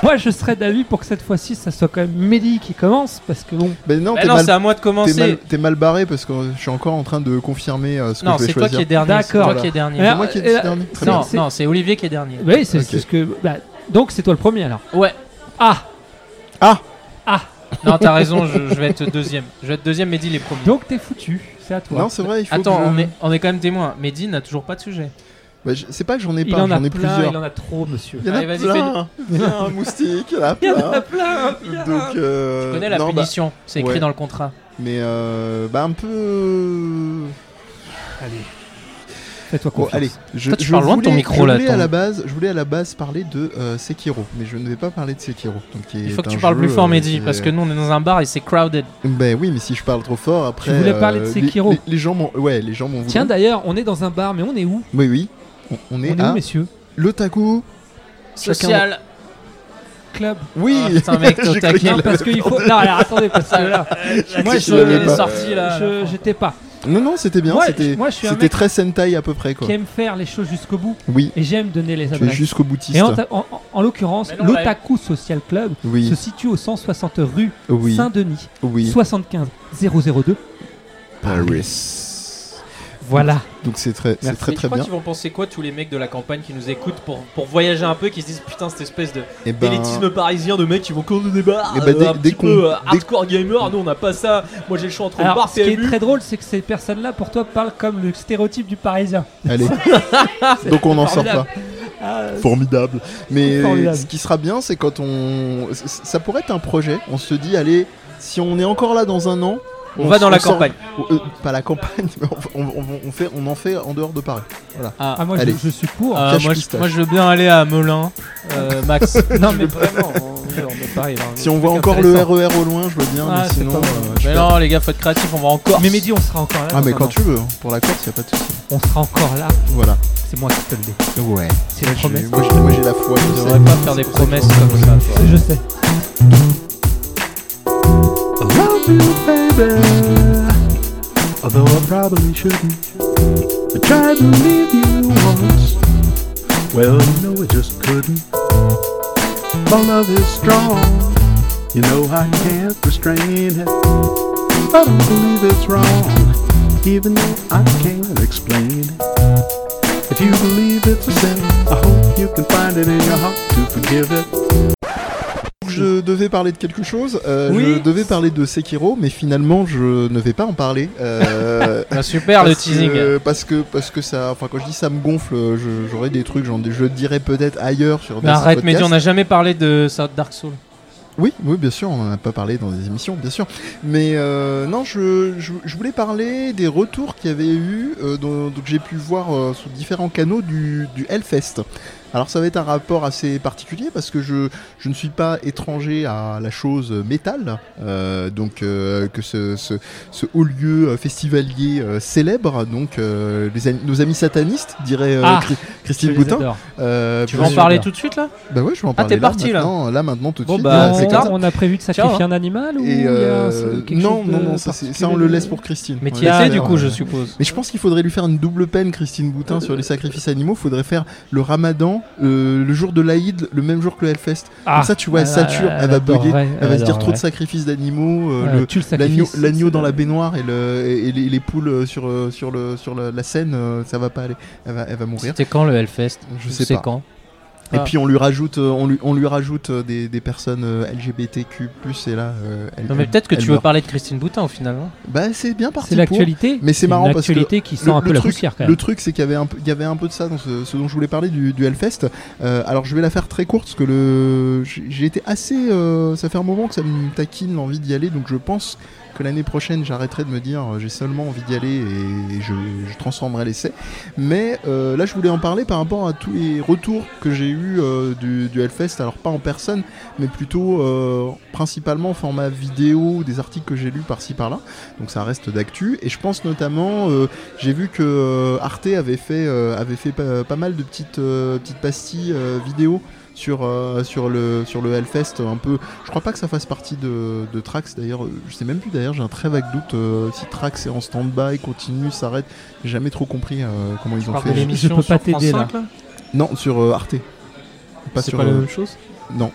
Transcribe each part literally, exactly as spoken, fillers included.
moi je serais d'avis pour que cette fois-ci ça soit quand même Mehdi qui commence parce que bon. Ben non, bah t'es non mal... c'est à moi de commencer. T'es mal, t'es mal barré parce que je suis encore en train de confirmer euh, ce que Non, je vais c'est toi choisir. qui es dernier. D'accord. C'est toi Voilà. qui es dernier. Alors, C'est moi qui ai dit euh, dernier. Très Non, bien. c'est- non, c'est Olivier qui est dernier. Oui, c'est, Ok. c'est ce que. Bah, donc c'est toi le premier alors. Ouais. Ah. Ah. Ah. Non, t'as raison, je, je vais être deuxième. Je vais être deuxième, Mehdi les premiers. Donc t'es foutu. C'est à toi. Non, c'est vrai, il faut Attends, que je... on est, on est quand même témoin. Mehdi n'a toujours pas de sujet. Bah, je- c'est pas que j'en ai il pas, en a j'en ai plein, plusieurs. il en a trop, monsieur. Il y en a Allez, vas-y, plein. Viens, un moustique, il y en a Il y en a plein. plein. viens. Donc, euh... Je connais la non, bah, punition, c'est écrit ouais. dans le contrat. mais euh... bah un peu. Allez. Fais-toi Bon, confiance. allez, je, Toi, tu je parles loin de ton voulais- micro, je là, voulais à ton- la base, je voulais à la base parler de euh, Sekiro, mais je ne vais pas parler de Sekiro. Donc, qui Il est faut que un tu parles jeu, plus fort, euh, Mehdi, qui parce est- que nous on est dans un bar et c'est crowded. Ben oui, mais si je parle trop fort, après. Tu voulais parler de les- Sekiro. Les, les gens m'ont, ouais, les gens m'ont voulu. Tiens d'ailleurs, on est dans un bar, mais on est où? Oui, oui. On, on est On est à où, messieurs? l'Otaku. Social. Club. Oui. Ah, putain, mec, t'es au J'ai taquet. cru Non, qu'il parce avait qu'il faut. perdu. Non, alors attendez, parce que là, moi que je. tu l'avais est pas. sorti là. je- J'étais pas. Non, non, c'était bien. Moi, c'était, je- moi, je suis un c'était mec très Sentai à peu près, quoi. qui aime faire les choses jusqu'au bout Oui. et j'aime donner les Tu es adresses. jusqu'au boutiste. Et en, ta- en- en- en l'occurrence, Mais non, l'Otaku Social Club Oui. se situe au cent soixante rue Oui. Saint-Denis, Oui. soixante-quinze zéro zéro deux. Paris. Voilà. Donc c'est très, c'est Merci. très Et très tu crois bien. qu'ils vont penser quoi tous les mecs de la campagne qui nous écoutent pour, pour voyager un peu, qui se disent putain cette espèce de Et ben, d'élitisme parisien de mecs qui vont coller des bars, Eh ben, dès- euh, un dès petit qu'on- peu euh, dès- hardcore gamer, nous on n'a pas ça. Moi j'ai le choix entre le Alors, bar ce qui est P M U. très drôle, c'est que ces personnes-là, pour toi, parlent comme le stéréotype du Parisien. allez. Donc on n'en sort formidable. pas. Ah, Formidable. Mais Formidable. ce qui sera bien, c'est quand on. c- Ça pourrait être un projet. On se dit, allez, si on est encore là dans un an. On va dans la sort- campagne. Euh, pas la campagne, mais on, on- on- on fait, on en fait en dehors de Paris. Voilà. Ah, ah, moi, je, Allez. je suis pour. euh, cache moi, je, pistache. moi je veux bien aller à Melun, euh, Max. non, mais vraiment, on, on est pareil. là, on est Si on des voit trucs encore le intéressants. R E R au loin, je veux bien, Ah, mais c'est sinon. pas bon. euh, je Mais fais- non les gars, faut être créatif, on va encore. Mais Mehdi, on sera encore là. Ah, mais dans quand un tu veux, hein. Pour la Corse, y a pas de souci. an. On sera encore là. Voilà. C'est moi qui te le dis. Ouais. C'est la promesse. Moi, j'ai- moi, j'ai la foi. On je sais. devrait pas faire des C'est pour ça que promesses je- comme ça. toi. Je sais. love you, baby. Although I probably shouldn't. I tried to leave you once. Well, you know I just couldn't. My love is strong. You know I can't restrain it. I don't believe it's wrong, even though I can't explain it. If you believe it's a sin, I hope you can find it in your heart to forgive it. Je devais parler de quelque chose. euh, Oui. Je devais parler de Sekiro, mais finalement, je ne vais pas en parler. euh, Ah, super le parce teasing. que, parce que parce que ça, enfin quand je dis ça me gonfle, je- j'aurais des trucs, j'en je dirais peut-être ailleurs sur. Mais des arrête, podcasts. Mehdi, on n'a jamais parlé de ça, Dark Souls. Oui, oui, bien sûr, on en a pas parlé dans des émissions, bien sûr. Mais euh, non, je, je, je voulais parler des retours qu'il y avait eu, euh, dont, donc j'ai pu voir euh, sur différents canaux du, du Hellfest. Alors ça va être un rapport assez particulier parce que je, je ne suis pas étranger à la chose métal, euh, donc euh, que ce, ce, ce haut lieu euh, festivalier euh, célèbre, donc euh, les am- nos amis satanistes, dirait euh, Ah, Chri- Christine Je les Boutin. adore. Euh, Tu parce- veux en parler tout de suite là? Bah ouais, je vais en Ah, parler t'es parti, là. maintenant, là maintenant tout de Bon, suite. bah, direct, c'est on, comme comme ça. on a prévu de sacrifier Tiens. un animal ou Et il y a euh, quelque non, chose non, de non, ça, c'est- ça particulier on le laisse pour Christine. Mais On t'y laisse étais faire, du coup, euh, je suppose. Mais je pense qu'il faudrait lui faire une double peine, Christine Boutin, sur les sacrifices animaux. Faudrait faire le ramadan, euh, le jour de l'Aïd, le même jour que le Hellfest. Ah, Comme ça, tu vois, elle elle- sature, elle, elle va bugger, adorerait, elle va elle se dire trop de adorerait. sacrifices d'animaux, euh, Ouais, le- tue le l'agneau, sacrifice. l'agneau dans la baignoire et, le, et, et les, les poules euh, sur, euh, sur, le, sur le- la scène, euh, ça va pas aller. Elle va, elle va mourir. C'était quand le Hellfest? Je sais C'est pas. quand? Et Ah. puis on lui rajoute, euh, on lui, on lui rajoute euh, des, des personnes euh, L G B T Q plus, et là, euh, elle, Non mais elle- peut-être que elle tu veux meurt. parler de Christine Boutin au final. Non Bah c'est bien parti C'est pour. l'actualité. Mais c'est marrant une parce que actualité qui sent le- un peu le la truc- poussière quand Le même. truc, c'est qu'il y avait un peu, il y avait un peu de ça dans ce, ce dont je voulais parler du, du Hellfest. Euh, alors, je vais la faire très courte parce que le, j'ai j'ai été assez. euh, ça fait un moment que ça me taquine l'envie d'y aller, donc je pense que l'année prochaine, j'arrêterai de me dire euh, j'ai seulement envie d'y aller et, et je, je transformerai l'essai. Mais euh, là, je voulais en parler par rapport à tous les retours que j'ai eu euh, du, du Hellfest. Alors, pas en personne, mais plutôt euh, principalement en format vidéo, des articles que j'ai lus par-ci par-là. Donc, ça reste d'actu. Et je pense notamment. Euh, J'ai vu que euh, Arte avait fait, euh, avait fait pas, pas mal de petites, euh, petites pastilles euh, vidéo sur, euh, sur, le, sur le Hellfest. Un peu, je crois pas que ça fasse partie de, de Trax d'ailleurs. Je sais même plus d'ailleurs, j'ai un très vague doute euh, si Trax est en stand-by, continue, s'arrête. J'ai jamais trop compris euh, comment ils ont parles fait. de l'émission Je peux pas sur France t'aider, là. cinq, là. Non, sur euh, Arte. Pas C'est sur, pas la euh, même chose? Non.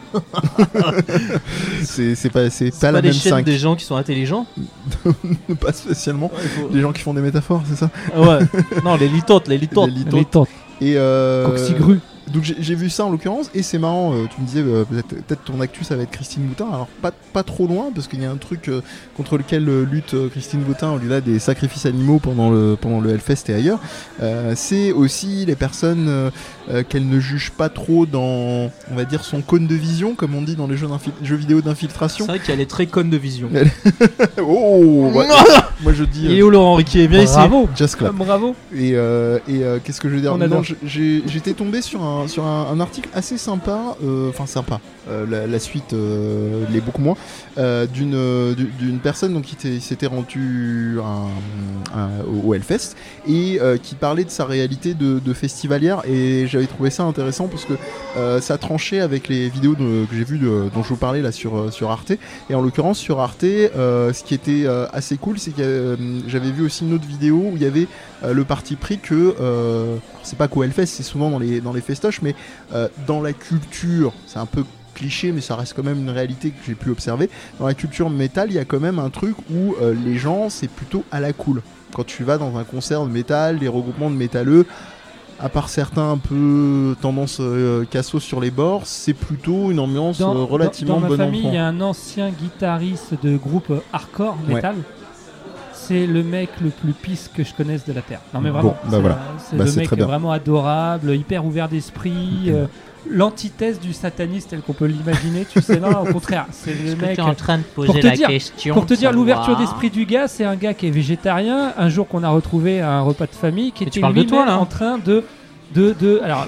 c'est, c'est pas, c'est C'est pas pas, la des même chaînes cinq. des gens qui sont intelligents. Pas spécialement. Ouais, faut- Des gens qui font des métaphores, c'est ça? Ouais. Non, les litantes, les litantes. Les litantes. Les tentes. Et euh, Coxigru. donc j'ai, j'ai vu ça en l'occurrence et c'est marrant. euh, tu me disais euh, peut-être, peut-être ton actu ça va être Christine Boutin. Alors pas pas trop loin parce qu'il y a un truc euh, contre lequel euh, lutte euh, Christine Boutin au-delà des sacrifices animaux pendant le pendant le Hellfest et ailleurs. Euh, c'est aussi les personnes euh, euh, qu'elle ne juge pas trop dans, on va dire, son cône de vision comme on dit dans les jeux, jeux vidéo d'infiltration. C'est vrai qu'elle est très conne de vision. Oh ouais. Moi je dis Il est euh, où Laurent Riquier? Viens ici. Bravo. just clap. Bravo. Et, euh, et euh, qu'est-ce que je veux dire? On Non, adore. je- j'ai- j'étais tombé sur un, sur un, un article assez sympa, euh, enfin sympa, euh, la, la suite euh, l'est beaucoup moins, euh, d'une, euh, du- d'une personne donc, qui était- s'était rendue un- un- au Hellfest et euh, qui parlait de sa réalité de, de festivalière et j'avais trouvé ça intéressant parce que euh, ça tranchait avec les vidéos de- que j'ai vues de- dont je vous parlais là sur, euh, sur Arte et en l'occurrence sur Arte euh, ce qui était euh, assez cool c'est que euh, j'avais vu aussi une autre vidéo où il y avait euh, le parti pris que euh, c'est pas qu'au Hellfest, c'est souvent dans les, dans les festoches, mais euh, dans la culture, c'est un peu cliché, mais ça reste quand même une réalité que j'ai pu observer. Dans la culture métal, il y a quand même un truc où euh, les gens, c'est plutôt à la cool. Quand tu vas dans un concert de métal, les regroupements de métalleux, à part certains un peu tendance euh, cassos sur les bords, c'est plutôt une ambiance Dans, euh, relativement dans, dans ma bonne famille, il enfant. y a un ancien guitariste de groupe hardcore metal. C'est le mec le plus pisse que je connaisse de la Terre. Non mais vraiment. Bon, bah c'est voilà. un- c'est Bah, le c'est mec très bien. vraiment adorable, hyper ouvert d'esprit. euh, l'antithèse du sataniste tel qu'on peut l'imaginer, tu sais, non, au contraire. C'est le Est-ce que mec. tu es en train de poser pour te la dire- question Pour te de dire l'ouverture savoir- d'esprit du gars, c'est un gars qui est végétarien. Un jour qu'on a retrouvé à un repas de famille, qui Mais tu était parles de lui-même toi, là en train de, de, de, alors,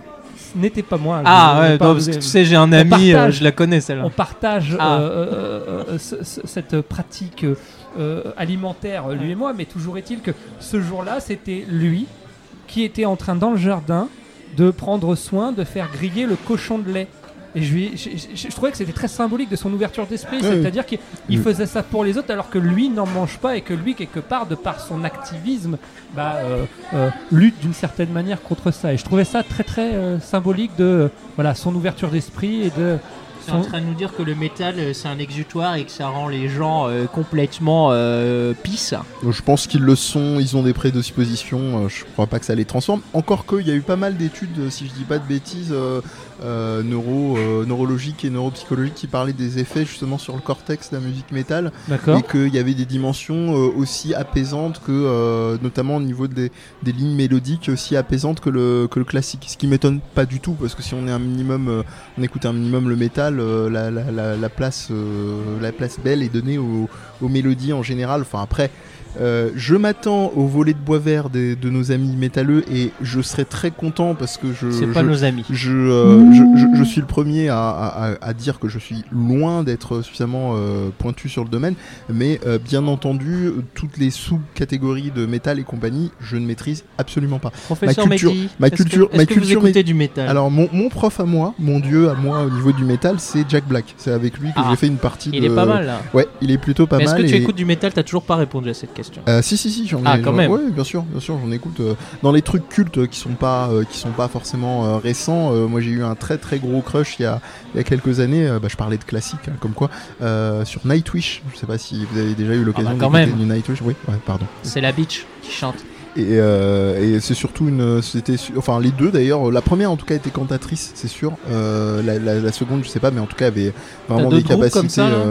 ce n'était pas moi. je Ah ne vais ouais, pas non, vous- parce que tu sais, j'ai un ami, partage. euh, je la connais celle-là. On partage Ah. euh, euh, euh, ce- ce- cette pratique euh, alimentaire, lui et moi, mais toujours est-il que ce jour-là, c'était lui qui était en train dans le jardin de prendre soin de faire griller le cochon de lait. Et je, lui, je, je- je trouvais que c'était très symbolique de son ouverture d'esprit, Ouais, c'est-à-dire qu'il il Mm. faisait ça pour les autres alors que lui n'en mange pas et que lui, quelque part, de par son activisme, bah, euh, euh, lutte d'une certaine manière contre ça. Et je trouvais ça très très euh, symbolique de euh, voilà, son ouverture d'esprit et de Tu es en train de nous dire que le métal euh, c'est un exutoire et que ça rend les gens euh, complètement euh, pisse. Je pense qu'ils le sont, ils ont des prédispositions, euh, je crois pas que ça les transforme. Encore qu'il y a eu pas mal d'études, euh, si je dis pas de bêtises, euh, euh, neuro, euh, neurologiques et neuropsychologiques qui parlaient des effets justement sur le cortex de la musique métal D'accord. et qu'il y avait des dimensions euh, aussi apaisantes que, euh, notamment au niveau des, des lignes mélodiques, aussi apaisantes que le, que le classique. Ce qui m'étonne pas du tout parce que si on est un minimum, euh, on écoute un minimum le métal, euh, la, la, la, la place, euh, la place belle est donnée aux, aux mélodies en général. Enfin après. Euh, je m'attends au volet de bois vert des- de nos amis métalleux et je serai très content parce que je, C'est pas je, nos amis. je, euh, je, je- je suis le premier à, à- à- à dire que je suis loin d'être suffisamment euh, pointu sur le domaine, mais euh, bien entendu, toutes les sous-catégories de métal et compagnie, je ne maîtrise absolument pas. Professeur culture- Mehdi, ma est-ce que- culture- est-ce ma que vous culture écoutez du métal? Alors, mon, mon prof à moi, mon dieu à moi au niveau du métal, c'est Jack Black. C'est avec lui que Ah, j'ai fait une partie il de... est pas mal là. Ouais, il est plutôt pas Mais est-ce mal. que tu et- écoutes du métal? T'as toujours pas répondu à cette question. Euh, si si si j'en ai Ah, quand j'en- même. ouais, bien sûr bien sûr j'en écoute euh, dans les trucs cultes euh, qui sont pas euh, qui sont pas forcément euh, récents. euh, moi j'ai eu un très très gros crush il y a il y a quelques années, euh, bah, je parlais de classique hein, comme quoi euh, sur Nightwish. Je sais pas si vous avez déjà eu l'occasion Ah bah, quand d'écouter même. du Nightwish. Oui ouais pardon. C'est la bitch qui chante. Et, euh, et c'est surtout une c'était su- enfin les deux d'ailleurs, la première en tout cas était cantatrice c'est sûr, euh, la, la, la seconde je sais pas mais en tout cas avait vraiment T'as des d'autres groupes capacités comme ça, là euh,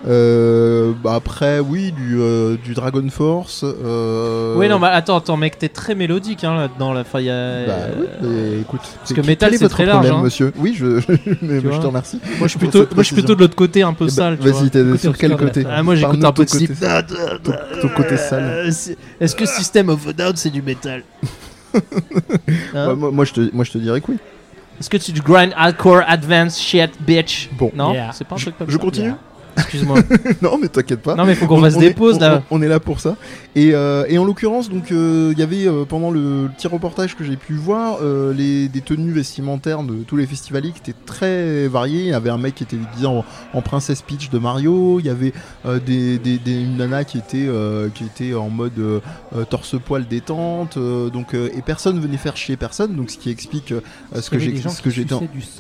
euh, bah, après oui du, euh, du Dragon Force euh, Oui, non, bah attends, attends, mec, t'es très mélodique hein, là-dedans. Là. Enfin, y a... Bah oui, mais écoute. Parce que métal, quel est c'est votre très large, problème, hein. monsieur. Oui, je, mais Tu je vois. te remercie. Moi, je suis pour plutôt, cette moi, je suis plutôt de l'autre côté, un peu Eh ben, sale. tu vois. vas-y, t'es Côté sur quel obscur de côté la Ah, moi, j'écoute Parle-nous un peu de ton côté- slip. ton, ton côté sale. Euh, c'est- Est-ce que System of a Down c'est du métal? Hein? Ouais, moi, moi, je te, moi, je te dirais que oui. Est-ce que c'est du grind hardcore advanced shit bitch? Bon. Non, Yeah. c'est pas un truc comme Je ça. continue. Excuse-moi. Non, mais t'inquiète pas. Non, mais faut qu'on On- fasse on des est- pauses on- là. On, on est là pour ça. Et, euh, et en l'occurrence, donc, euh, il y avait euh, pendant le, le petit reportage que j'ai pu voir, euh, les, des tenues vestimentaires de tous les festivaliers qui étaient très variées. Il y avait un mec qui était déguisé en, en Princess Peach de Mario. Il y avait euh, des, des, des- une nana qui était, euh, qui était en mode euh, euh, torse-poil détente. euh, donc, euh, et personne venait faire chier personne. Donc, ce qui explique euh, ce que j'ai, des gens ce que qui j'étais. en- suçaient du sang.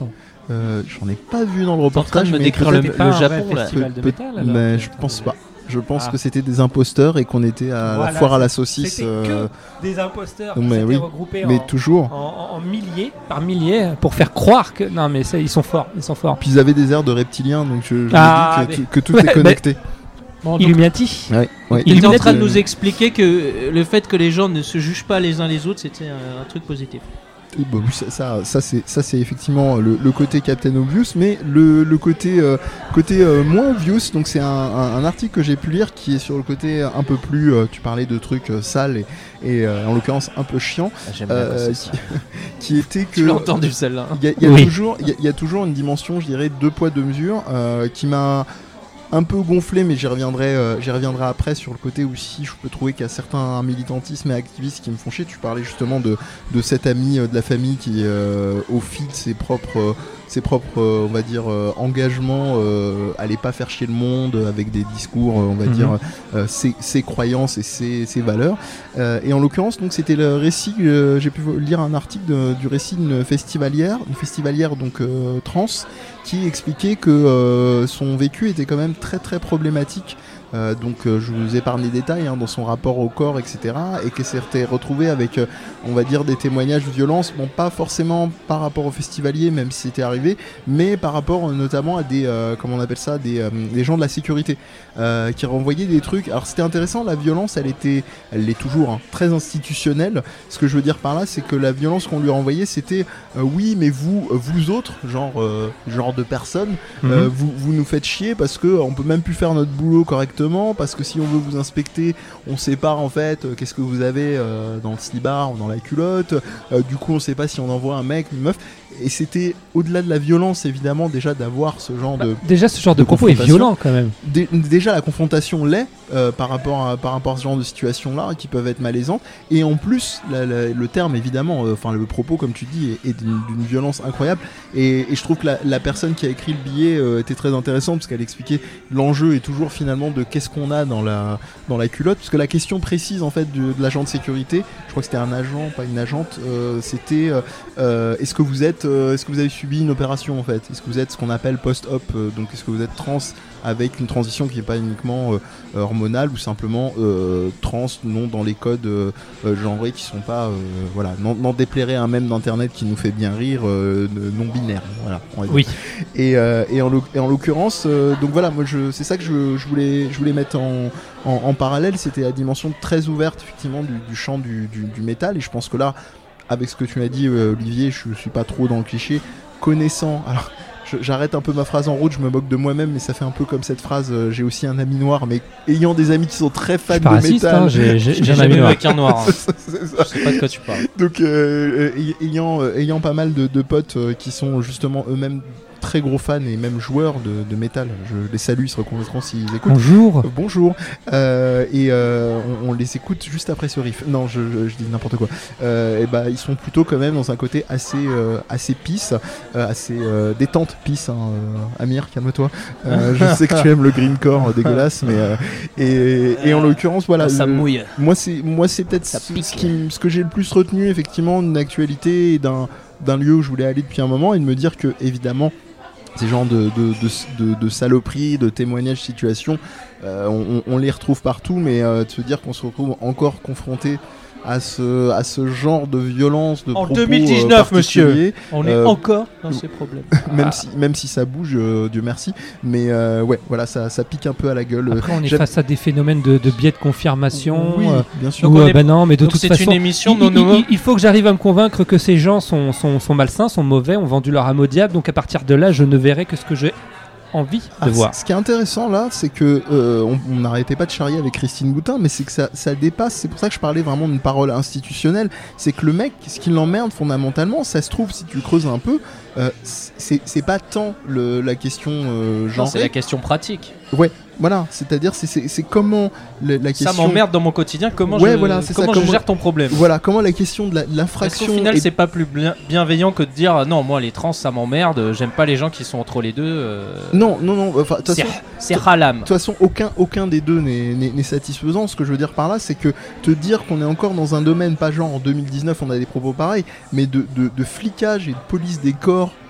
Euh, j'en ai pas vu dans le T'es en train de reportage, me mais décrire peut-être- le, C'était pas le un vrai Japon là. festival de peut- métal, alors. mais je pense pas. Je pense Ah. que c'était des imposteurs et qu'on était à Voilà, la foire à la c'est- saucisse. C'était euh, que des imposteurs mais qui s'étaient oui, regroupés mais en, toujours. en, en milliers, par milliers, pour faire croire que. Non, mais ça, ils sont forts, ils sont forts. Puis ils avaient des airs de reptiliens, donc je, je Ah, me dis que, mais- tout- que tout Ouais, est connecté. Bon, donc, Illuminati. Ouais, ouais. il était en Illuminati, train de euh, nous expliquer que euh, le fait que les gens ne se jugent pas les uns les autres, c'était un, un truc positif. Oui, bah oui, ça, ça, ça, c'est, ça c'est effectivement le, le côté Captain Obvious, mais le, le côté, euh, côté euh, moins obvious, donc c'est un, un, un article que j'ai pu lire qui est sur le côté un peu plus, euh, tu parlais de trucs euh, sales et, et euh, en l'occurrence un peu chiants, Ah, j'aime bien euh, quand c'est qui, ça. qui était que... Tu l'as entendu celle-là. Il y a, il y a Oui. toujours, il y a- il y a toujours une dimension, je dirais, deux poids deux mesures, euh, qui m'a un peu gonflé, mais j'y reviendrai, euh, j'y reviendrai après sur le côté aussi. Je peux trouver qu'il y a certains militantismes et activistes qui me font chier. Tu parlais justement de, de cet ami euh, de la famille qui, euh, au fil de ses propres, euh, ses propres, euh, on va dire, euh, engagements, euh, allait pas faire chier le monde avec des discours, euh, on va Mhm. dire, euh, ses, ses croyances et ses, ses valeurs. Euh, et en l'occurrence, donc c'était le récit. euh, j'ai pu lire un article de- du récit d'une festivalière, une festivalière donc euh, trans, qui expliquait que euh, son vécu était quand même très très problématique. Euh, donc euh, je vous épargne les détails hein, dans son rapport au corps, et cetera. Et qu'elle s'était retrouvée avec, euh, on va dire, des témoignages de violence, bon pas forcément par rapport aux festivaliers, même si c'était arrivé, mais par rapport euh, notamment à des, euh, comment on appelle ça, des, euh, des gens de la sécurité, euh, qui renvoyaient des trucs. Alors c'était intéressant, la violence, elle était, elle l'est toujours, hein, très institutionnelle. Ce que je veux dire par là, c'est que la violence qu'on lui renvoyait, c'était, euh, oui, mais vous, euh, vous autres, genre, euh, genre de personnes, Mhm. euh, vous, vous nous faites chier parce que on peut même plus faire notre boulot correctement, parce que si on veut vous inspecter, on sait pas en fait euh, qu'est-ce que vous avez euh, dans le slibard ou dans la culotte. Euh, du coup, on sait pas si on envoie un mec, une meuf. Et c'était au-delà de la violence, évidemment, déjà d'avoir ce genre Bah, de déjà, ce genre de, de propos est confrontation. violent quand même. Dé- déjà la confrontation l'est euh, par rapport à par rapport à ce genre de situation là qui peuvent être malaisantes, et en plus la- la- le terme évidemment, euh, enfin le propos comme tu dis est, est d'une d'une violence incroyable, et, et je trouve que la, la personne qui a écrit le billet euh, était très intéressante parce qu'elle expliquait l'enjeu est toujours finalement de qu'est-ce qu'on a dans la dans la culotte, parce que la question précise en fait de, de l'agent de sécurité, je crois que c'était un agent pas une agente, euh, c'était euh, euh, est-ce que vous êtes euh, est-ce que vous avez subi une opération en fait, est-ce que vous êtes ce qu'on appelle post-op, euh, donc est-ce que vous êtes trans avec une transition qui n'est pas uniquement euh, hormonale, ou simplement euh, trans, non dans les codes euh, euh, genrés qui sont pas, euh, voilà, n'en n'en déplairait un mème d'internet qui nous fait bien rire, euh, non binaire, voilà. On va dire. Oui. Et, euh, et en, l'oc- et en l'occurrence, euh, donc voilà, moi je, c'est ça que je, je voulais, je voulais mettre en, en, en parallèle, c'était la dimension très ouverte effectivement du, du champ du, du, du métal, et je pense que là, avec ce que tu m'as dit, euh, Olivier, je suis pas trop dans le cliché, connaissant. Alors, je- j'arrête un peu ma phrase en route, je me moque de moi-même, mais ça fait un peu comme cette phrase. euh, j'ai aussi un ami noir, mais ayant des amis qui sont très fans Je suis de pas raciste, métal. hein, j'ai j'ai- J'ai j'ai un jamais ami vu noir. avec un noir. hein. C'est ça. Je sais pas de quoi tu parles. Donc, euh, euh, ayant, euh, ayant pas mal de, de potes euh, qui sont justement eux-mêmes très gros fans et même joueurs de, de métal, je les salue, ils se reconnaîtront s'ils écoutent. Bonjour. Euh, Bonjour. Euh, et euh, on, on les écoute juste après ce riff. Non, je, je- je dis n'importe quoi. Euh, et bah, ils sont plutôt quand même dans un côté assez, euh, assez peace, euh, assez euh, détente peace. Hein, euh, Amir, calme-toi. Euh, je sais que tu aimes le greencore euh, dégueulasse, mais euh, et, et en l'occurrence, voilà. ça le- mouille. moi, c'est moi, c'est peut-être Ça ce, pique. ce qui m- ce que j'ai le plus retenu effectivement d'une actualité et d'un d'un lieu où je voulais aller depuis un moment, et de me dire que évidemment ces genres de, de, de, de, de saloperies, de témoignages, situations, euh, on, on les retrouve partout, mais euh, de se dire qu'on se retrouve encore confronté à ce, à ce genre de violence, de En propos, deux mille dix-neuf, euh, monsieur. particuliers, On est Euh, encore dans ces problèmes. même, Ah. si, même si ça bouge, euh, Dieu merci, mais euh, ouais, voilà, ça, ça pique un peu à la gueule. Après, on est J'aime- face à des phénomènes de, de biais de confirmation. Oui, euh, bien sûr. où, Donc on euh, est- bah non, mais de Donc toute c'est façon, une émission il, non il- nomo. il- il faut que j'arrive à me convaincre que ces gens sont, sont, sont malsains, sont mauvais, ont vendu leur âme au diable. Donc à partir de là, je ne verrai que ce que j'ai envie de Ah, voir. c- Ce qui est intéressant là, c'est que euh, on on n'arrêtait pas de charrier avec Christine Boutin, mais c'est que ça, ça dépasse. C'est pour ça que je parlais vraiment d'une parole institutionnelle. C'est que le mec, ce qui l'emmerde fondamentalement, ça se trouve si tu creuses un peu, euh, c'est c'est pas tant le, la question euh, Non, genre. c'est la question pratique. Voilà, c'est-à-dire c'est- c'est c'est comment le- la question. Ça m'emmerde dans mon quotidien. Comment Ouais, je, voilà, c'est ça, comment je comment- gère ton problème. Voilà, comment la question de la- de Parce l'infraction. qu'au final, est- c'est pas plus bien- bienveillant que de dire euh, non, moi les trans ça m'emmerde, j'aime pas les gens qui sont entre les deux. euh, Non, non, non. Enfin, de toute c'est façon, c'est ralam. De toute façon, aucun, aucun des deux n'est- n'est n'est satisfaisant. Ce que je veux dire par là, c'est que te dire qu'on est encore dans un domaine, pas genre en deux mille dix-neuf on a des propos pareils, mais de, de, de flicage et de police des corps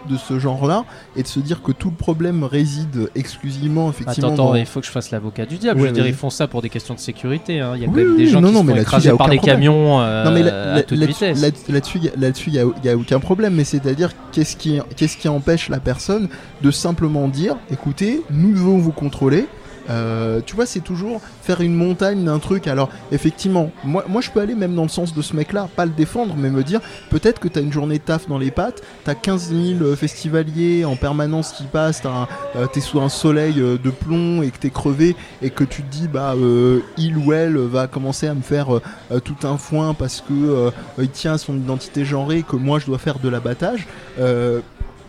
de ce genre-là et de se dire que tout le problème réside exclusivement effectivement. Attends, attends, dans... il faut que je fasse l'avocat du diable. Ouais, je veux dire, vas-y. ils font ça pour des questions de sécurité. Hein. Il y a Oui, quand même oui, des gens non, qui non, se mais font là-dessus, écraser y a par aucun des problème. camions euh, Non mais là- à là- toute là-dessus, vitesse. là- là-dessus, y a- là-dessus, il n'y a, aucun problème. Mais c'est-à-dire, qu'est-ce qui, qu'est-ce qui empêche la personne de simplement dire, écoutez, nous devons vous contrôler. Euh, tu vois, c'est toujours faire une montagne d'un truc. Alors, effectivement, moi, moi je peux aller même dans le sens de ce mec-là, pas le défendre, mais me dire peut-être que t'as une journée de taf dans les pattes, t'as quinze mille euh, festivaliers en permanence qui passent, t'as un, euh, t'es sous un soleil euh, de plomb et que t'es crevé et que tu te dis, bah, euh, il ou elle va commencer à me faire euh, euh, tout un foin parce que euh, il tient à son identité genrée, que moi je dois faire de l'abattage. Euh,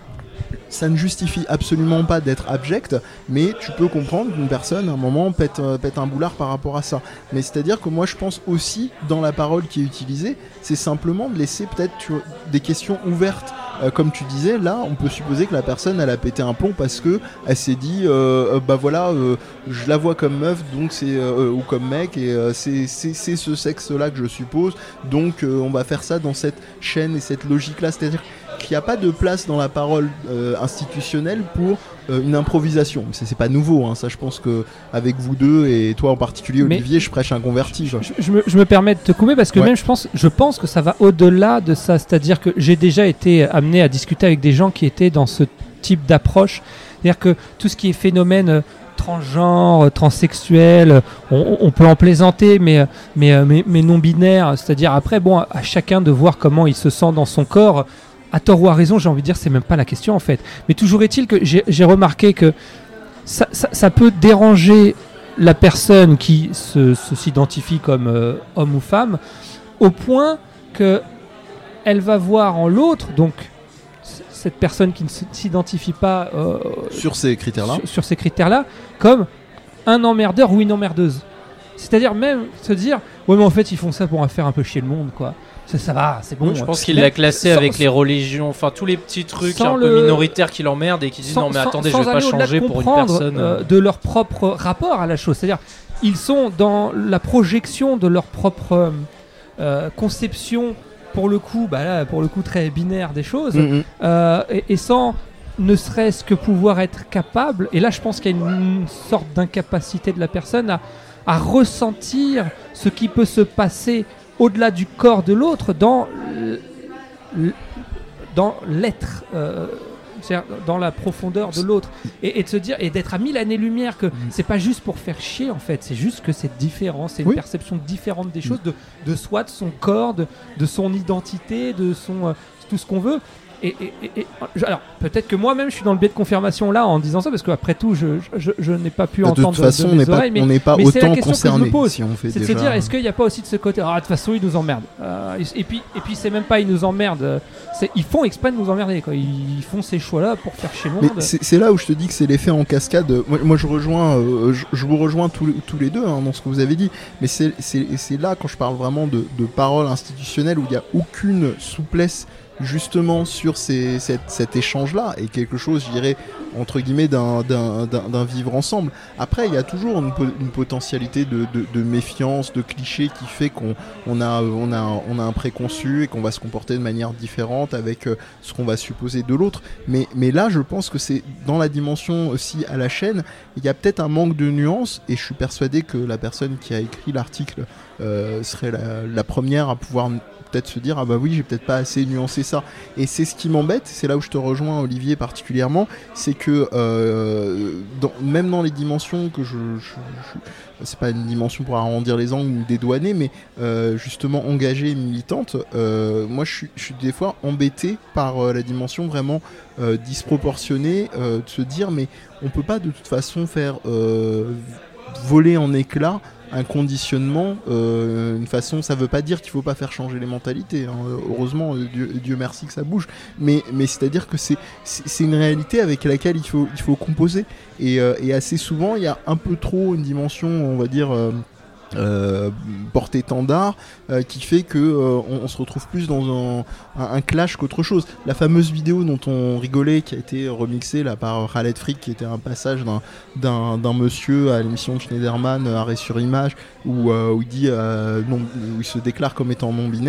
Ça ne justifie absolument pas d'être abject, mais tu peux comprendre qu'une personne, à un moment, pète, euh, pète un boulard par rapport à ça. Mais c'est-à-dire que moi, je pense aussi, dans la parole qui est utilisée, c'est simplement de laisser peut-être tu vois, des questions ouvertes. Euh, comme tu disais, là, on peut supposer que la personne, elle a pété un plomb parce que elle s'est dit, euh, euh, bah voilà, euh, je la vois comme meuf, donc c'est euh, ou comme mec, et euh, c'est, c'est, c'est ce sexe-là que je suppose, donc euh, on va faire ça dans cette chaîne et cette logique-là. C'est-à-dire qu'il n'y a pas de place dans la parole euh, institutionnelle pour euh, une improvisation. C'est, c'est pas nouveau, hein. Ça je pense que avec vous deux et toi en particulier Mais Olivier, je prêche un converti. Quoi. Je, je me, je me permets de te couper parce que Ouais. même je pense, je pense que ça va au-delà de ça. C'est-à-dire que j'ai déjà été amené à discuter avec des gens qui étaient dans ce type d'approche. C'est-à-dire que tout ce qui est phénomène euh, transgenre, euh, transsexuel, euh, on, on peut en plaisanter, mais, euh, mais, euh, mais, mais non-binaire. C'est-à-dire après, bon, à, à chacun de voir comment il se sent dans son corps. À tort ou à raison, j'ai envie de dire, c'est même pas la question en fait. Mais toujours est-il que j'ai, j'ai remarqué que ça, ça, ça peut déranger la personne qui se, se s'identifie comme euh, homme ou femme, au point que elle va voir en l'autre, donc c- cette personne qui ne s- s'identifie pas euh, Sur ces critères-là. sur, sur ces critères-là, comme un emmerdeur ou une emmerdeuse. C'est-à-dire même se dire, ouais mais en fait ils font ça pour faire un peu chier le monde, quoi. Ça, ça va, c'est bon. Je pense qu'il Mais l'a classé sans- avec les religions, enfin tous les petits trucs sans un peu le- minoritaires qui l'emmerdent et qui disent sans- non mais sans- attendez, sans je vais pas aller au-delà de changer pour une comprendre, personne. euh, de leur propre rapport à la chose. C'est-à-dire, ils sont dans la projection de leur propre euh, euh, conception, pour le coup, bah là, pour le coup très binaire des choses, Mhm. euh, et, et sans ne serait-ce que pouvoir être capable. Et là, je pense qu'il y a une, une sorte d'incapacité de la personne à, à ressentir ce qui peut se passer au-delà du corps de l'autre dans l- l- dans l'être, euh, c'est-à-dire dans la profondeur de l'autre, et, et de se dire, et d'être à mille années-lumière que c'est pas juste pour faire chier en fait, c'est juste que c'est différent, c'est une Oui. perception différente des choses, de, de soi, de son corps, de, de son identité, de son euh, tout ce qu'on veut. Et, et- et- et- je- alors peut-être que moi-même je suis dans le biais de confirmation là en disant ça, parce qu'après tout je, je, je- je n'ai pas pu De entendre toute façon, de on mes n'est pas, oreilles, mais on n'est pas mais c'est la autant question que je me concerné pose. si on fait c'est de se déjà. dire, est-ce qu'il n'y a pas aussi de ce côté, ah de toute façon ils nous emmerdent, Euh, et, et puis et puis c'est même pas ils nous emmerdent, euh, c'est, ils font exprès de nous emmerder, quoi. Ils font ces choix là pour faire chier le Mais monde. c'est, c'est là où je te dis que c'est l'effet en cascade. Moi, moi, je rejoins, euh, je, je vous rejoins tous, les- tous les deux hein, dans ce que vous avez dit. Mais c'est, c'est, c'est là quand je parle vraiment de, de paroles institutionnelles où il n'y a aucune souplesse justement sur ces, cette, cet échange-là et quelque chose, je dirais, entre guillemets, d'un, d'un, d'un, d'un vivre ensemble. Après, il y a toujours une, po- une potentialité de, de, de méfiance, de cliché qui fait qu'on on a, on a, on a un préconçu et qu'on va se comporter de manière différente avec euh, ce qu'on va supposer de l'autre. Mais, mais là, je pense que c'est dans la dimension aussi à la chaîne, il y a peut-être un manque de nuances et je suis persuadé que la personne qui a écrit l'article euh, serait la, la première à pouvoir peut-être se dire ah bah oui j'ai peut-être pas assez nuancé ça, et c'est ce qui m'embête, c'est là où je te rejoins Olivier particulièrement, c'est que euh, dans, même dans les dimensions que je, je, je c'est pas une dimension pour arrondir les angles ou dédouaner, mais euh, justement engagée et militante, euh, moi je suis, je suis des fois embêté par euh, la dimension vraiment euh, disproportionnée euh, de se dire mais on peut pas de toute façon faire euh, voler en éclats un conditionnement, euh, une façon, ça veut pas dire qu'il faut pas faire changer les mentalités, hein. Heureusement, euh, Dieu, Dieu merci que ça bouge, mais, mais c'est-à-dire que c'est, c'est, c'est une réalité avec laquelle il faut, il faut composer, et, euh, et assez souvent il y a un peu trop une dimension, on va dire euh, Euh, porte-étendard euh, qui fait que euh, on, on se retrouve plus dans un, un, un clash qu'autre chose. La fameuse vidéo dont on rigolait, qui a été remixée là par Khaled Frick, qui était un passage d'un, d'un, d'un monsieur à l'émission de Schneiderman, Arrêt sur image, où, euh, où il dit euh, non, où il se déclare comme étant non binaire.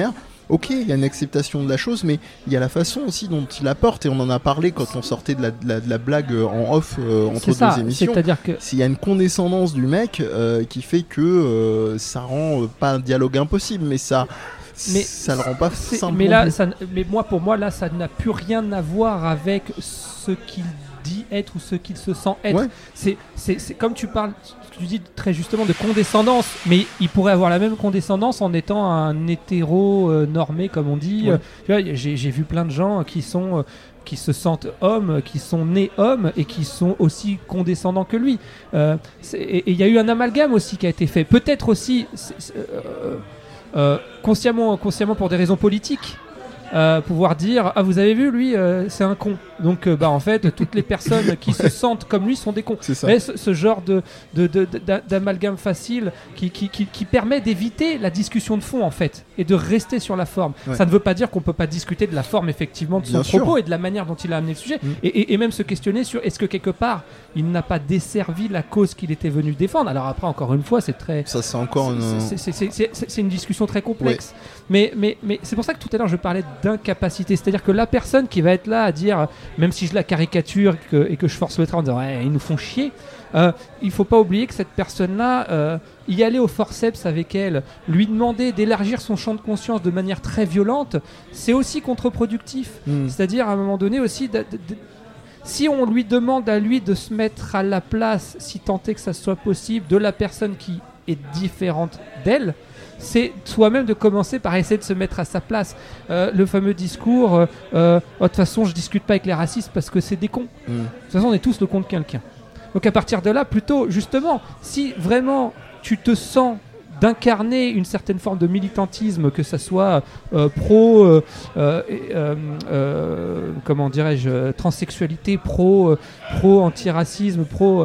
ok, il y a une acceptation de la chose, mais il y a la façon aussi dont il apporte, et on en a parlé quand on sortait de la, de la, de la blague en off euh, entre C'est ça, deux émissions. c'est-à-dire que S'il y a une condescendance du mec euh, qui fait que euh, ça rend euh, pas un dialogue impossible, mais ça, Mais ça le rend pas c'est- simple. mais non là, plus. ça, n- mais moi, pour moi, là, ça n'a plus rien à voir avec ce qu'il dit être ou ce qu'il se sent être. Ouais. C'est, c'est, c'est comme tu parles, tu dis très justement de condescendance, mais il pourrait avoir la même condescendance en étant un hétéro euh, normé, comme on dit. Ouais. Euh, tu vois, j'ai, j'ai vu plein de gens qui sont euh, qui se sentent hommes, qui sont nés hommes et qui sont aussi condescendants que lui. Euh, c'est- et il y a eu un amalgame aussi qui a été fait. Peut-être aussi c'est- c'est, euh, euh, consciemment, consciemment pour des raisons politiques. Euh, pouvoir dire ah vous avez vu lui euh, c'est un con donc euh, bah en fait toutes les personnes qui se sentent comme lui sont des cons. C'est ça. Mais ce, ce genre de, de, de- d'a- d'amalgame facile qui, qui, qui, qui permet d'éviter la discussion de fond en fait et de rester sur la forme. Ouais. Ça ne veut pas dire qu'on peut pas discuter de la forme effectivement de son Bien sûr. propos et de la manière dont il a amené le sujet Mm. et, et, et même se questionner sur est-ce que quelque part il n'a pas desservi la cause qu'il était venu défendre. Alors après encore une fois c'est très Ça, c'est encore une. c'est- c'est- c'est- c'est c'est- c'est une discussion très complexe. Mais, mais, mais c'est pour ça que tout à l'heure je parlais d'incapacité. C'est-à-dire que la personne qui va être là à dire, même si je la caricature et que, et que je force le trait en disant ouais, ils nous font chier, euh, il faut pas oublier que cette personne-là, euh, y aller au forceps avec elle, lui demander d'élargir son champ de conscience de manière très violente, c'est aussi contre-productif. Hmm. C'est-à-dire à un moment donné aussi, de- de- de- si on lui demande à lui de se mettre à la place, si tant est que ça soit possible, de la personne qui est différente d'elle, c'est soi-même de commencer par essayer de se mettre à sa place. Euh, le fameux discours, euh, euh, oh, de toute façon je discute pas avec les racistes parce que c'est des cons. Hmm. De toute façon on est tous le con de quelqu'un. Donc à partir de là, plutôt justement, si vraiment tu te sens d'incarner une certaine forme de militantisme, que ça soit euh, pro, euh, euh, et, euh, euh, comment dirais-je, euh, transsexualité, pro, euh, pro antiracisme, pro, euh,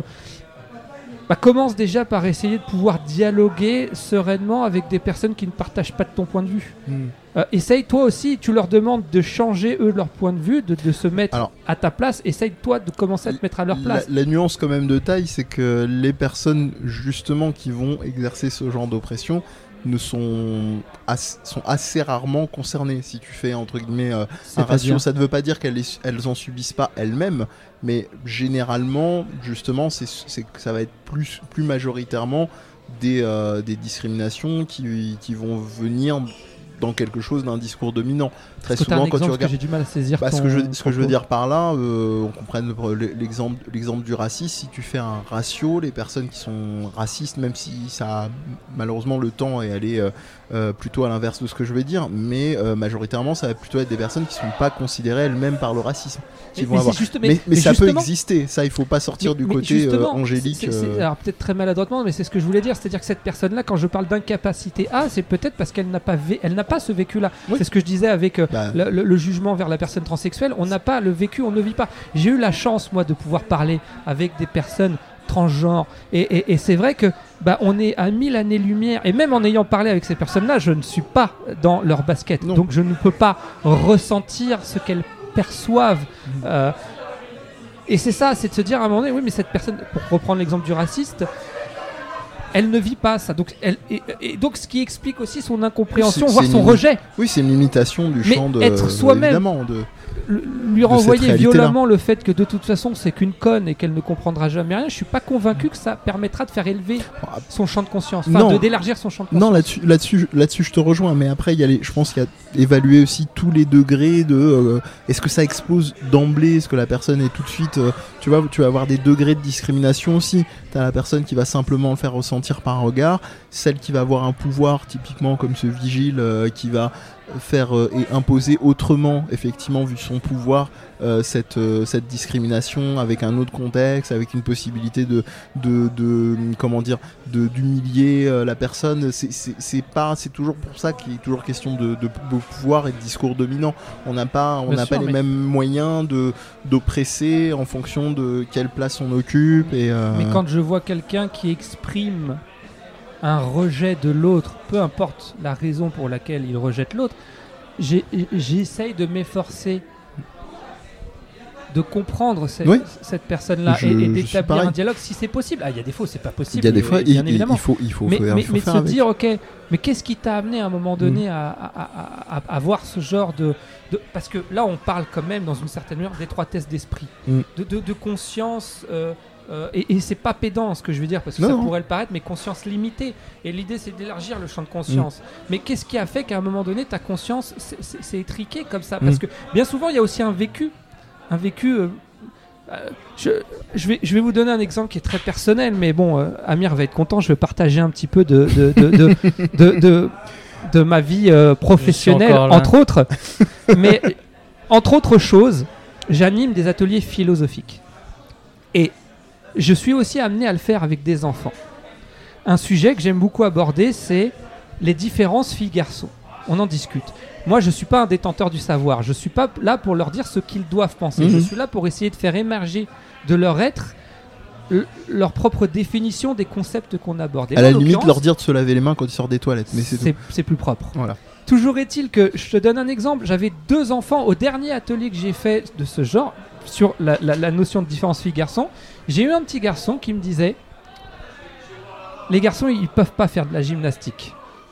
bah, commence déjà par essayer de pouvoir dialoguer sereinement avec des personnes qui ne partagent pas de ton point de vue. Hmm. Euh, essaye toi aussi, tu leur demandes de changer eux leur point de vue, de, de se mettre Alors, à ta place. Essaye toi de commencer à te mettre à leur La, place. la nuance quand même de taille, c'est que les personnes justement qui vont exercer ce genre d'oppression ne sont, as- sont assez rarement concernées. Si tu fais entre guillemets euh, un ratio, ça ne veut pas dire qu'elles les- elles en subissent pas elles-mêmes, mais généralement justement c'est, c'est que ça va être plus, plus majoritairement des, euh, des discriminations qui, qui vont venir dans quelque chose d'un discours dominant. Très Est-ce que t'as un souvent quand tu exemple regardes... que j'ai du mal à saisir Bah, ce, ton que je, ce que je veux propos. dire par là, euh, on comprenne le- l'exemple, l'exemple du racisme. Si tu fais un ratio, les personnes qui sont racistes, même si ça, malheureusement, le temps est allé euh, euh, plutôt à l'inverse de ce que je vais dire, mais euh, majoritairement, ça va plutôt être des personnes qui ne sont pas considérées elles-mêmes par le racisme. qui Mais- vont mais avoir. c'est juste- Mais, mais- mais mais ça peut justement- exister. Ça, il faut pas sortir Mais- du mais côté euh, justement, angélique. c'est- c'est- euh, alors peut-être très maladroitement, mais c'est ce que je voulais dire, c'est-à-dire que cette personne-là, quand je parle d'incapacité A, c'est peut-être parce qu'elle n'a pas, vé- elle n'a pas ce vécu-là. Oui. C'est ce que je disais avec euh, Bah. le, le- le jugement vers la personne transsexuelle. On n'a pas le vécu, on ne vit pas. J'ai eu la chance, moi, de pouvoir parler avec des personnes transgenres, et, et- et c'est vrai que bah, on est à mille années-lumière, et même en ayant parlé avec ces personnes-là, je ne suis pas dans leur basket, Non. donc je ne peux pas ressentir ce qu'elles perçoivent. Mhm. Euh, et c'est ça, c'est de se dire à un moment donné, oui, mais cette personne, pour reprendre l'exemple du raciste, elle ne vit pas ça. Donc, elle, et, et donc ce qui explique aussi son incompréhension, C'est- voire c'est son une- rejet. Oui, c'est une limitation du Mais champ de. être soi-même. Évidemment, de. Le- lui renvoyer réalité-là. violemment le fait que de toute façon c'est qu'une conne et qu'elle ne comprendra jamais rien, je suis pas convaincu que ça permettra de faire élever son champ de conscience, enfin Non. de d'élargir son champ de conscience. Non, là-dessus, là-dessus, là-dessus, je te rejoins. Mais après, il y a les, je pense qu'il y a évaluer aussi tous les degrés de. euh, est-ce que ça explose d'emblée, est-ce que la personne est tout de suite. euh, tu vois, tu vas avoir des degrés de discrimination aussi. T'as la personne qui va simplement le faire ressentir par un regard, celle qui va avoir un pouvoir, typiquement comme ce vigile, euh, qui va faire euh, et imposer autrement, effectivement, vu son pouvoir, euh, cette, euh, cette discrimination avec un autre contexte, avec une possibilité de, de, de comment dire, de, d'humilier euh, la personne. C'est, c'est, c'est pas, c'est toujours pour ça qu'il est toujours question de, de, de pouvoir et de discours dominant. On n'a pas, on Bien n'a sûr, pas les mais- mêmes moyens de, d'oppresser en fonction de quelle place on occupe. Et, euh, Mais quand je vois quelqu'un qui exprime un rejet de l'autre, peu importe la raison pour laquelle il rejette l'autre, j'ai- j'essaye de m'efforcer de comprendre cette, Oui. cette personne-là Je- et, et je suis d'établir pareil. un dialogue si c'est possible. Ah, il y a des fois où c'est pas possible. Il y a des et- fois, et il, bien il- évidemment. il faut, il faut, mais, faire, mais, faut mais de faire se avec. dire, ok, mais qu'est-ce qui t'a amené à un moment donné à, à, à, à, à voir ce genre de, de. Parce que là, on parle quand même, dans une certaine mesure, d'étroitesse d'esprit, Mm. de, de, de conscience. Euh, euh, et, et c'est pas pédant ce que je veux dire, parce que Non, ça non. pourrait le paraître, mais conscience limitée. Et l'idée, c'est d'élargir le champ de Mm. conscience. Mais qu'est-ce qui a fait qu'à un moment donné, ta conscience s'est- s'est s'est étriquée comme ça? Parce Mm. que bien souvent, il y a aussi un vécu. Un vécu. euh, euh, je, je, vais, je vais vous donner un exemple qui est très personnel, mais bon, euh, Amir va être content. Je vais partager un petit peu de, de, de, de, de, de, de ma vie euh, professionnelle, encore là. entre autres. Mais entre autres choses, j'anime des ateliers philosophiques. Et je suis aussi amené à le faire avec des enfants. Un sujet que j'aime beaucoup aborder, c'est les différences filles-garçons. On en discute. Moi, je ne suis pas un détenteur du savoir. Je ne suis pas là pour leur dire ce qu'ils doivent penser. Mhm. Je suis là pour essayer de faire émerger de leur être l- leur propre définition des concepts qu'on aborde. Et À là, la en limite, l'occurrence, leur dire de se laver les mains quand ils sortent des toilettes, mais c'est tout. c'est c'est plus propre. Voilà. Toujours est-il que, je te donne un exemple, j'avais deux enfants au dernier atelier que j'ai fait de ce genre, sur la, la- la notion de différence filles-garçons. J'ai eu un petit garçon qui me disait, les garçons, ils peuvent pas faire de la gymnastique.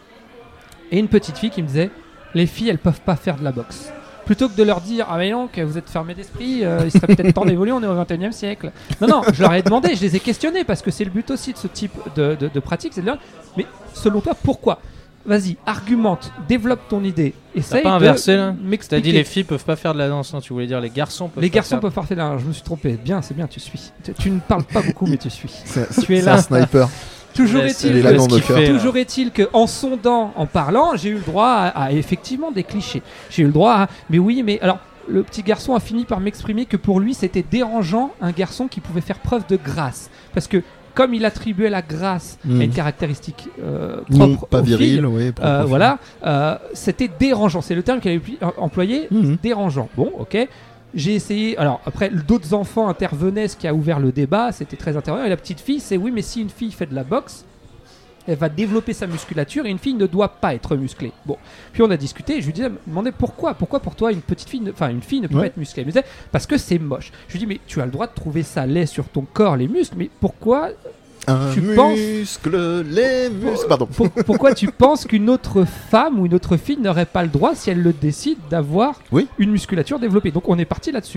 Et une petite fille qui me disait, les filles, elles peuvent pas faire de la boxe. Plutôt que de leur dire, ah mais non, que vous êtes fermés d'esprit, euh, il serait peut-être temps d'évoluer, on est au vingt et unième siècle. Non, non, je leur ai demandé, je les ai questionnés, parce que c'est le but aussi de ce type de, de, de pratique, c'est de leur dire, mais selon toi, pourquoi? Vas-y, argumente, développe ton idée, T'as essaye pas de inversé là? T'as m'expliquer. dit les filles peuvent pas faire de la danse, non, tu voulais dire les garçons peuvent Les pas garçons faire. peuvent faire de la... Je me suis trompé, bien, c'est bien, tu suis. Tu, tu ne parles pas beaucoup, mais tu suis. C'est Tu es c'est là. un sniper. Toujours Laisse- est-il il est que- là dans ce nos qu'il cœurs. fait, là. Toujours est-il qu'en sondant, en parlant, j'ai eu le droit à, à effectivement des clichés. J'ai eu le droit à... Mais oui, mais alors, le petit garçon a fini par m'exprimer que pour lui, c'était dérangeant un garçon qui pouvait faire preuve de grâce. Parce que, comme il attribuait la grâce Mm. à une caractéristique euh, Non, propre pas aux filles, viril, oui. propre euh, aux voilà, euh, c'était dérangeant. C'est le terme qu'il avait pu- employé, filles. Mhm. dérangeant. Bon, ok. J'ai essayé. Alors, après, d'autres enfants intervenaient, ce qui a ouvert le débat. C'était très intéressant. Et la petite fille, c'est oui, mais si une fille fait de la boxe, elle va développer sa musculature et une fille ne doit pas être musclée. Bon. Puis on a discuté. Je lui disais, me demandais pourquoi. Pourquoi pour toi, une petite fille, ne- enfin, une fille ne peut Ouais. pas être musclée? Elle me disait, parce que c'est moche. Je lui dis, mais tu as le droit de trouver ça laid sur ton corps, les muscles, mais pourquoi Un Tu penses- muscle, les muscles. Pardon. Pour- pourquoi tu penses qu'une autre femme ou une autre fille n'aurait pas le droit, si elle le décide, d'avoir Oui. une musculature développée? Donc on est parti là-dessus.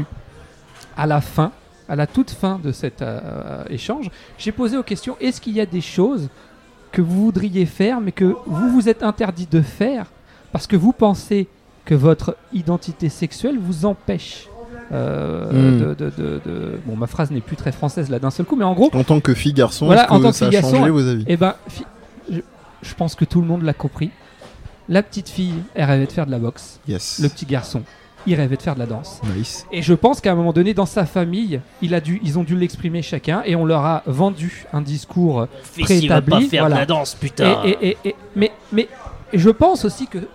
À la fin, à la toute fin de cet euh, échange, j'ai posé aux questions, est-ce qu'il y a des choses que vous voudriez faire, mais que vous vous êtes interdit de faire parce que vous pensez que votre identité sexuelle vous empêche euh, Mm. de, de- de- de- Bon, ma phrase n'est plus très française là d'un seul coup, mais en gros, En tant que fille-garçon, Voilà, est-ce en que tant que ça a fille-garçon, changé vos avis? eh ben, fi- je, je pense que tout le monde l'a compris. La petite fille, elle rêvait de faire de la boxe. Yes. Le petit garçon, il rêvait de faire de la danse. Nice. Et je pense qu'à un moment donné, dans sa famille, il a dû, ils ont dû l'exprimer chacun et on leur a vendu un discours Fils, il va pas préétabli. faire voilà. de la danse, putain. Et, et- et- et- mais, mais je pense aussi que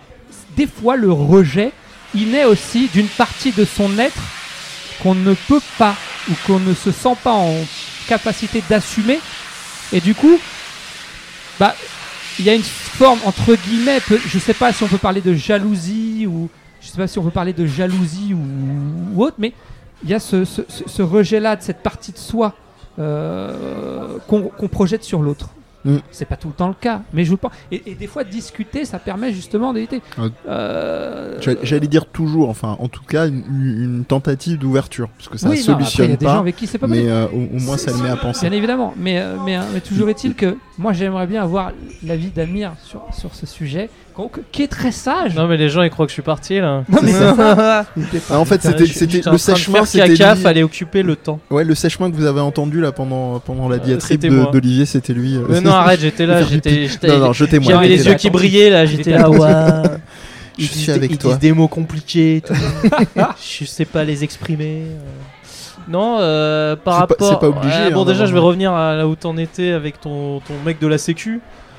des fois, le rejet, il naît aussi d'une partie de son être qu'on ne peut pas ou qu'on ne se sent pas en capacité d'assumer. Et du coup, bah, il y a une forme, entre guillemets, peu- je sais pas si on peut parler de jalousie ou je sais pas si on peut parler de jalousie ou, ou autre, mais il y a ce, ce- ce- ce rejet-là de cette partie de soi euh, qu'on qu'on projette sur l'autre. Mm. C'est pas tout le temps le cas, mais je pense. Et, et des fois, discuter, ça permet justement d'éviter. Ouais. Euh, J'allais- J'allais dire toujours, enfin, en tout cas, une, une tentative d'ouverture, parce que ça oui, non, après, il y solutionne a des gens pas, avec qui c'est pas mais possible. euh, au, au moins ça le met à penser. Bien évidemment, mais, euh, mais, euh, mais toujours est-il que moi j'aimerais bien avoir l'avis d'Amir sur, sur ce sujet, qu'on- que- qui est très sage. Non mais les gens ils croient que je suis parti là. Non, mais c'est ça. Ah, en fait, Putain, c'était je- c'était j'étais en le train de sèche-main, faire c'était caca, lui. fallait occuper le temps. Ouais, le sèche-main que vous avez entendu là pendant pendant la Euh, diatribe c'était de- moi. d'Olivier, c'était lui. euh. Mais non arrête, j'étais là, Faire j'étais, pipi. j'étais- Non, non, je témoigne. j'avais les j'étais yeux là, qui attentif. brillaient là, J'étais j'étais là, attentif. ouah. Je Ils suis disent- avec ils toi. disent des mots compliqués, et tout. Je sais pas les exprimer. euh. Non, euh, par C'est pas- rapport. c'est pas obligé, Ouais, hein, bon, déjà, d'avoir- je vais revenir à là où t'en étais avec ton, ton mec de la Sécu.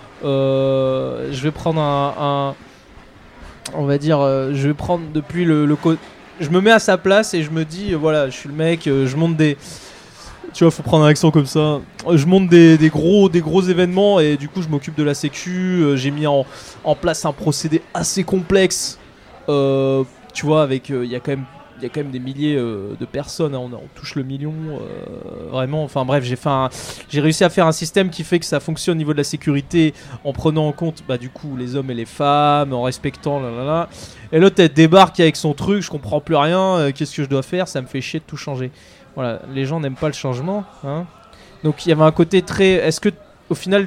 Euh, je vais prendre un, un- on va dire, euh, je vais prendre depuis le, le co- je me mets à sa place et je me dis, euh, voilà, je suis le mec, euh, je monte des, tu vois, faut prendre un accent comme ça. Je monte des, des gros, des gros événements et du coup, je m'occupe de la Sécu. Euh, J'ai mis en, en place un procédé assez complexe. Euh, tu vois, avec, il y a quand même, il y a quand même des milliers euh, de personnes, hein, on, on touche le million, euh, vraiment. Enfin bref, j'ai, fait un, j'ai réussi à faire un système qui fait que ça fonctionne au niveau de la sécurité en prenant en compte bah, du coup les hommes et les femmes, en respectant là là là. Et l'autre elle débarque avec son truc, je comprends plus rien, euh, qu'est-ce que je dois faire, ça me fait chier de tout changer. Voilà, les gens n'aiment pas le changement, hein. Donc il y avait un côté très... Est-ce que au final...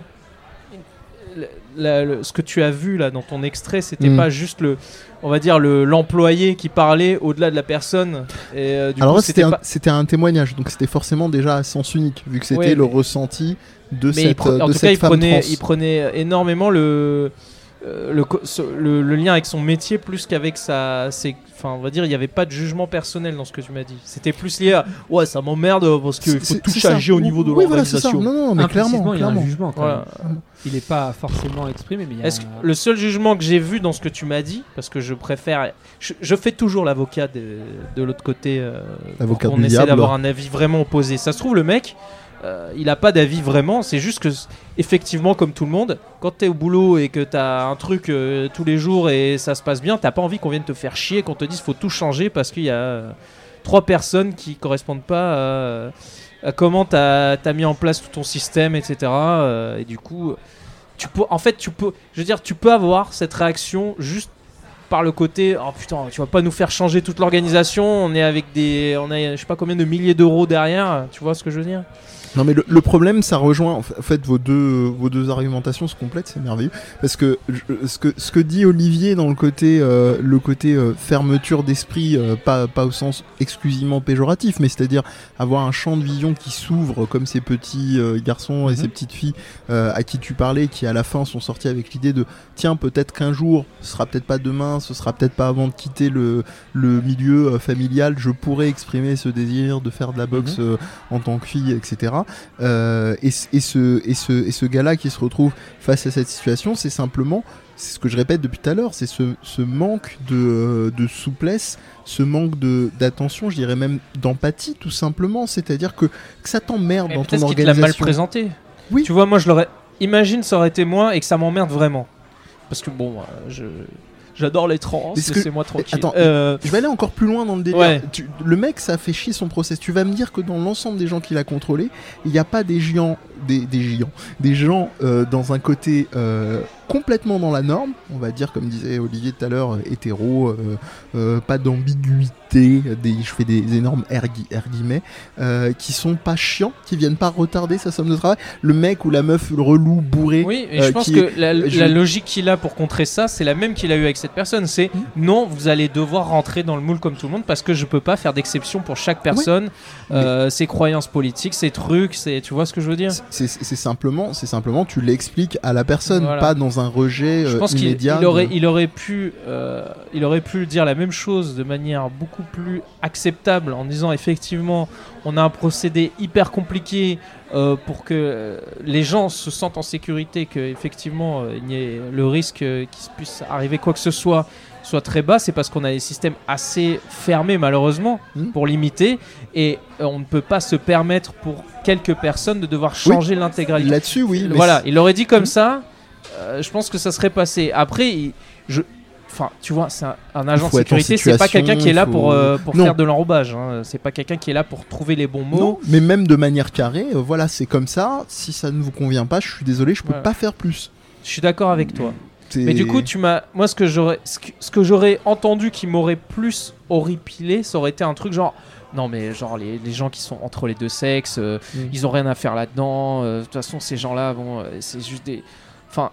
La, le, ce que tu as vu là dans ton extrait, c'était mmh. pas juste le, on va dire le, l'employé qui parlait au-delà de la personne. Et, euh, du Alors coup, là, c'était, c'était, un, pas... c'était un témoignage, donc c'était forcément déjà à sens unique, vu que c'était ouais, le mais... ressenti de mais cette, pre... de en tout cette cas, il femme prenait, trans. il prenait énormément le, euh, le, le, le lien avec son métier plus qu'avec sa, ses, enfin, on va dire, il n'y avait pas de jugement personnel dans ce que tu m'as dit. C'était plus lié à ouais, ça m'emmerde parce qu'il faut c'est, tout c'est changer ça. au niveau de oui, l'organisation. Voilà, c'est ça. Non, non, mais clairement, il y a un clairement. jugement quand voilà. même. Il n'est pas forcément exprimé, mais il y a... Est-ce que le seul jugement que j'ai vu dans ce que tu m'as dit, parce que je préfère, je, je fais toujours l'avocat de, de l'autre côté, euh, l'avocat on du essaie diable. d'avoir un avis vraiment opposé. Ça se trouve le mec, euh, il a pas d'avis vraiment. C'est juste que effectivement, comme tout le monde, quand t'es au boulot et que t'as un truc euh, tous les jours et ça se passe bien, t'as pas envie qu'on vienne te faire chier, qu'on te dise faut tout changer parce qu'il y a euh, trois personnes qui correspondent pas à, à comment t'as, t'as mis en place tout ton système, et cetera. Euh, et du coup, tu peux, en fait, tu peux, je veux dire, tu peux avoir cette réaction juste par le côté oh putain, tu vas pas nous faire changer toute l'organisation, on est avec des, on a je sais pas combien de milliers d'euros derrière, tu vois ce que je veux dire? Non mais le, le problème, ça rejoint en fait vos deux vos deux argumentations se complètent, c'est merveilleux parce que je, ce que ce que dit Olivier dans le côté euh, le côté euh, fermeture d'esprit, euh, pas pas au sens exclusivement péjoratif, mais c'est-à-dire avoir un champ de vision qui s'ouvre comme ces petits euh, garçons et mmh. ces petites filles euh, à qui tu parlais, qui à la fin sont sortis avec l'idée de tiens, peut-être qu'un jour, ce sera peut-être pas demain, ce sera peut-être pas avant de quitter le le milieu euh, familial, je pourrais exprimer ce désir de faire de la boxe mmh. euh, en tant que fille, et cetera. Euh, et, et, ce, et, ce, et ce gars-là qui se retrouve face à cette situation, c'est simplement, c'est ce que je répète depuis tout à l'heure, c'est ce, ce manque de, de souplesse, ce manque de, d'attention, je dirais même d'empathie tout simplement, c'est-à-dire que, que ça t'emmerde mais dans ton ton organisation. Peut-être qu'il te l'a mal présenté. Oui. Tu vois, moi je l'aurais... Imagine ça aurait été moi et que ça m'emmerde vraiment. Parce que bon, euh, je... J'adore les trans, laissez-moi tranquille. Attends, euh... je vais aller encore plus loin dans le délire. Ouais. Tu, le mec, ça a fait chier son process. Tu vas me dire que dans l'ensemble des gens qu'il a contrôlés, il n'y a pas des géants, des, des géants, des gens euh, dans un côté euh, complètement dans la norme, on va dire, comme disait Olivier tout à l'heure, euh, hétéro, euh, euh, pas d'ambiguïté, des, je fais des énormes R, R guillemets, euh, qui sont pas chiants, qui viennent pas retarder sa somme de travail. Le mec ou la meuf, le relou, bourré. Oui, et euh, je pense qui que est, la, je... la logique qu'il a pour contrer ça, c'est la même qu'il a eu avec cette personne. C'est mmh. non, vous allez devoir rentrer dans le moule comme tout le monde parce que je peux pas faire d'exception pour chaque personne. Oui. Euh, mais... Ses croyances politiques, ses trucs, c'est, tu vois ce que je veux dire? C'est, c'est, c'est simplement, c'est simplement, tu l'expliques à la personne, voilà. Pas dans un rejet euh, je pense immédiat. qu'il il aurait, il aurait pu, euh, il aurait pu dire la même chose de manière beaucoup plus acceptable en disant effectivement, on a un procédé hyper compliqué euh, pour que euh, les gens se sentent en sécurité, que effectivement euh, il y ait le risque euh, qu'il puisse arriver quoi que ce soit soit très bas, c'est parce qu'on a des systèmes assez fermés malheureusement mmh. pour limiter et euh, on ne peut pas se permettre pour quelques personnes de devoir changer oui. l'intégralité. Là-dessus, oui. Voilà, il l'aurait dit comme mmh. ça, euh, je pense que ça serait passé. Après, il, je, enfin, tu vois, c'est un, un agent de sécurité, c'est pas quelqu'un qui est là faut... pour, euh, pour faire de l'enrobage. Hein. C'est pas quelqu'un qui est là pour trouver les bons mots. Non, mais même de manière carrée, euh, voilà, c'est comme ça. Si ça ne vous convient pas, je suis désolé, je peux voilà. pas faire plus. Je suis d'accord avec toi. C'est... Mais du coup, tu m'as, moi, ce que j'aurais, ce que, ce que j'aurais entendu qui m'aurait plus horripilé, ça aurait été un truc genre, non mais genre les, les gens qui sont entre les deux sexes, euh, mmh. ils ont rien à faire là-dedans. De euh, toute façon, ces gens-là, bon, euh, c'est juste des, enfin,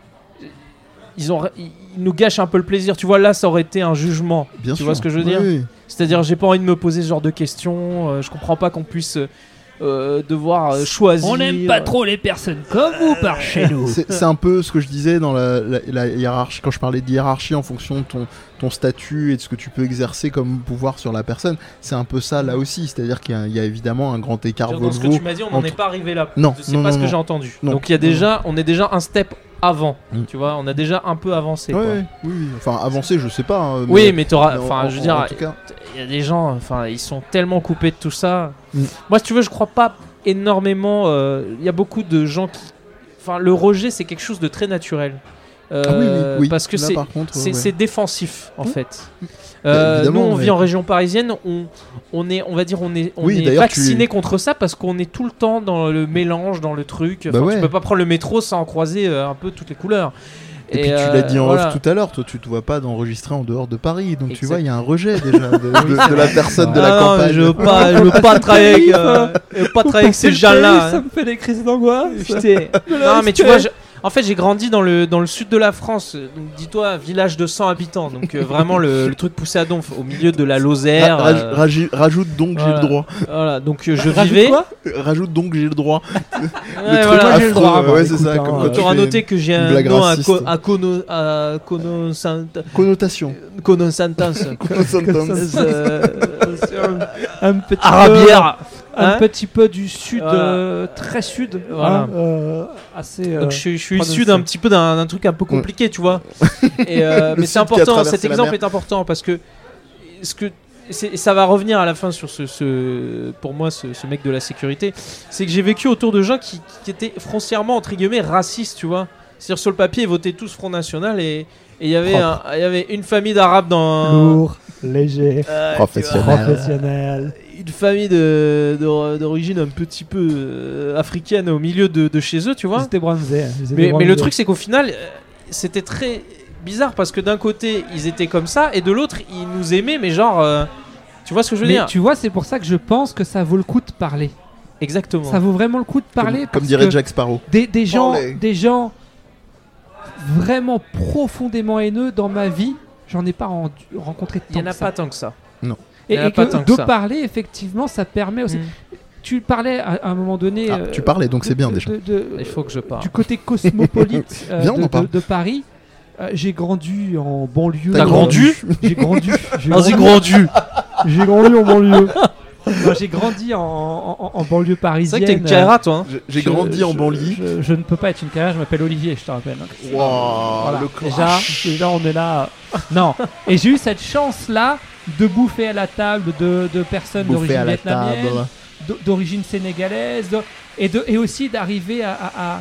ils ont, ils nous gâchent un peu le plaisir. Tu vois, là, ça aurait été un jugement. Bien tu sûr. vois ce que je veux dire? Oui. C'est-à-dire, j'ai pas envie de me poser ce genre de questions. Euh, je comprends pas qu'on puisse. Euh, Euh, devoir euh, choisir. On n'aime pas trop les personnes comme vous par chez nous. C'est, c'est un peu ce que je disais dans la, la, la hiérarchie, quand je parlais de hiérarchie en fonction de ton, ton statut et de ce que tu peux exercer comme pouvoir sur la personne. C'est un peu ça là aussi, c'est-à-dire qu'il y a, il y a évidemment un grand écart Dans Volvo. Ce que tu m'as dit, on n'en entre... est pas arrivé là. Non, c'est non, pas non, ce que non. j'ai entendu. Non. Donc il y a déjà, non. on est déjà un step avant. Mm. Tu vois, on a déjà un peu avancé. Ouais, quoi. ouais, oui, oui. Enfin avancé, je sais pas. Hein, mais oui, mais t'auras. Enfin, je veux dire, en tout cas, il y a des gens, enfin, ils sont tellement coupés de tout ça. Mm. Moi, si tu veux, je crois pas énormément. Il euh, y a beaucoup de gens qui. Enfin, le rejet, c'est quelque chose de très naturel. Euh, Ah oui, oui, oui. Parce que Là, c'est par contre, c'est ouais. c'est défensif en Mmh. fait. Euh, nous évidemment, on ouais. vit en région parisienne, on, on est on va dire on est on Oui, est d'ailleurs, vacciné tu- contre ça parce qu'on est tout le temps dans le mélange, dans le truc. Bah Enfin, ouais. Tu peux pas prendre le métro sans en croiser euh, un peu toutes les couleurs. Et, puis tu euh, l'as dit en voilà. off tout à l'heure, toi tu te vois pas d'enregistrer en dehors de Paris, donc tu Exact. vois il y a un rejet déjà de, de- de la personne de Ah la non, mais campagne. je veux pas, je veux pas travailler avec, euh, je veux pas travailler avec ces gens-là. Ça hein. me fait des crises d'angoisse. Putain. Non mais tu vois, je- en fait j'ai grandi dans le, dans le sud de la France, donc dis-toi village de cent habitants, donc euh, vraiment le, le truc poussé à donf, au milieu de la Lozère. Ra- raj- euh, raji- rajoute donc j'ai voilà. le droit. Voilà, donc euh, je Rajoute vivais. quoi Rajoute donc j'ai le droit. Ouais, le truc voilà. Moi, j'ai le affreux, droit, moi, ouais, c'est écoute, ça. hein, Comme euh, quand Tu tu auras fais noté que j'ai une un blague nom à, raciste. co- à, cono, à connoissant- connotation. connoissance. Sentence. Euh, Un petit Arabière. peu, un Hein petit peu du sud, Voilà. euh, très sud. Voilà. hein, euh, assez. euh, Donc je, suis- je suis prononcé. issu d'un petit peu d'un d'un truc un peu compliqué, tu vois. Et, euh, Le mais c'est sud qui a important, traversé cet la exemple mer. est important parce que ce que c'est- ça va revenir à la fin sur ce, ce- pour moi ce, ce mec de la sécurité, c'est que j'ai vécu autour de gens qui, qui étaient foncièrement entre guillemets racistes, tu vois. C'est-à-dire sur le papier ils votaient tous Front National et et il y avait un- il y avait une famille d'arabes dans Lourd, léger, euh, Professionnel. professionnel. une famille de- de- d'origine un petit peu euh, africaine au milieu de, de chez eux, tu vois. Ils étaient bronzés. ils étaient Mais, mais bronzés. le truc, c'est qu'au final, euh, c'était très bizarre parce que d'un côté, ils étaient comme ça et de l'autre, ils nous aimaient, mais genre. euh, tu vois ce que je veux Mais dire tu vois, c'est pour ça que je pense que ça vaut le coup de parler. Exactement. Ça vaut vraiment le coup de parler. Comme, parce comme dirait que Jack Sparrow. des, des gens, Parlez. des gens vraiment profondément haineux dans ma vie, j'en ai pas rendu- rencontré Il y tant en a que ça. pas tant que ça. Et, il y en a et pas que tant que de ça. parler, effectivement, ça permet aussi. Mm. Tu parlais à, à un moment donné. Ah, euh, tu parlais, donc c'est bien de- déjà. de- de- Il faut que je parle. du côté cosmopolite euh, Viens, on de, en parle. de- de Paris. Euh, j'ai grandi en banlieue. T'as grandi J'ai grandi. J'ai Vas-y, grandi, grandu. j'ai grandi en banlieue. Non, j'ai grandi en, en- en banlieue C'est parisienne. vrai que t'es une carrière, toi. hein. J'ai- J'ai Je- grandi en je- banlieue. Je, je ne peux pas être une carrière, je m'appelle Olivier, je te rappelle. hein. Wow, Voilà. le Déjà, clash. déjà, on est là. Non. Et j'ai eu cette chance-là de bouffer à la table de, de personnes Bouffé d'origine à la vietnamienne, table. d'o- d'origine sénégalaise, de- et, de, et aussi d'arriver à, à- à-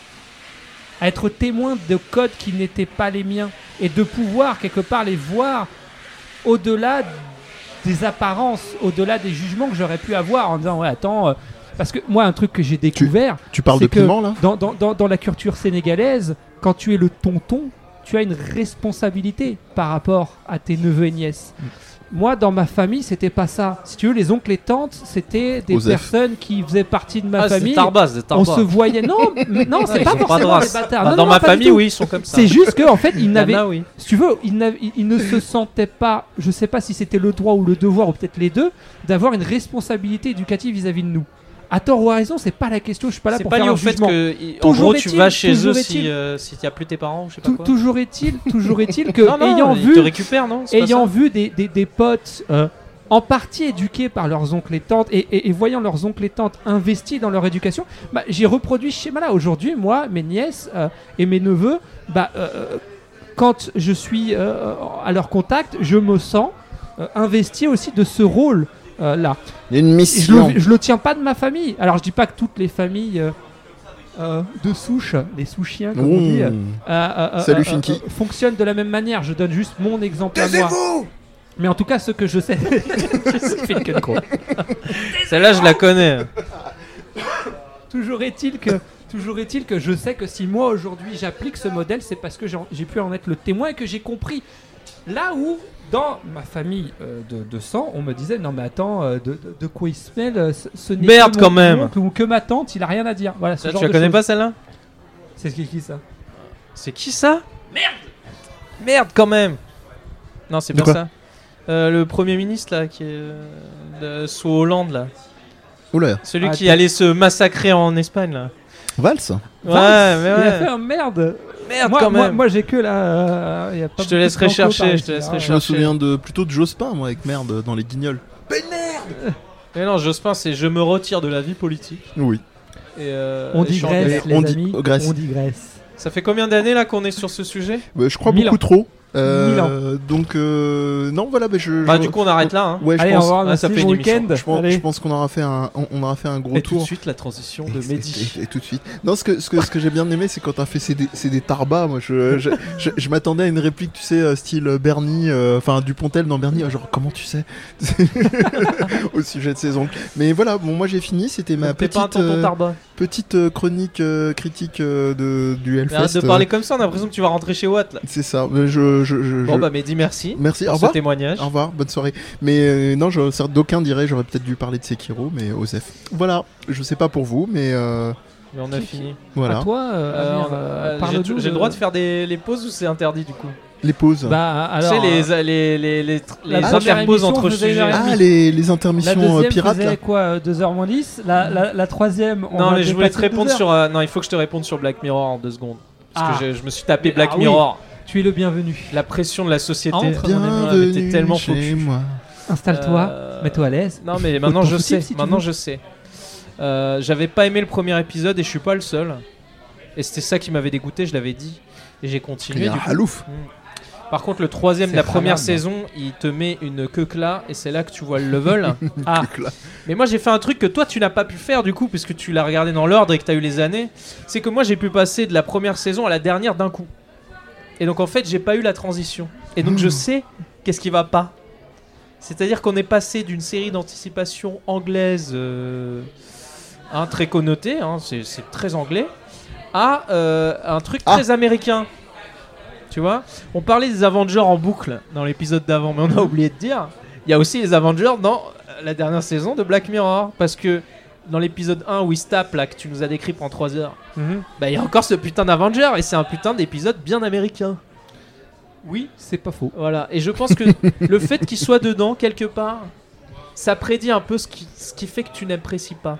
à être témoin de codes qui n'étaient pas les miens et de pouvoir quelque part les voir au-delà des apparences, au-delà des jugements que j'aurais pu avoir en disant ouais attends euh, parce que moi un truc que j'ai découvert Tu parles c'est de que piment là dans, dans, dans, dans la culture sénégalaise, quand tu es le tonton, tu as une responsabilité par rapport à tes neveux et nièces. Moi, dans ma famille, c'était pas ça. Si tu veux, les oncles et tantes, c'était des Osef. personnes qui faisaient partie de ma Ah, c'est famille. Tarbas, c'est On Tarbas. se voyait. Non, mais non, c'est Ouais, pas ils ont forcément de des race. bâtards. Bah, Non, dans non, ma pas du famille, tout. oui, ils sont comme ça. C'est juste qu'en fait, ils Il y en n'avaient. a, oui. Si tu veux, ils, n'avaient- ils- ils ne se sentaient pas, je sais pas si c'était le droit ou le devoir, ou peut-être les deux, d'avoir une responsabilité éducative vis-à-vis de nous. À tort ou à raison, c'est pas la question, je suis pas là C'est pour pas faire lié un au fait jugement. que, i- en Toujours gros, tu est-il- vas chez toujours eux est-il- si euh, si t'y a plus tes parents, je sais pas Tou- quoi. toujours est-il, toujours est-il que Non, non, ayant ils vu, te récupèrent, non C'est pas ayant ça vu des, des, des potes euh, en partie éduqués par leurs oncles et tantes et, et- et voyant leurs oncles et tantes investis dans leur éducation, bah, j'ai reproduit ce schéma-là. Aujourd'hui, moi, mes nièces euh, et mes neveux, bah, euh, quand je suis euh, à leur contact, je me sens euh, investi aussi de ce rôle. euh, là. Il y a une Et je, mission. le, je le tiens pas de ma famille. Alors je dis pas que toutes les familles euh, euh, de souche, les sous-chiens comme on dit, euh, Mmh. euh, euh, Salut, euh, Finky. euh, fonctionnent de la même manière. Je donne juste mon exemple à moi. Mais en tout cas, ce que je sais. Fais que de gros. Celle-là, je la connais. Toujours est-il que. Toujours est-il que je sais que si moi aujourd'hui j'applique ce modèle, c'est parce que j'en- j'ai pu en être le témoin et que j'ai compris. Là où, dans ma famille euh, de, de sang, on me disait non mais attends, euh, de, de- de quoi il se mêle euh, Ce, ce n'est Merde, que quand mon même. oncle ou que ma tante, il a rien à dire. Voilà, ce Ça, genre tu la de connais choses. pas celle-là C'est ce qui qui ça C'est qui ça Merde Merde quand même Non, c'est De pas quoi ça. Euh, le premier ministre là, qui est euh, de- sous Hollande là. Oula, Celui Ah, qui t'es- allait se massacrer en Espagne là. Valls Ouais, Valls, mais Il a fait ouais. un merde. Merde moi, quand moi, même. moi, j'ai que là. euh, y a pas Je te beaucoup de laisserai franco chercher, par je te ici, laisserai hein. je chercher. me souviens de plutôt de Jospin moi avec merde dans les Guignols. Mais non, Jospin, c'est je me retire de la vie politique. Oui. Et, euh, On et je suis en digresse, galère. les On dit- amis. oh, Grèce. On digresse. Ça fait combien d'années là qu'on est sur ce sujet Bah, je crois Mille beaucoup ans. trop. Euh, donc euh, non voilà bah, je, Bah je- du coup on arrête là hein. ouais je Allez, pense, au revoir, ah, merci, ça fait bon une émission. week-end. je pense, Allez. je pense qu'on aura fait un on, on aura fait un gros Et tout de tour suite la transition de Et- Mehdi. et, et tout de suite non ce que ce que, ce que j'ai bien aimé c'est quand t'as fait c'est des, c'est des tarbas moi je je, je, je m'attendais à une réplique tu sais euh, style Bernie enfin Dupontel dans Bernie genre comment tu sais au sujet de ses oncles mais voilà bon moi j'ai fini c'était ma Donc, t'es pas un petite tonton euh, Tarba. petite euh, chronique euh, critique euh, de du Mais arrête Hellfest de parler comme ça, on a l'impression que tu vas rentrer chez Watt là. euh, c'est ça mais je je, je, Bon je- bah Mehdi merci merci au pour ce revoir témoignage. au revoir, bonne soirée. Mais euh, non, je, certes, d'aucuns diraient j'aurais peut-être dû parler de Sekiro, mais Osef. Voilà, je sais pas pour vous, mais euh, Mais on a fini. voilà. À toi, euh, Euh, Amir, on a- euh, euh, parle-nous J'ai j'ai le droit de faire des, les pauses ou c'est interdit du coup Les pauses. Bah, alors, Tu sais les, les, les, les, les la première interpauses émission entre faisait une sujets. heure et ah, les, les la intermissions deuxième euh, pirates faisait là. quoi, euh, deux heures moins dix. La, la, la troisième, on Non va mais je voulais te dépasser répondre douze heures. sur... euh, non il faut que je te réponde sur Black Mirror en deux secondes. Parce Ah. que je, je me suis tapé Mais- Black ah oui. Mirror. Tu es le bienvenu. La pression de la société. Entre, on avait été Bienvenue tellement chez focus. moi. Installe-toi, Euh, mets-toi à l'aise. Non mais maintenant je Positif, sais, si tu maintenant veux. je sais. Euh, J'avais pas aimé le premier épisode et je suis pas le seul. Et c'était ça qui m'avait dégoûté, je l'avais dit. Et j'ai Il continué. y a du un coup. halouf. Par contre le troisième de la C'est première Haram. saison, il te met une queue là et c'est là que tu vois le level. Ah, Là. Mais moi j'ai fait un truc que toi tu n'as pas pu faire du coup puisque tu l'as regardé dans l'ordre et que tu as eu les années. C'est que moi j'ai pu passer de la première saison à la dernière d'un coup. Et donc en fait j'ai pas eu la transition. Et donc je sais qu'est-ce qui va pas. C'est-à-dire qu'on est passé d'une série d'anticipation anglaise euh, hein, très connotée, hein, c'est c'est très anglais, à euh, un truc Ah. très américain. Tu vois, on parlait des Avengers en boucle dans l'épisode d'avant, mais on a oublié de dire, il y a aussi les Avengers dans la dernière saison de Black Mirror, parce que dans l'épisode un où il se tape là que tu nous as décrit pendant trois heures, mhm. bah il y a encore ce putain d'Avenger et c'est un putain d'épisode bien américain. Oui, c'est pas faux. Voilà, et je pense que le fait qu'il soit dedans quelque part, ça prédit un peu ce qui, ce qui fait que tu n'apprécies pas.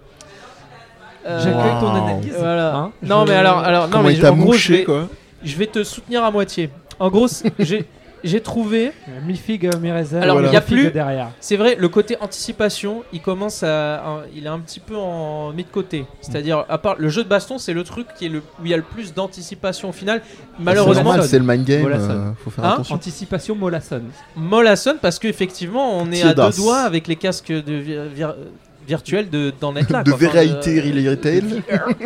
Euh, J'accueille ton Wow. analyse. Voilà. hein. Non Je- mais alors, alors non Comment mais il t'a en gros je mouché vais, quoi. je vais te soutenir à moitié. En gros c'est- j'ai j'ai trouvé, Mi-figue, mi-raisin. Alors, il y a mi-figue plus- derrière. c'est vrai, le côté anticipation, il commence à, à- il est un petit peu en mis de côté. C'est-à-dire, à part le jeu de baston, c'est le truc qui est le, où il y a le plus d'anticipation au final. C'est Malheureusement, normal, c'est le mind game. Voilà, euh, faut faire Hein attention. Anticipation Molasson. Molasson parce qu'effectivement, on est Tiens à deux d'as. doigts avec les casques de vir- vir- virtuels de d'en être là. De quoi. Enfin, vérité euh, retail. de V R.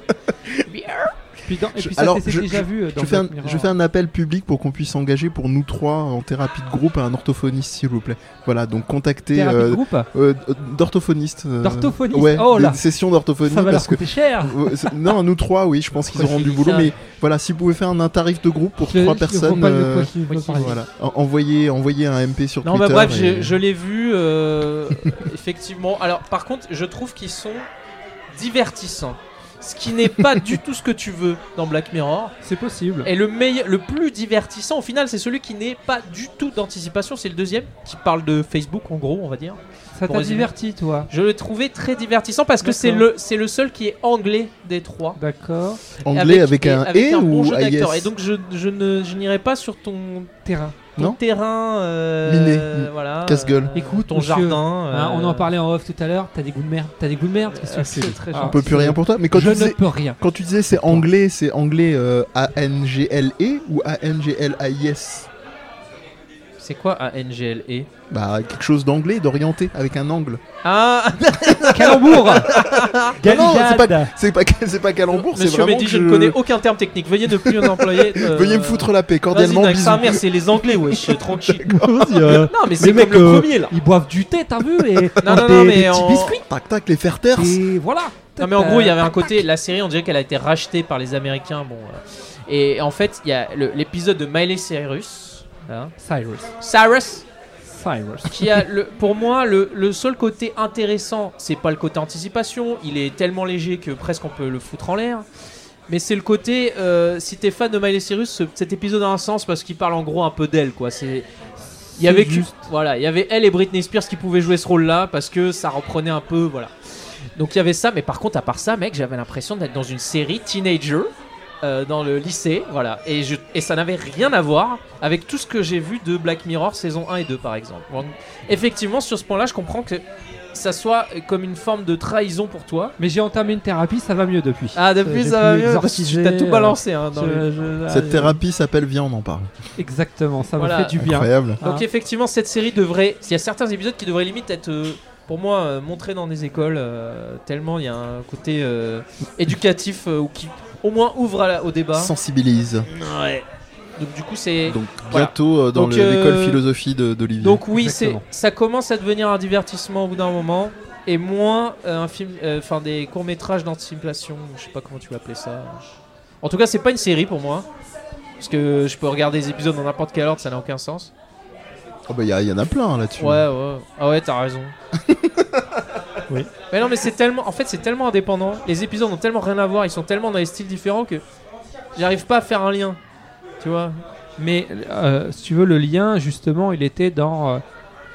V R. Puis dans- et Je- puis ça, alors, c'est je- déjà vu euh, dans Je fais, un, Black Mirror. je fais un appel public pour qu'on puisse s'engager pour nous trois en thérapie de groupe à un orthophoniste s'il vous plaît. Voilà, donc contactez Thérapie de euh, groupe. euh, d'orthophoniste. euh, D'orthophoniste. Ouais, Oh là. des sessions d'orthophonie Ça va leur parce que coûter cher. Euh, c'est- non, nous trois, oui, je pense qu'ils Pourquoi auront j'ai du dit boulot, ça mais voilà, si vous pouvez faire un, un tarif de groupe pour Je- trois je vois personnes, pas de euh, quoi tu veux oui, parler. voilà, En- envoyez, envoyez un M P sur Non, Twitter. bah bref, et- j'ai- je l'ai vu. euh, effectivement. Alors, par contre, je trouve qu'ils sont divertissants. Ce qui n'est pas du tout ce que tu veux dans Black Mirror. C'est possible. Et le, meilleur, le plus divertissant, au final, c'est celui qui n'est pas du tout d'anticipation. C'est le deuxième, qui parle de Facebook, en gros, on va dire. Ça pour t'a résumer. diverti, toi. Je l'ai trouvé très divertissant parce que c'est D'accord. le, c'est le seul qui est anglais des trois. D'accord. Anglais avec, et un avec E un bon ou jeu A I d'acteur. Et S donc, je, je ne, je n'irai pas sur ton, Terrain. ton Non terrain. euh, Miné. Voilà. Casse-gueule. euh, Écoute, ton monsieur, jardin. Hein, on euh, en parlait en off tout à l'heure. T'as des goûts de merde. T'as des goûts de merde. Qu'est-ce que euh, tu fais c'est très Ah, On peut plus c'est- rien pour toi. Mais quand Je tu ne disais, peux rien. quand tu disais c'est anglais, c'est anglais euh, A N G L E ou A N G L A I S C'est quoi A N G L E? Bah quelque chose d'anglais, d'orienté, avec un angle. Ah, Calembour. Non, non, c'est Galijade. C'est pas, c'est pas calembour, c'est Monsieur vraiment Mehdi, que je ne connais aucun terme technique. Veuillez ne plus en employer. euh, Veuillez me foutre la paix, Vas-y, cordialement, avec sa bisous. mère, c'est les Anglais, wesh, tranquille. Vas-y, euh, Non, mais c'est les comme mecs, le euh, premier là. Ils boivent du thé, t'as vu, et Non, non, des, non, des mais petits en- biscuits. Tac tac, les faire taire. Et voilà. Non, mais en gros, il y avait un côté. La série, on dirait qu'elle a été rachetée par les Américains. Bon. euh, Et en fait, il y a le- l'épisode de Miley Cyrus. Hein, Cyrus. Cyrus. Cyrus. Qui a le, pour moi le, le seul côté intéressant, c'est pas le côté anticipation, il est tellement léger que presque on peut le foutre en l'air, mais c'est le côté euh, si t'es fan de Miley Cyrus, ce- cet épisode a un sens parce qu'il parle en gros un peu d'elle quoi. C'est il y avait que- juste. voilà, il y avait elle et Britney Spears qui pouvaient jouer ce rôle là parce que ça reprenait un peu voilà. Donc il y avait ça, mais par contre à part ça mec, j'avais l'impression d'être dans une série teenager. Euh, dans le lycée, voilà, et, je, et ça n'avait rien à voir avec tout ce que j'ai vu de Black Mirror saison un et deux par exemple. Bon, effectivement, sur ce point-là, je comprends que ça soit comme une forme de trahison pour toi. Mais j'ai entamé une thérapie, ça va mieux depuis. Ah, depuis J'ai ça va pu mieux parce que exorciser, t'as tout euh, balancé. Hein, dans Je- le- je- Cette ah, thérapie s'appelle Viens, on en parle. Exactement, ça Voilà. me fait du bien. Incroyable. Donc Hein. effectivement, cette série devrait. Il y a certains épisodes qui devraient limite être, euh, pour moi, euh, montrés dans des écoles. euh, tellement il y a un côté euh, éducatif euh, ou qui au moins ouvre à la- au débat. Sensibilise. Ouais. Donc du coup, c'est. Donc Voilà. bientôt euh, dans Donc, le- l'école euh, philosophie de- d'Olivier. Donc oui, c'est, Exactement. ça commence à devenir un divertissement au bout d'un moment et moins euh, un film, enfin des courts métrages d'anticipation. Je sais pas comment tu vas appeler ça. En tout cas, c'est pas une série pour moi parce que je peux regarder des épisodes dans n'importe quel ordre, ça n'a aucun sens. Oh bah il y, y en a plein hein, là-dessus. Ouais, ouais. Ah ouais, t'as raison. Oui. Mais non, mais c'est tellement, en fait, c'est tellement indépendant. Les épisodes ont tellement rien à voir, ils sont tellement dans des styles différents que j'arrive pas à faire un lien. Tu vois. Mais euh, si tu veux, le lien, justement, il était dans euh,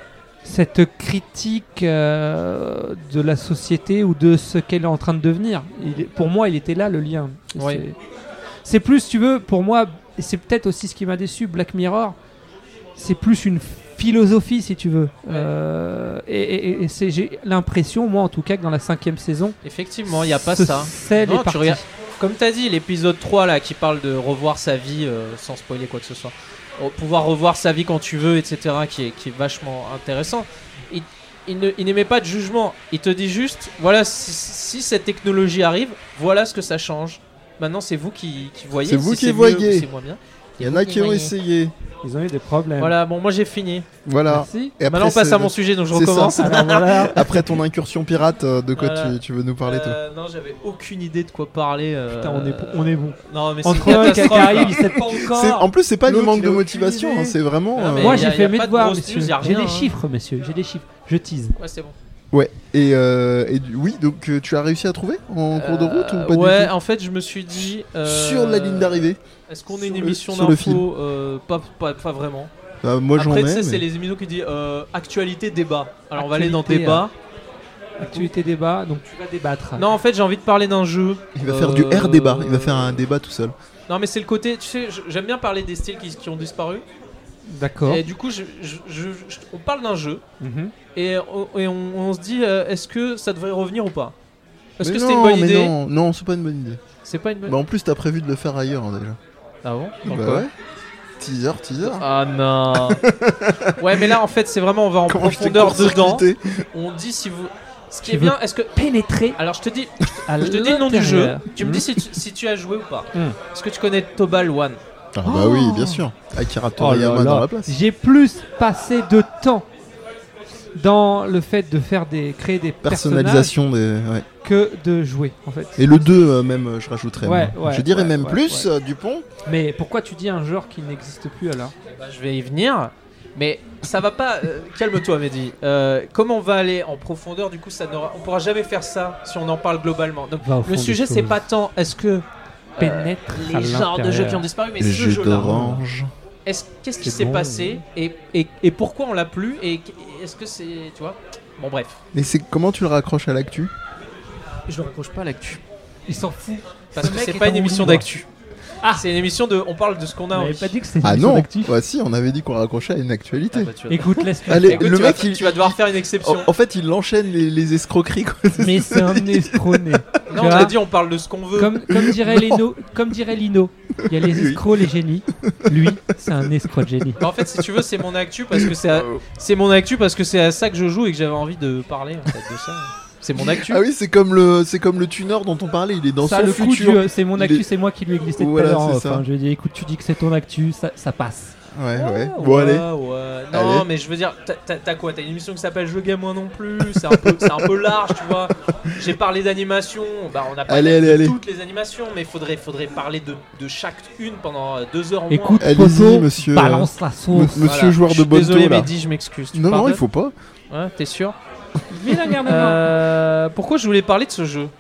cette critique euh, de la société ou de ce qu'elle est en train de devenir. Il est- pour moi, il était là, le lien. Oui. C'est- C'est plus, si tu veux, pour moi, et c'est peut-être aussi ce qui m'a déçu, Black Mirror, c'est plus une philosophie, si tu veux. Euh, et et- et c'est, j'ai l'impression, moi en tout cas, que dans la cinquième saison, Effectivement, il y a pas ce ça. sel Non, est tu parti. regardes- Comme t'as dit, l'épisode trois là qui parle de revoir sa vie euh, sans spoiler quoi que ce soit, euh, pouvoir revoir sa vie quand tu veux, et cetera, qui est, qui est vachement intéressant. Il, il ne- il n'émet pas de jugement, il te dit juste voilà, si, si cette technologie arrive, voilà ce que ça change. Maintenant, c'est vous qui, qui voyez. C'est vous si qui mieux voyez. ou c'est moins bien. Il y en a qui ont voyez. essayé. Ils ont eu des problèmes. Voilà, bon, moi j'ai fini. Voilà. Merci. Et après, Maintenant, on passe c'est- à mon sujet, donc je c'est ça. recommence. Alors voilà. Après ton incursion pirate, euh, de quoi Voilà. tu, tu veux nous parler toi Euh, non, j'avais aucune idée de quoi parler. euh, Putain, on est, on est bon. Non, mais c'est Entre une un catastrophe. Kakari, il sait pas encore. C'est- En plus, c'est pas du L'autre, manque il de a aucune motivation, idée. hein, c'est vraiment. Ah, mais euh, Moi, y a- j'ai y a fait mes pas de devoirs, grosses messieurs. news, y a J'ai rien, des hein. chiffres, messieurs. J'ai des chiffres. Je tease. Ouais, c'est bon. Ouais. Et, euh, et du- oui, donc euh, tu as réussi à trouver en cours de route Euh, ou pas Ouais, du tout en fait, je me suis dit. euh, Sur la ligne d'arrivée. Est-ce qu'on est Sur une le- émission sur le film. d'info euh, pas, pas, pas vraiment. Bah, moi j'en Après, ai. tu sais, c'est mais- les émissions qui disent euh, actualité, débat. Alors, on va aller dans Actualité, débat. Actualité débat, donc tu vas débattre. Non, en fait, j'ai envie de parler d'un jeu. Il va faire du Euh, R débat, il va faire un débat tout seul. Non, mais c'est le côté. Tu sais, je- j'aime bien parler des styles qui, qui ont disparu. D'accord. Et du coup, je, je- je- je- on parle d'un jeu. Mhm. Et, on, et on- on se dit euh, est-ce que ça devrait revenir ou pas. Est-ce Mais que c'était une non, bonne mais idée Non, non, c'est pas une bonne idée. C'est pas une bonne Bah, en plus, t'as prévu de le faire ailleurs hein, déjà. Ah bon Dans Bah quoi ouais. Teaser, teaser. Ah non. Ouais, mais là en fait, c'est vraiment on va en Comment je t'ai profondeur dedans. court-circuité. On dit si vous. Ce qui Tu est bien, veux est-ce que. Pénétrer Alors je te dis, à je te dis le nom du jeu. l'intérieur. Tu me Mhm. dis si tu, si tu as joué ou pas. Hmm. Est-ce que tu connais Tobal One? Ah bah oui, bien sûr. Akira Oh Toriyama là dans là. la place. J'ai plus passé de temps dans le fait de faire des créer des personnages Personnalisation des. Ouais. que de jouer en fait. Et le deux, euh, même, euh, je rajouterais. Ouais, moi. ouais, je dirais ouais, même ouais, plus, ouais. euh, Dupont. Mais pourquoi tu dis un genre qui n'existe plus alors? Bah, je vais y venir. Mais ça va pas. euh, calme-toi, Mehdi. Euh, comment on va aller en profondeur? Du coup, ça n'aura, on pourra jamais faire ça si on en parle globalement. Donc, Va au fond le des sujet, c'est choses. pas tant est-ce que. euh, Pénètre à les genres de jeux l'intérieur. qui ont disparu, mais Les ce jeux jeu-là. d'orange. Est-ce, qu'est-ce qui C'est s'est bon. passé et, et, et pourquoi on l'a plus et est-ce que c'est. Tu vois. Bon, bref. Mais c'est comment tu le raccroches à l'actu? Je ne raccroche pas à l'actu. Il s'en fout. Parce Ce que mec c'est est pas une en émission libre. d'actu. Ah. C'est une émission de. On parle de ce qu'on a On envie. n'avait pas dit que c'était une Ah émission non. d'actu. Bah si, on avait dit qu'on raccrochait à une actualité. Ah bah, tu vas- Écoute, laisse Allez, Écoute, le tu, mec, vas, il- tu vas devoir faire une exception. En, en fait, il enchaîne les, les escroqueries. Quoi. Mais c'est un escroc-né. non, tu on a vois, dit on parle de ce qu'on veut. Comme, comme, dirait Lino, comme dirait Lino, il y a les escrocs, les génies. Lui, c'est un escroc de génie. Bah, en fait, si tu veux, c'est mon actu parce que c'est à... c'est mon actu parce que c'est à ça que je joue et que j'avais envie de parler en fait de ça. C'est mon actu. Ah oui, c'est comme le, c'est comme le tuner dont on parlait. Il est dans Ça, son le coup futur. du, euh, c'est mon Il actu, est- c'est moi qui lui ai glissé Voilà, tout à l'heure. c'est en off, ça. hein. Je lui ai dit, écoute, tu dis que c'est ton actu, ça, ça passe. Ouais, ouais. Ah, Bon, ouais, allez. ouais. Non, Allez. mais je veux dire, t'as- t'as t'as quoi? T'as une émission qui s'appelle Je Game Moi non plus. C'est un peu, c'est un peu large, tu vois. J'ai parlé d'animation. Bah, on a pas Allez, allez, de allez. toutes les animations, mais faudrait, faudrait parler de, de chaque une pendant euh, deux heures au moins. Écoute, Allez-y, Poto, monsieur. balance la M- sauce. Monsieur Voilà. joueur Je de suis Bonto Désolé, là. Mehdi, je m'excuse. Tu Non, non, pardonnes il faut pas. Ouais, t'es sûr? Vilain garnement. Euh, pourquoi je voulais parler de ce jeu?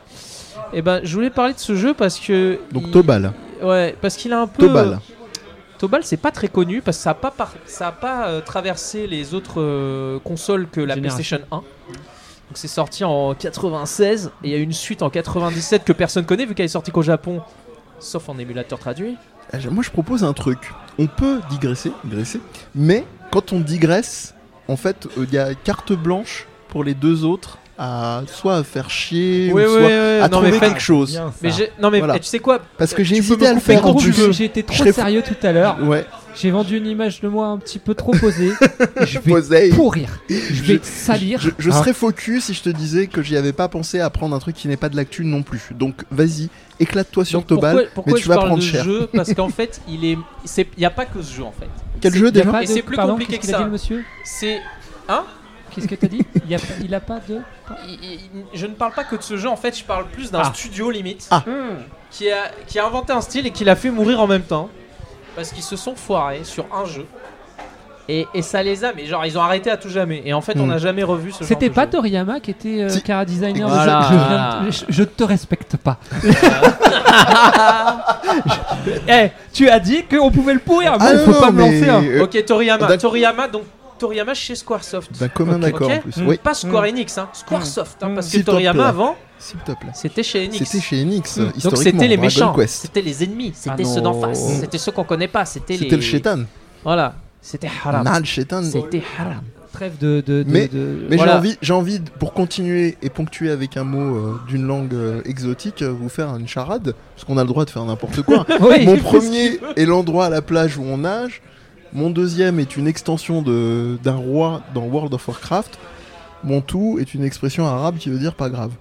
Eh ben, je voulais parler de ce jeu parce que. Donc il- Tobal. Ouais, parce qu'il a un peu. Tobal. Tobal, c'est pas très connu parce que ça a pas, par- ça a pas euh, traversé les autres euh, consoles que la Génération. PlayStation un. Donc c'est sorti en quatre-vingt-seize et il y a eu une suite en quatre-vingt-dix-sept que personne connaît vu qu'elle est sortie qu'au Japon, sauf en émulateur traduit. Ah, Moi, je propose un truc. On peut digresser, digresser, mais quand on digresse, en fait, il y a carte blanche pour les deux autres à soit à faire chier Oui, ou oui, soit oui, à non, trouver mais quelque faites- chose. Bien, ça. Mais j'ai- non mais Voilà. eh, tu sais quoi? Parce que j'ai Tu peux hésité me à le couper faire quand en tu plus. veux. J'ai été Je trop serais- sérieux tout à l'heure. Ouais. J'ai vendu une image de moi un petit peu trop posée. Je vais Posé. pourrir. Je vais te salir. Je, je Hein. serais focus si je te disais que j'y avais pas pensé à prendre un truc qui n'est pas de l'actu non plus. Donc vas-y, éclate-toi sur Donc, pourquoi, Tobal, pourquoi mais tu je vas parle prendre de cher. jeu Parce qu'en fait, il est, c'est, il y a pas que ce jeu en fait. Quel C'est- jeu Y a déjà pas Et de- c'est plus pardon, compliqué qu'est-ce que qu'il a ça. dit, le monsieur C'est, hein Qu'est-ce que t'as dit il, y a, il a pas de. Il- il- Je ne parle pas que de ce jeu. En fait, je parle plus d'un Ah. studio limite Ah. qui a qui a inventé un style et qui l'a fait mourir en même temps parce qu'ils se sont foirés sur un jeu. Et, et ça les a, mais genre ils ont arrêté à tout jamais. Et en fait, on Mm. n'a jamais revu ce genre C'était de pas jeu. Toriyama qui était euh, Si. cara designer de Voilà. jeu. Je, viens de- je, je te respecte pas. Eh, tu as dit qu'on pouvait le pourrir. Bon, Ah il faut non, pas me mais- lancer. Hein. euh, Ok, Toriyama. D'accord. Toriyama, donc Toriyama chez Squaresoft. D'un commun Ok. d'accord Ok. en plus. Mm. Oui, Pas Square Enix, hein. Squaresoft, hein, Mm. parce que S'il te Toriyama plaît. avant, s'il te plaît. c'était chez Enix. C'était chez Enix, Donc historiquement. c'était les Dragon méchants, Quest. c'était les ennemis, c'était Ah ceux d'en non. face, c'était ceux qu'on connaît pas, c'était les. C'était le chétan. Voilà, c'était haram. Nah, le chétan. C'était haram. Trêve de. de, de- Mais- de- Mais Voilà. j'ai envie, j'ai envie, de- pour continuer et ponctuer avec un mot euh, d'une langue euh, exotique, euh, vous faire une charade, parce qu'on a le droit de faire n'importe quoi. Oui. Mon premier est l'endroit à la plage où on nage. Mon deuxième est une extension de- d'un roi dans World of Warcraft. Mon tout est une expression arabe qui veut dire pas grave.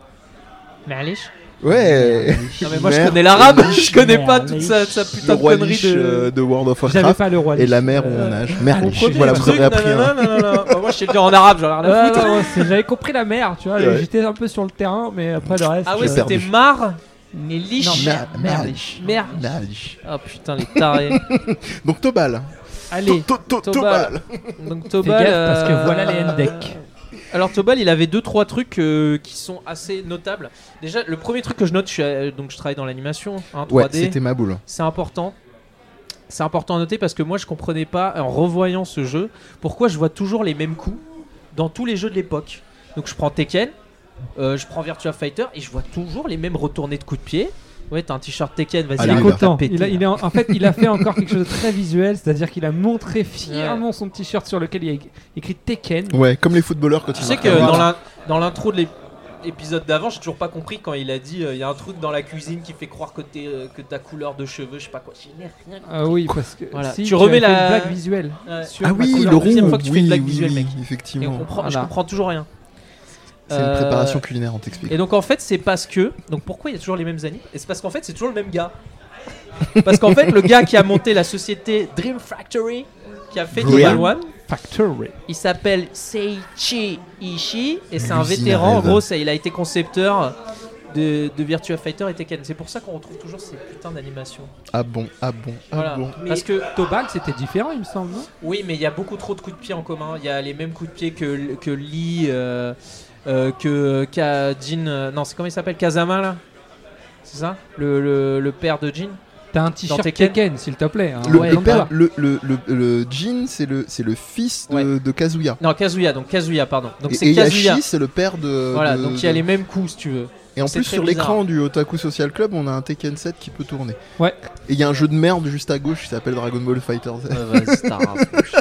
Malish. Ouais. Non mais moi je Merde. connais l'arabe, Lich. je connais pas Merde. toute sa, sa Le putain de roi connerie Lich de. euh, de World of J'avais Warcraft pas le roi. et Lich. la mer où on Euh, nage. Mon Merlich. premier Voilà, vous truc, aurez appris nanana, un. nanana. Bah, moi je sais le dire en arabe, j'en ai rien à Ouais, foutre. ouais, ouais, c'est- j'avais compris la mer, tu vois. Ouais. J'étais un peu sur le terrain, mais après le reste. Ah euh, ouais, J'ai c'était perdu. Mar, mais Lich. Non, Mer- Mer- Merlich. Mer. Merlich. Oh putain les tarés. Donc Tobal. Allez, To- to- to- Tobal. Tobal. Donc fais Tobal. gaffe parce que euh, voilà les N-Deck. Alors Tobal, il avait deux trois trucs euh, qui sont assez notables. Déjà, le premier truc que je note, je suis, euh, donc je travaille dans l'animation, hein, Ouais, trois D. c'était ma boule. C'est important. C'est important à noter parce que moi je comprenais pas en revoyant ce jeu pourquoi je vois toujours les mêmes coups dans tous les jeux de l'époque. Donc je prends Tekken, euh, je prends Virtua Fighter et je vois toujours les mêmes retournées de coups de pied. Ouais, t'as un t-shirt Tekken, vas-y. Allez, Il est là. content. péter. Il a, il est en, en fait, il a fait encore quelque chose de très visuel, c'est-à-dire qu'il a montré fièrement son t-shirt sur lequel il y a écrit Tekken. Ouais, comme les footballeurs quand Tu ils sais marquent que un but. dans la- dans l'intro de l'ép- l'épisode d'avant, j'ai toujours pas compris quand il a dit il y a un truc dans la cuisine qui fait croire que, t'es, euh, que ta couleur de cheveux, je sais pas quoi. J'ai rien Ah oui, parce que Voilà. si, Tu remets avais fait la- une blague visuelle. Ouais. sur Ah ma oui, couleur le de- deuxième roux. fois que tu fais oui, une blague oui, visuelle, oui, mec. Et on effectivement. comprend, je Voilà. comprends toujours rien. C'est une Euh, préparation culinaire, on t'explique. Et donc en fait c'est parce que donc pourquoi il y a toujours les mêmes animes et c'est parce qu'en fait c'est toujours le même gars. Parce qu'en fait le gars qui a monté la société Dream Factory qui a fait Dream. Tobal One, Factory. il s'appelle Seiichi Ishii et c'est un L'usine vétéran. à En rêve. gros, ça, il a été concepteur de, de Virtua Fighter et Tekken. C'est pour ça qu'on retrouve toujours ces putains d'animations. Ah bon, ah bon, ah Voilà. bon. Parce que Tobal, c'était différent, il me semble, non oui, mais il y a beaucoup trop de coups de pied en commun. Il y a les mêmes coups de pied que que Lee, euh, euh, que Ka- Jin. euh, non, c'est comment il s'appelle, Kazama là. C'est ça, le, le, le père de Jin. T'as un t-shirt Tekken. Tekken, s'il te plaît. hein. Le, ouais, le donc père, voilà. le, le, le, le Jin, c'est le, c'est le fils de, Ouais. de Kazuya. Non, Kazuya. Donc Kazuya, pardon. Donc et c'est et Kazuya. Yashi, c'est le père de. Voilà. de- Donc il y a de- les mêmes coups, si tu veux. Et en c'est plus, très sur bizarre. l'écran du Otaku Social Club, on a un Tekken sept qui peut tourner. Ouais. Et il y a un jeu de merde juste à gauche qui s'appelle Dragon Ball Fighter Z. Ouais, vas-y, c'est ta race, mon cher.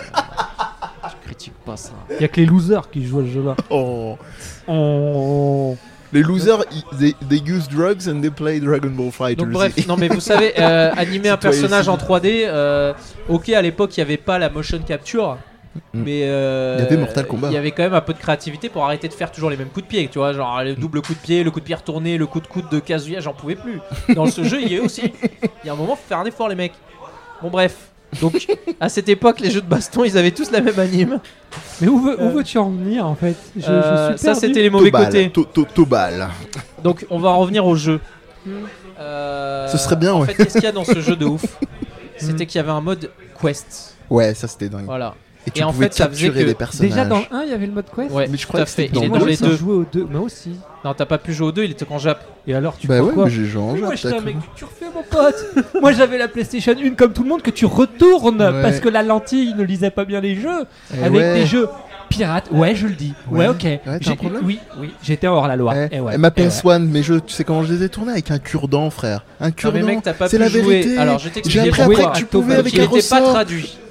Je critique pas ça. Il y a que les losers qui jouent à ce jeu-là. Oh. Oh. Les losers, ils- they, they use drugs and they play Dragon Ball Fighter. Donc bref, non mais vous savez, euh, animer un C'est toi personnage ici. en trois D, euh, ok à l'époque il n'y avait pas la motion capture, Mm. mais euh, Il y avait Mortal Kombat. il y avait quand même un peu de créativité pour arrêter de faire toujours les mêmes coups de pied, tu vois, genre le double coup de pied, le coup de pied retourné, le coup de coude de Kazuya, j'en pouvais plus. Dans ce jeu il y a aussi, il y a un moment faut faire un effort les mecs. Bon bref, donc à cette époque les jeux de baston ils avaient tous la même anime. Mais où, veux, où Euh. veux-tu en venir en fait je, je Euh, suis ça perdu. c'était les mauvais Tobal, côtés. To- to- Tobal. Donc on va en revenir au jeu. Euh, Ce serait bien, En ouais. fait, qu'est-ce qu'il y a dans ce jeu de ouf C'était qu'il y avait un mode quest. Ouais, ça c'était dingue. Voilà. Et tu Et en pouvais fait, ça faisait capturer que- des personnages. Déjà dans le un, il y avait le mode quest. Ouais, Mais je tout crois à que fait. c'était Il est dans dans le les Moi, deux. j'ai joué au deux. Moi aussi. Non, t'as pas pu jouer aux deux, il était qu'en Jap. Et alors, tu Bah crois ouais, quoi mais j'ai joué en Moi, Jap, j'étais un t'as mec cru. que tu refais, mon pote. Moi, j'avais la PlayStation un comme tout le monde que tu retournes Ouais. parce que la lentille ne lisait pas bien les jeux. Eh avec ouais. des jeux pirates. Ouais, je le dis. Ouais, Ouais. ok. Ouais, t'as J'ai- un problème Oui, oui. J'étais hors la loi. Ouais. Eh ouais. Et ma Eh P ouais. S un, mes jeux, tu sais comment je les ai tournés avec un cure-dent, frère. Un Non, cure-dent. mais mec, t'as pas c'est pu la jouer. vérité. Alors, je J'ai t'expliquais appris pourquoi. après que tu Octobre, pouvais avec Il un était pas ressort. traduit.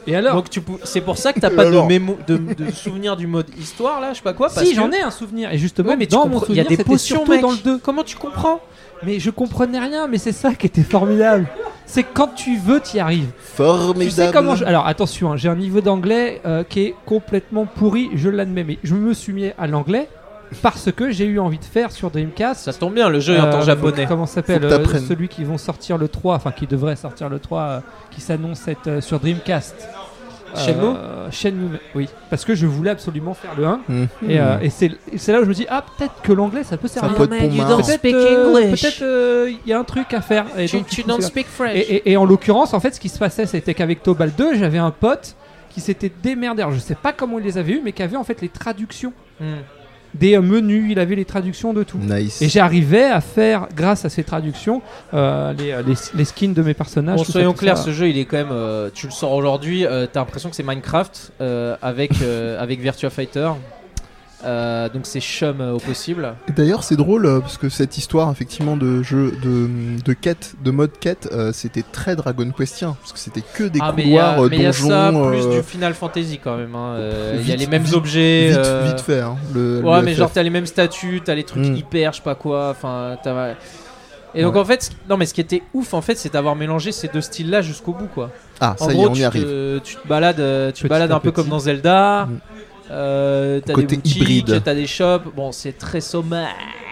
Et alors Donc tu pou- c'est pour ça que t'as pas de, Alors. mémo- de, de souvenir du mode histoire là, je sais pas quoi. Parce Si, j'en que- ai un souvenir. Et justement, Ouais, mais tu dans mon comprends- il y a souvenir, des c'était potions, surtout mec. dans le deux. Comment tu comprends? Mais je comprenais rien, mais c'est ça qui était formidable. C'est que quand tu veux, tu y arrives. Formidable. Tu sais comment je... Alors attention, hein, j'ai un niveau d'anglais euh, qui est complètement pourri, je l'admets, mais je me suis mis à l'anglais parce que j'ai eu envie de faire sur Dreamcast. Ça tombe bien, le jeu est en euh, japonais. Comment ça s'appelle Faut que euh, t'apprennes. celui qui vont sortir le trois, enfin qui devrait sortir le trois, euh, qui s'annonce être euh, sur Dreamcast. Shenmue euh, Shenmue, oui. Parce que je voulais absolument faire le un. Mhm. Et, euh, et c'est et c'est là où je me dis, ah, peut-être que l'anglais ça peut Ça servir. peut être pour marrant. Peut-être euh, peut-être, euh, il y a un truc à faire. Et Tu, donc, tu du coup, don't c'est- speak French. et, et- et en l'occurrence, en fait, ce qui se passait, c'était qu'avec Tobal deux, j'avais un pote qui s'était démerdé. Alors, je sais pas comment il les avait eu, mais qui avait en fait les traductions Hmm. des euh, menus. Il avait les traductions de tout. Nice. Et j'arrivais à faire, grâce à ces traductions, euh, les, les, les skins de mes personnages. Bon, tout soyons ça, tout clairs, ça. ce jeu il est quand même. euh, tu le sors aujourd'hui, euh, t'as l'impression que c'est Minecraft euh, avec, euh, avec Virtua Fighter. Euh, donc c'est chum euh, au possible. Et d'ailleurs, c'est drôle euh, parce que cette histoire, effectivement, de jeu, de, de quête, de mode quête, euh, c'était très Dragon Questien parce que c'était que des Ah, mais il y a, couloirs, euh, mais il y a donjons. ça plus euh, du Final Fantasy quand même. hein. Euh, Il y a vite- les mêmes vite- objets. vite, euh, vite fait. Hein, le, Ouais, le mais F F. genre t'as les mêmes statuts, t'as les trucs Mm. hyper, je sais pas quoi. Enfin, t'as. Et donc Ouais. en fait, ce qui- non mais ce qui était ouf en fait, c'est d'avoir mélangé ces deux styles-là jusqu'au bout quoi. Ah, En ça y est, gros, on tu y arrive. te, tu te balades, euh, tu te Petit balades à un peu petit. comme dans Zelda. Mm. Euh, t'as Côté des boutiques, hybride. t'as des shops. Bon, c'est très sommaire,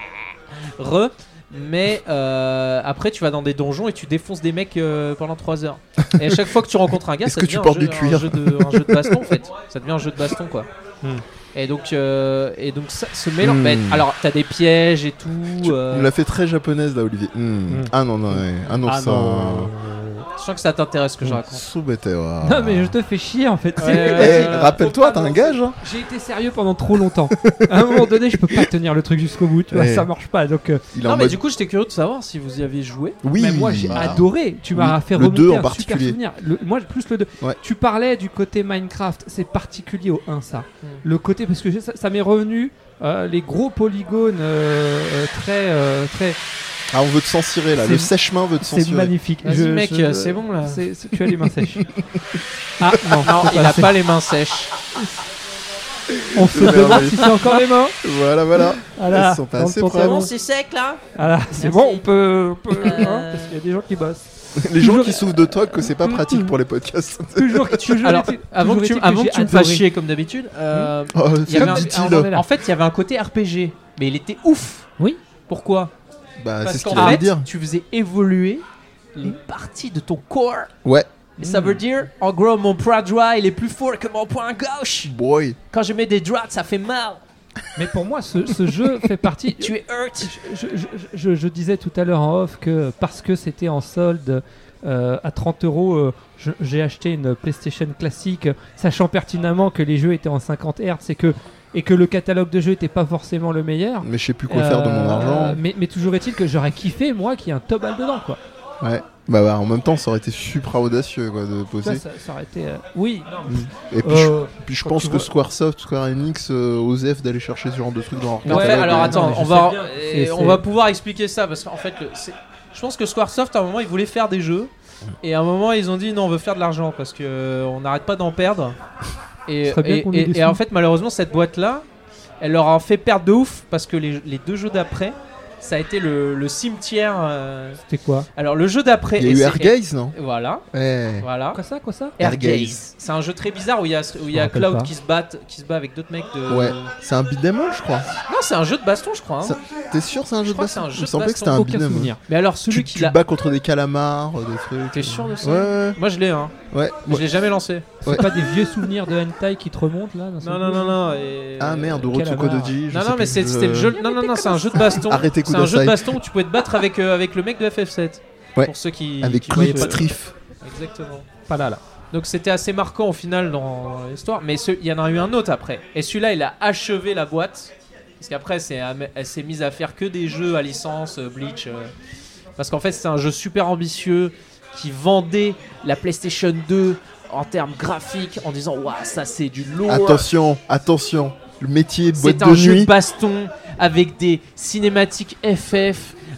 mais euh, après tu vas dans des donjons et tu défonces des mecs euh, pendant trois heures. Et à chaque fois que tu rencontres un gars, Est-ce ça que devient tu un portes jeu- du cuir un jeu de, un jeu de baston en fait. Ça devient un jeu de baston quoi. Mm. Et donc, euh, et donc ça, ce mélange. Mm. ben, alors, t'as des pièges et tout. Tu euh, me l'as fait très japonaise là, Olivier. Hmm. Mm. Ah non, non, ouais. ah non, Ah ça. non. Je sens que ça t'intéresse ce que je raconte. Subete, wa. Non, mais je te fais chier en fait. Ouais, C'est- ouais, Eh, ouais. rappelle-toi, Faut t'as pas un gage hein. J'ai été sérieux pendant trop longtemps. À un moment donné, je peux pas tenir le truc jusqu'au bout. Tu vois, Ouais. ça marche pas. Donc, euh, Il est Non, en mais mode. du coup, j'étais curieux de savoir si vous y aviez joué. Oui, mais moi j'ai bah, adoré. Tu m'as Oui, fait le remonter deux en un super particulier. souvenir. Le- moi plus le deux. Ouais. Tu parlais du côté Minecraft, c'est particulier au un ça. Mm. Le côté parce que j'ai- ça, ça m'est revenu euh, les gros polygones euh, euh, très euh, très Ah, on veut te censurer là. C'est- Le sèche-main veut te c'est censurer. magnifique. Vas-y, Je- mec, je- euh, c'est bon là. c'est- c'est- tu as les mains sèches. Ah non, Non, c'est il a c'est- pas les mains sèches. On se C'est demande merveilleux. si c'est encore les mains. Voilà, voilà. Voilà. Elles sont pas dans le assez pantalon. propres. c'est sec là. Voilà, c'est Merci. bon, on peut, on peut- Euh. hein, parce qu'il y a des gens qui bossent. Les gens Toujours- qui souffrent de toi, que c'est pas pratique pour les podcasts. Toujours, toujours Alors, est-il- avant que toujours tu, est-il avant que j'ai tu me adoré. fasses chier comme d'habitude, euh, Oh, il y c'est avait un- dit-il. alors, j'en ai là. en fait, il y avait un côté R P G, mais il était ouf. Oui. Pourquoi? Bah, c'est Parce ce qu'il qu'en allait fait, dire. tu faisais évoluer les parties de ton corps. Ouais. Et ça veut dire, en gros, mon bras droit, il est plus fort que mon poing gauche. Boy. Quand je mets des droites, ça fait mal. Mais pour moi, ce, ce jeu fait partie. Tu es hurt. Je, je- je- je disais tout à l'heure en off que parce que c'était en solde euh, à trente euros, euh, je- j'ai acheté une PlayStation classique, sachant pertinemment que les jeux étaient en cinquante hertz et que, et que le catalogue de jeux n'était pas forcément le meilleur. Mais je sais plus quoi faire de mon Euh, argent. Mais, mais toujours est-il que j'aurais kiffé, moi, qu'il y ait un Tobal dedans, quoi. Ouais. Bah, bah, en même temps, ça aurait été supra audacieux quoi, de Ça, poser. ça, ça aurait été. euh, Oui, non. Et puis, je, Euh, puis je quand pense tu que vois- Squaresoft, Square Enix, euh, osef d'aller chercher ce genre de trucs dans leur Ouais, catalogue. alors Euh, attends, mais je on sais va, bien, et c'est- on c'est- va pouvoir expliquer ça parce qu'en fait, le- c'est- je pense que Squaresoft à un moment ils voulaient faire des jeux et à un moment ils ont dit non, on veut faire de l'argent parce que euh, on n'arrête pas d'en perdre. Et, Ce serait bien et- qu'on ait et- des et en sous. fait, malheureusement, cette boîte là, elle leur a fait perdre de ouf parce que les, les deux jeux d'après, ça a été le, le cimetière. euh, C'était quoi? Alors le jeu d'après, Il y a et eu c'est- Airgaze, non Voilà, Ouais. voilà. Quoi ça? Quoi ça? Airgaze. C'est un jeu très bizarre où il y a, où il y a me rappelle Cloud pas. qui se bat, qui se bat avec d'autres mecs de. Ouais. C'est un beat'em all, je crois. Non, c'est un jeu de baston, je crois. hein. Ça- T'es sûr c'est un jeu de crois que c'est baston un jeu Il me de semblait que baston, c'était un Aucun beat'em all. souvenir. Mais alors celui Tu, qui tu l'a. te bats contre des calamars, euh, des trucs. T'es sûr de ça? Ouais, ouais, Moi je l'ai, hein. ouais. Je l'ai jamais lancé. C'est Ouais. pas des vieux souvenirs de hentai qui te remontent là d'un seul Non, coup non, non, non. et- Ah merde, Quel Urotsuko avare. Doji. je Non, sais non, mais plus, c'est- je- c'était le jeu. Non, non, non, c'est un jeu de baston. Arrêtez C'est un jeu de Kudasai. baston où tu pouvais te battre avec, euh, avec le mec de F F sept. Ouais. Pour ceux qui. Avec qui voyaient Cloud pas. Strife. Exactement. Pas là là. Donc c'était assez marquant au final dans l'histoire. Mais ce- il y en a eu un autre après. Et celui-là, il a achevé la boîte. Parce qu'après, c'est- elle s'est mise à faire que des jeux à licence, euh, Bleach. euh. Parce qu'en fait, c'est un jeu super ambitieux qui vendait la PlayStation deux en termes graphiques en disant waouh, ça c'est du lourd. Attention, attention. Le métier de boîte C'est de un jeu nuit. de baston avec des cinématiques F F,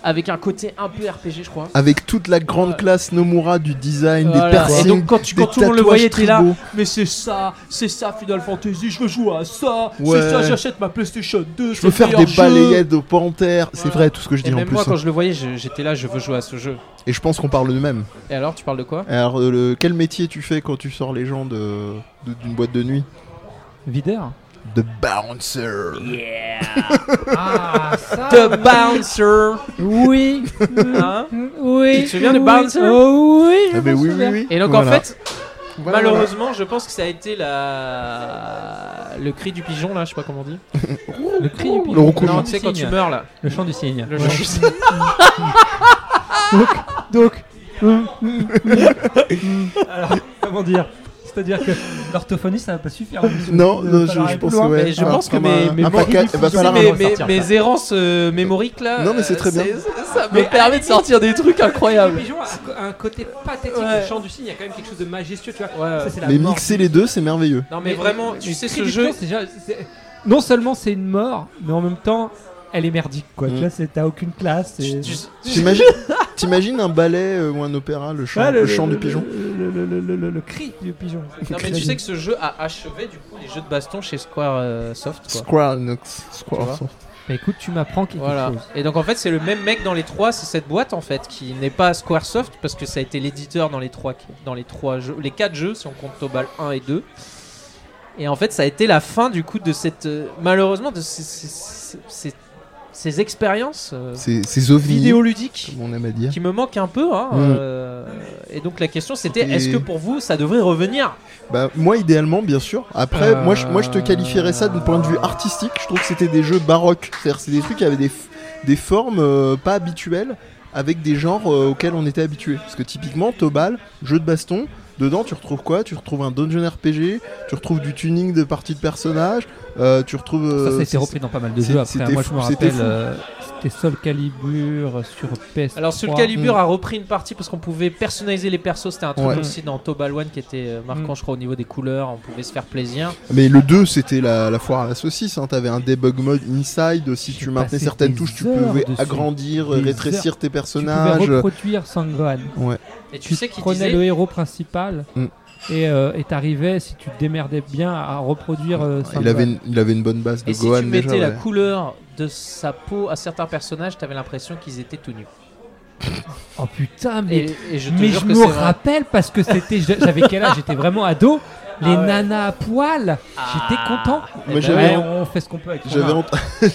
avec un côté un peu R P G, je crois. Avec toute la grande Ouais. classe Nomura du design, Voilà. des piercings, Et donc quand, tu, des quand tout le monde le tatouages voyait, t'es là. tribaux. Mais c'est ça, c'est ça Final Fantasy, je veux jouer à ça. Ouais. C'est ça, j'achète ma PlayStation deux. Je veux faire des balayettes aux panthères, c'est Voilà. vrai tout ce que je dis Et en même plus. moi, quand je le voyais, je- j'étais là, je veux jouer à ce jeu. Et je pense qu'on parle de même. Et alors, tu parles de quoi? Alors, euh, le- quel métier tu fais quand tu sors les gens de, de- d'une boîte de nuit? Videur. The bouncer. Ah, ça. The Bouncer. Oui. Hein? Oui. Tu te souviens de oui. Bouncer? Oh oui. je Ah, mais me oui, oui, souviens. oui. Et donc Voilà. en fait, Voilà, malheureusement, je pense que ça a été la... le cri du pigeon là, je sais pas comment on dit. Le cri du Le pigeon. roucoulement. Non, Le tu sais chant quand du tu cygne. meurs là. Le chant du cygne. Le Ouais. chant- Donc, donc, hum, hum, hum. Alors, comment dire? C'est-à-dire que l'orthophonie, ça va pas suffire. hein, monsieur. Non, Il va non, je, falloir je aller pense plus que loin. ouais. Mais je enfin, pense que comme mes- un- mes un mots- podcast, il va Tu sais, falloir mes, un- mes- sortir, mes ça. errances euh, mémoriques là, Non, mais c'est euh, très bien. Ça me permet de sortir des trucs incroyables. Le pigeon a un côté pathétique. Ouais. Le chant du cygne, il y a quand même quelque chose de majestueux, tu vois. Ouais. Ça, c'est la Mais mort. mixer les deux, c'est merveilleux. Non mais vraiment, tu mais sais le cri ce du jeu. pigeon, c'est déjà- c'est- non seulement c'est une mort, mais en même temps, elle est merdique, quoi. Mm. Tu vois, c'est- t'as aucune classe. Tu- et- tu- T'imagines, t'imagines un ballet euh, ou un opéra, le chant, Ouais, le, chant du pigeon? Le, le- le- le- le- le cri du pigeon. Non mais tu sais que ce jeu a achevé du coup les jeux de baston chez Square euh, Soft quoi. Square Enix. Square Tu vois. Soft. Bah écoute, tu m'apprends quelque Voilà. chose. Et donc en fait c'est le même mec dans les trois, c'est cette boîte en fait qui n'est pas Squaresoft parce que ça a été l'éditeur dans les trois dans les trois jeux, les quatre jeux si on compte Tobal un et deux. Et en fait ça a été la fin du coup de cette euh, malheureusement de ces, ces, ces- ces- ces expériences euh, C'est c'est ovnis, vidéoludiques comme on aime à dire. qui me manquent un peu hein, Mm. euh, et donc la question c'était C'était- est-ce que pour vous ça devrait revenir? Bah, moi, idéalement, bien sûr. Après, Euh, moi, je, moi, je te qualifierais ça d'un point de vue artistique. Je trouve que c'était des jeux baroques. C'est-à-dire, c'est des trucs qui avaient des, f- des formes euh, pas habituelles, avec des genres euh, auxquels on était habitué. Parce que typiquement, Tobal, jeu de baston, dedans, tu retrouves quoi? Tu retrouves un dungeon R P G, tu retrouves du tuning de parties de personnages, euh, tu retrouves. Ça, ça a euh, été c'est- repris dans pas mal de c'est- jeux après. c'était Moi, je fou, me c'était rappelle, fou. euh, c'était Soul Calibur sur P S trois. Alors Soul Calibur Mm. a repris une partie parce qu'on pouvait personnaliser les persos, c'était un truc Ouais. aussi dans Tobal One qui était euh, marquant Mm. je crois au niveau des couleurs, on pouvait se faire plaisir. Mais le deux, c'était la, la foire à la saucisse. Hein. T'avais un debug mode inside. Si J'ai tu maintenais passé certaines des touches, tu heures pouvais dessus. agrandir, Des rétrécir tes Tu pouvais personnages. reproduire Sangwan. Ouais. Et tu, Tu sais qu'il prenais disait le héros principal Mm. et euh, et t'arrivais, si tu te démerdais bien, à reproduire euh, Il Sangwan. avait, une, il avait une bonne base de et si Gohan tu mettais déjà. la ouais. couleur de sa peau à certains personnages, t'avais l'impression qu'ils étaient tout nus. Oh putain, mais, Et, et je te mais jure je que me c'est vrai. rappelle parce que c'était, j'avais quel âge? J'étais vraiment ado. Les Ah ouais. nanas à poil, j'étais Ah. content. Eh Moi, ben, j'avais- Ouais, on fait ce qu'on peut avec son J'avais art. ent-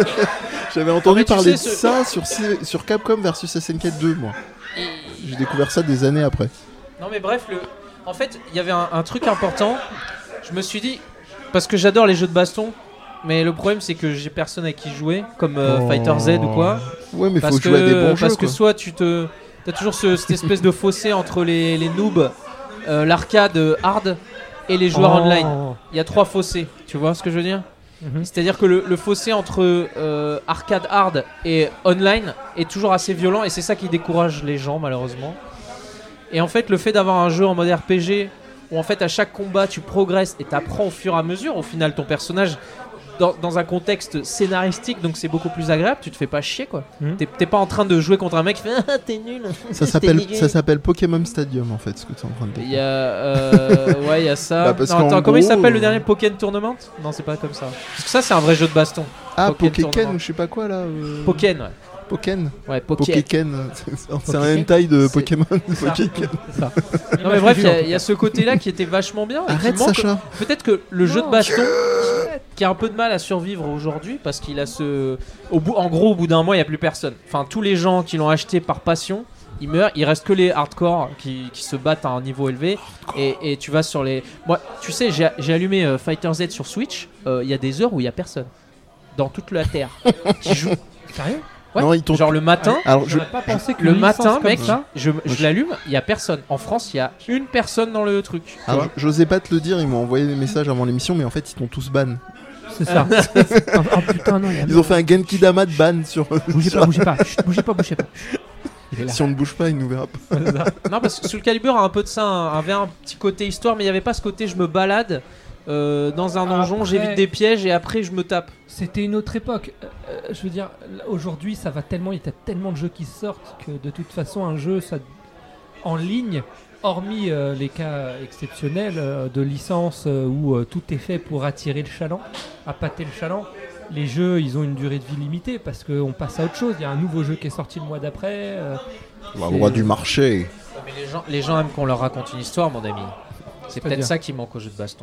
J'avais entendu mais tu parler de sais, ce- ça sur, C- sur Capcom versus S N K deux, moi. J'ai découvert ça des années après. Non mais bref, le... en fait, il y avait un, un truc important. Je me suis dit, parce que j'adore les jeux de baston, mais le problème c'est que j'ai personne avec qui jouer, comme euh, Oh. Fighter Z ou quoi. Ouais, mais Parce faut que, jouer à des bons jeux. parce que quoi. soit tu te... T'as toujours ce- cette espèce de fossé entre les, les noobs, euh, l'arcade euh, hard et les joueurs Oh. online. Il y a trois fossés, tu vois ce que je veux dire? Mhm. C'est-à-dire que le, le fossé entre euh, arcade hard et online est toujours assez violent et c'est ça qui décourage les gens malheureusement. Et en fait le fait d'avoir un jeu en mode R P G où en fait à chaque combat tu progresses et t'apprends au fur et à mesure, au final ton personnage dans, dans un contexte scénaristique donc c'est beaucoup plus agréable, tu te fais pas chier quoi. Mhm. T'es, t'es pas en train de jouer contre un mec qui fait ah t'es nul. Ça s'appelle, ça s'appelle Pokémon Stadium en fait, ce que tu es en train de Il dire. y a euh, ouais il y a ça. Bah, parce non, qu'en attends, comment il gros, s'appelle le euh, dernier Pokémon Tournament? Non c'est pas comme ça. Parce que ça c'est un vrai jeu de baston. Ah, Pokémon Pokéken Tournament. ou je sais pas quoi là. euh, Pokémon ouais. Pokéken. Ouais, Pokémon. Pokéken. C'est c'est un Pokéken. hentai de C'est- Pokémon. C'est ça. Pokéken. C'est ça. Non mais bref, il y, a- il y a ce côté-là qui était vachement bien. et qui Arrête manque- Sacha. Peut-être que le jeu de Non. baston qui a un peu de mal à survivre aujourd'hui parce qu'il a ce, au bout, en gros, au bout d'un mois, il y a plus personne. Enfin, tous les gens qui l'ont acheté par passion, ils meurent. Il reste que les hardcore qui, qui se battent à un niveau élevé. Et, et tu vas sur les. Moi, tu sais, j'ai j'ai allumé euh, Fighter Z sur Switch. euh, Il y a des heures où il y a personne dans toute la terre qui joue. Sérieux? Ouais. Non, ils t'ont- Genre le matin. Alors, je, J'aurais pas pensé que Le matin, mec, ça. je, je l'allume, il y a personne. En France, il y a une personne dans le truc. tu alors, vois. j'osais pas te le dire, ils m'ont envoyé des messages avant l'émission, mais en fait, ils t'ont tous ban. C'est ça. oh, oh, putain, non, il y a. Ils ont fait un Genki Dama de ban sur. Bougez sur- pas, bougez pas, chut, bougez pas, bougez pas. Chut. Il est là. Si on ne bouge pas, ils nous verra pas. Non, parce que Soul Calibur a un peu de ça, un- avait un petit côté histoire, mais il n'y avait pas ce côté je me balade euh, dans un Après- donjon, j'évite des pièges et après je me tape. C'était une autre époque. Euh, euh, je veux dire, là, aujourd'hui, ça va tellement, il y a tellement de jeux qui sortent que de toute façon, un jeu, ça, en ligne, hormis euh, les cas exceptionnels euh, de licence euh, où euh, tout est fait pour attirer le chaland, appâter le chaland, les jeux, ils ont une durée de vie limitée parce qu'on passe à autre chose. Il y a un nouveau jeu qui est sorti le mois d'après. euh, La loi du marché. Mais les gens, les gens aiment qu'on leur raconte une histoire, mon ami. C'est C'est-à-dire peut-être ça qui manque au jeu de baston.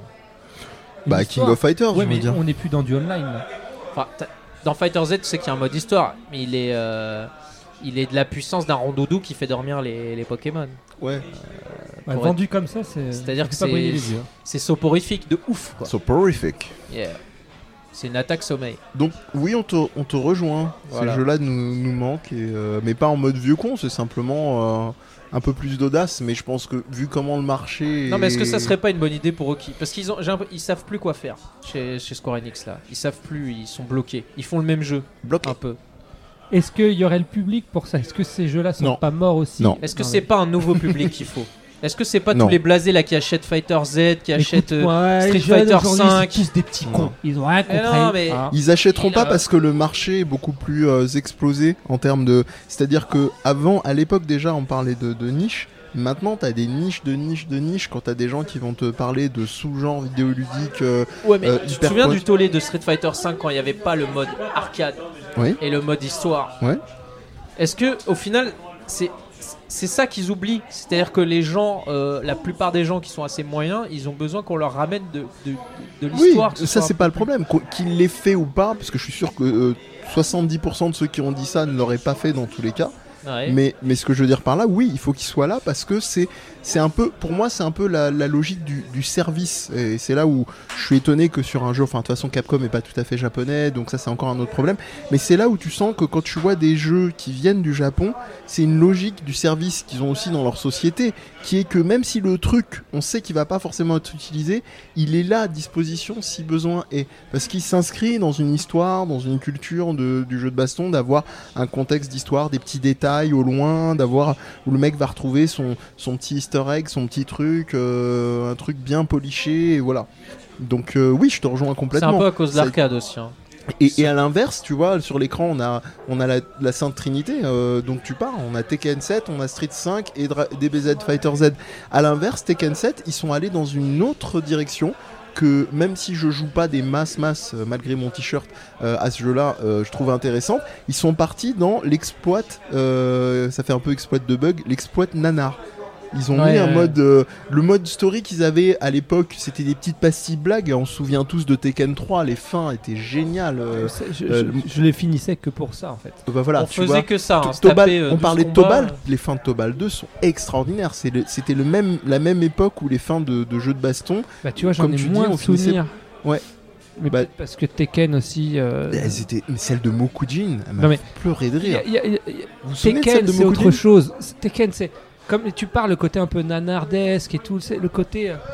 une Bah, histoire. King of Fighters, Ouais, je mais veux dire. on n'est plus dans du online. Là. Enfin, t'as- dans Fighter Z, tu sais qu'il y a un mode histoire, mais il est, euh, il est de la puissance d'un rondoudou qui fait dormir les, les Pokémon. Ouais. Ouais, Pour vendu comme ça, c'est. C'est-à-dire ça que fait pas briller c'est- les yeux. C'est soporifique de ouf, quoi. Soporific. Yeah. C'est une attaque sommeil. Donc oui, on te, on te rejoint. Voilà. Ces jeux-là nous, nous manquent, et, euh, mais pas en mode vieux con, c'est simplement euh, un peu plus d'audace. Mais je pense que vu comment le marché... Non, mais est-ce que ça est- serait pas une bonne idée pour eux qui... Parce qu'ils ont, j'ai l'impression- ils savent plus quoi faire chez, chez Square Enix là. Ils savent plus, ils sont bloqués. Ils font le même jeu, bloqué un peu. Est-ce qu'il y aurait le public pour ça? Est-ce que ces jeux-là sont Non. pas morts aussi? Non. Est-ce que Non, c'est mais- pas un nouveau public qu'il faut? Est-ce que c'est pas Non. tous les blasés là qui achètent Fighter Z, qui achètent euh, Écoute-moi, les Street jeunes Fighter aujourd'hui, cinq? c'est tous des petits Non. cons. Ils ont rien Mais compris. non, mais- hein. Ils achèteront Il pas a- parce que le marché est beaucoup plus euh, explosé en termes de... C'est-à-dire que avant, à l'époque déjà, on parlait de, de niche. Maintenant, t'as des niches de niches de niches quand t'as des gens qui vont te parler de sous-genres vidéoludiques. euh, Ouais, mais Euh, tu te hyper souviens pote. du tollé de Street Fighter cinq quand il n'y avait pas le mode arcade Oui. et le mode histoire? Ouais. Est-ce que au final, c'est c'est ça qu'ils oublient? C'est-à-dire que les gens, euh, la plupart des gens qui sont assez moyens, ils ont besoin qu'on leur ramène de, de, de Oui, l'histoire. que ce ça soit c'est un pas peu le problème. Qu- Qu'il l'ait fait ou pas, parce que je suis sûr que euh, soixante-dix pour cent de ceux qui ont dit ça ne l'auraient pas fait dans tous les cas. plus- Ouais. Mais, mais ce que je veux dire par là, oui, il faut qu'il soit là parce que c'est, c'est un peu, pour moi, c'est un peu la, la logique du, du service. Et c'est là où je suis étonné que sur un jeu, enfin, de toute façon, Capcom est pas tout à fait japonais, donc ça, c'est encore un autre problème. Mais c'est là où tu sens que quand tu vois des jeux qui viennent du Japon, c'est une logique du service qu'ils ont aussi dans leur société, qui est que même si le truc, on sait qu'il va pas forcément être utilisé, il est là à disposition si besoin est. Parce qu'il s'inscrit dans une histoire, dans une culture de, du jeu de baston, d'avoir un contexte d'histoire, des petits détails au loin, d'avoir où le mec va retrouver son, son petit easter egg, son petit truc, euh, un truc bien poliché, et voilà. Donc euh, oui, je te rejoins C'est complètement. un peu à cause de Ça- l'arcade aussi. hein. Et, et à l'inverse, tu vois, sur l'écran, on a, on a la, la Sainte Trinité, euh, donc tu parles, on a Tekken sept, on a Street cinq et Dra- D B Z Fighter Z. À l'inverse, Tekken sept, ils sont allés dans une autre direction. Que même si je joue pas des masses masses euh, malgré mon t-shirt euh, à ce jeu-là, euh, je trouve intéressant. Ils sont partis dans l'exploit, euh, ça fait un peu exploit de bug, l'exploit nanar. Ils ont Ouais, mis un ouais. mode, euh, le mode story qu'ils avaient à l'époque, c'était des petites pastilles blagues. On se souvient tous de Tekken trois, les fins étaient géniales. euh, C'est- je, euh, je- je les finissais que pour ça en fait. bah voilà, On tu faisait vois. que ça. hein, se Tobal- taper, euh, on douze parlait de combats, Tobal, euh. les fins de Tobal deux sont extraordinaires. C'est le- C'était le même, la même époque où les fins de, de jeux de baston, Bah tu vois, j'en Comme ai tu dis, moins on de finissait- souvenirs. Ouais. Mais Bah- peut-être parce que Tekken aussi. euh, elles étaient, mais celle de Mokujin, elle m'a Non, mais- pleuré de il y rire. a- il y a- il y a- Vous vous souvenez de celle Tekken de c'est Mokujin autre chose. Tekken c'est comme tu parles le côté un peu nanardesque et tout, c'est le côté. euh,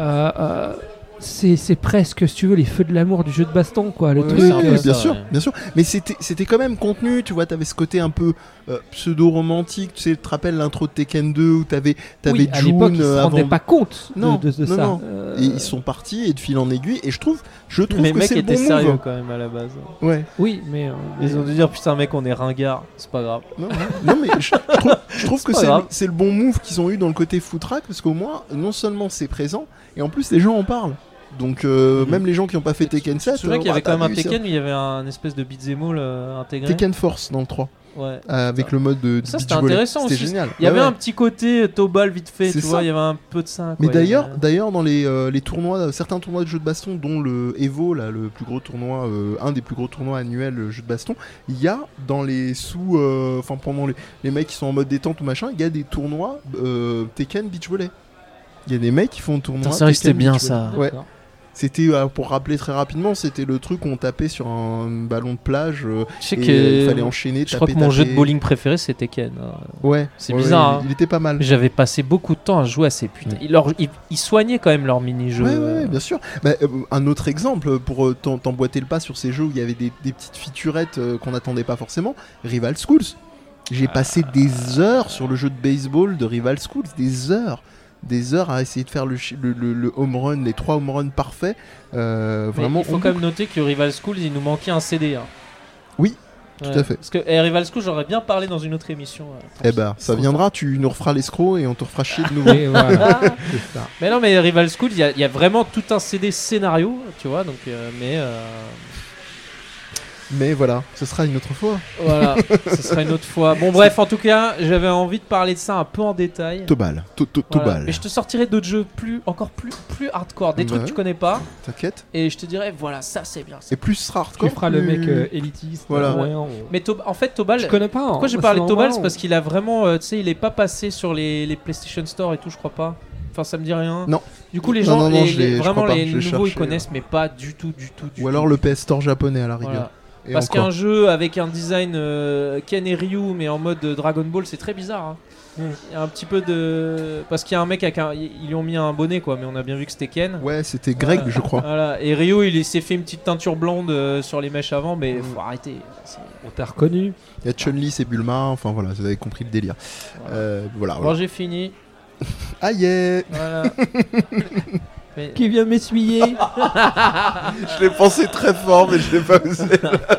euh, c'est c'est presque, si tu veux, les feux de l'amour du jeu de baston quoi. Le Ouais, truc. c'est un peu euh, bien ça, sûr, ouais. bien sûr. Mais c'était, c'était quand même contenu, tu vois, t'avais ce côté un peu euh, pseudo-romantique, tu sais, tu te rappelles l'intro de Tekken deux où t'avais, t'avais oui, à l'époque, June ils se euh, rendaient avant. pas compte de- Non, de, de non, ça. non. Euh, Et ils sont partis et de fil en aiguille, et je trouve, je trouve Les que mecs c'est le étaient bon sérieux move. quand même à la base. Ouais. Oui, mais. euh, Ils mais- ont dû dire putain mec on est ringard, c'est pas grave. Non, non, non, mais je, je trouve, je trouve que pas c'est, grave. c'est le bon move qu'ils ont eu dans le côté footrack, parce qu'au moins, non seulement c'est présent, et en plus les gens en parlent. Donc euh, Mhm. même les gens qui n'ont pas fait Tekken Tu sept, te souviens euh, qu'il y avait ouais, quand même t'as un vu, c'est- Tekken où il y avait un espèce de beat'em all euh, intégré. Tekken Force dans le trois, Ouais. euh, avec le mode de Ça, beach c'était volley. intéressant C'était aussi. génial. Il y avait Ouais, un ouais. petit côté euh, Tobal vite fait, C'est tu vois, ça. il y avait un peu de ça. Mais quoi, il y d'ailleurs, avait- d'ailleurs dans les, euh, les tournois, euh, certains tournois de jeux de baston, dont le Evo, là, le plus gros tournoi, euh, un des plus gros tournois annuels euh, jeux de baston, il y a dans les sous, euh, enfin pendant les, les mecs qui sont en mode détente ou machin, il y a des tournois euh, Tekken Beach Volley. Il y a des mecs qui font un tournoi. Putain, c'est vrai que Tekken c'était bien Beach ça. Volley. Ouais. D'accord. C'était, euh, pour rappeler très rapidement, c'était le truc où on tapait sur un ballon de plage euh, Je sais et que euh, il fallait enchaîner. je crois taper, que mon jeu de taper. bowling préféré c'était Tekken. hein. Ouais. C'est Ouais, bizarre, ouais, hein. Il, il était pas mal. J'avais passé beaucoup de temps à jouer à ces putains. Ils, leur- ils- ils soignaient quand même leur mini-jeu. Ouais, ouais, ouais, bien sûr. Bah, euh, un autre exemple pour euh, t'en- t'emboîter le pas sur ces jeux où il y avait des, des petites featurettes euh, qu'on n'attendait pas forcément. Rival Schools. J'ai passé des heures sur le jeu de baseball de Rival Schools, des heures. des heures à essayer de faire le, chi- le, le, le home run, les trois home runs parfaits. Euh, Mais vraiment, il faut on- quand même noter que Rival Schools, il nous manquait un C D. Hein. Oui, tout à fait. Parce que eh, Rival Schools, j'aurais bien parlé dans une autre émission. euh, Eh ben, ça viendra, tu nous referas l'escroc et on te refera chier de nouveau. Et voilà, c'est ça. Mais non, mais Rival Schools, il y, a- il y a vraiment tout un C D scénario, tu vois. Donc, euh, mais euh, Mais voilà, ce sera une autre fois. voilà, ce sera une autre fois. Bon, bref, en tout cas, j'avais envie de parler de ça un peu en détail. Tobal, to- to- Voilà. Tobal. Mais je te sortirai d'autres jeux plus, encore plus, plus hardcore, des Bah trucs que ouais. tu connais pas, T'inquiète. et je te dirais, voilà, ça c'est bien. ça. Et plus ce sera Tu hardcore. feras le plus- mec euh, élitiste. Voilà. ouais, on- Mais Tob- en fait, Tobal, Je connais pas. hein. pourquoi j'ai C'est parlé de Tobal, normal, c'est parce qu'il a vraiment, euh, tu sais, il est pas passé sur les, les PlayStation Store et tout, je crois pas. Enfin, ça me dit rien. Non. Du coup, les Non, gens, non, non, les- je l'ai- les- je vraiment crois pas, les je l'ai nouveaux, ils cherché, connaissent, mais pas du tout, du tout, du Ou tout. alors le P S Store japonais à la rigueur. Voilà. Et Parce encore. qu'un jeu avec un design euh, Ken et Ryu, mais en mode Dragon Ball, c'est très bizarre. hein. Il y a un petit peu de. Parce qu'il y a un mec avec un. Ils lui ont mis un bonnet, quoi, mais on a bien vu que c'était Ken. Ouais, c'était Greg, Voilà. je crois. Voilà. Et Ryu, il s'est fait une petite teinture blonde euh, sur les mèches avant, mais faut arrêter. C'est- On t'a reconnu. Il y a Chun-Li, c'est Bulma. Enfin voilà, vous avez compris le délire. Voilà. Euh, voilà. Bon, voilà. j'ai fini. Ah yeah. Voilà. Mais- Qui vient m'essuyer. Je l'ai pensé très fort, mais je l'ai pas osé.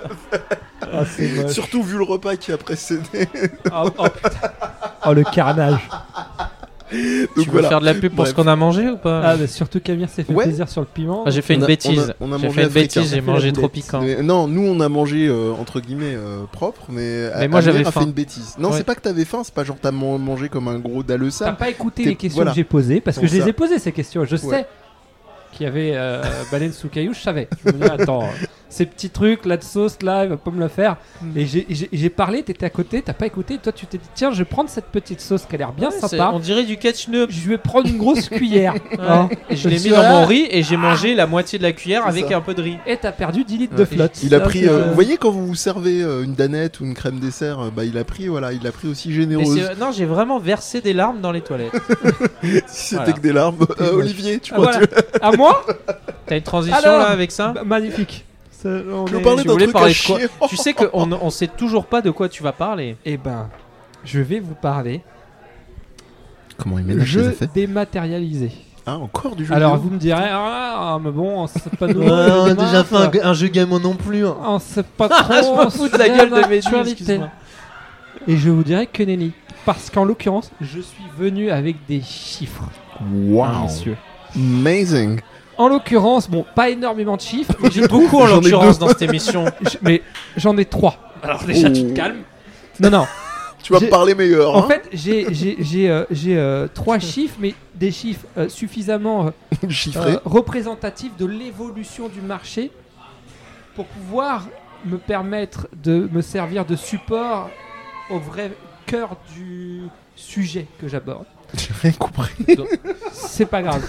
Ah, c'est moche. Surtout vu le repas qui a précédé. Oh, oh, putain. Oh, le carnage. Donc tu veux voilà. faire de la pub pour Bref. ce qu'on a mangé ou pas Ah, bah, surtout Camille s'est fait Ouais. plaisir sur le piment. Ah, j'ai fait On une a- bêtise. on a- on a J'ai mangé fait une africain. bêtise, j'ai On a fait mangé la trop boulette. piquant. Mais non, nous on a mangé euh, entre guillemets euh, propre, mais, Mais moi, Amir j'avais a faim. fait une bêtise. Non, Ouais. c'est pas que t'avais faim, c'est pas genre t'as man- mangé comme un gros T'as daleux-sale. pas écouté T'es- les questions voilà. que j'ai posées parce que Pour je les ça. ai posées ces questions. Je Ouais. sais qu'il y avait euh, baleine sous caillou, je savais. Je me disais, attends, euh, ces petits trucs là de sauce là, il va pas me le faire. Mm. Et j'ai- j'ai j'ai parlé, t'étais à côté, t'as pas écouté. Toi, tu t'es dit, tiens, je vais prendre cette petite sauce qui a l'air bien Ouais, c'est- sympa. On dirait du ketchup. Je vais prendre une grosse cuillère. Hein. Et je l'ai Je mis suis dans là. mon riz et j'ai mangé la moitié de la cuillère C'est avec ça. un peu de riz. Et t'as perdu dix litres Ouais. de flotte. Il a Ça, pris, c'est, euh, euh, vous voyez quand vous vous servez euh, une danette ou une crème dessert, euh, bah il a pris, voilà, il a pris aussi Mais généreuse. c'est- non, j'ai vraiment versé des larmes dans les toilettes. Si c'était Voilà. que des larmes. Euh, moche. Olivier, tu Ah, crois voilà. tu À moi T'as une transition Alors là avec ça Bah, magnifique. Ça, on Tu veux est- parler tu d'un voulais truc parler à de quoi chier Tu sais qu'on on sait toujours pas de quoi tu vas parler. Eh ben, je vais vous parler Comment il ménage ses jeu affaires dématérialisé. Ah, encore du jeu Alors vidéo vous me direz, ah, mais bon, c'est pas nouveau. Ouais, on a le déjà démat, fait un, un jeu game non plus. hein. On sait pas trop. Je me fous de la c'est gueule de mes dieux, l'actualité. excuse-moi. Et je vous dirais que nenni. Parce qu'en l'occurrence, je suis venu avec des chiffres. hein, Wow. messieurs. Amazing. En l'occurrence, bon, pas énormément de chiffres, mais j'ai J'ai beaucoup en J'en ai l'occurrence dans cette émission. je- mais j'en ai trois. Alors déjà, tu te Oh. calmes. Non, non. Tu vas J'ai- me parler meilleur. En hein. fait, j'ai j'ai- j'ai, euh, j'ai, euh, trois chiffres, mais des chiffres euh, suffisamment euh, Chiffré. euh, représentatif de l'évolution du marché pour pouvoir me permettre de me servir de support au vrai cœur du sujet que j'aborde. J'ai rien compris. C'est pas grave.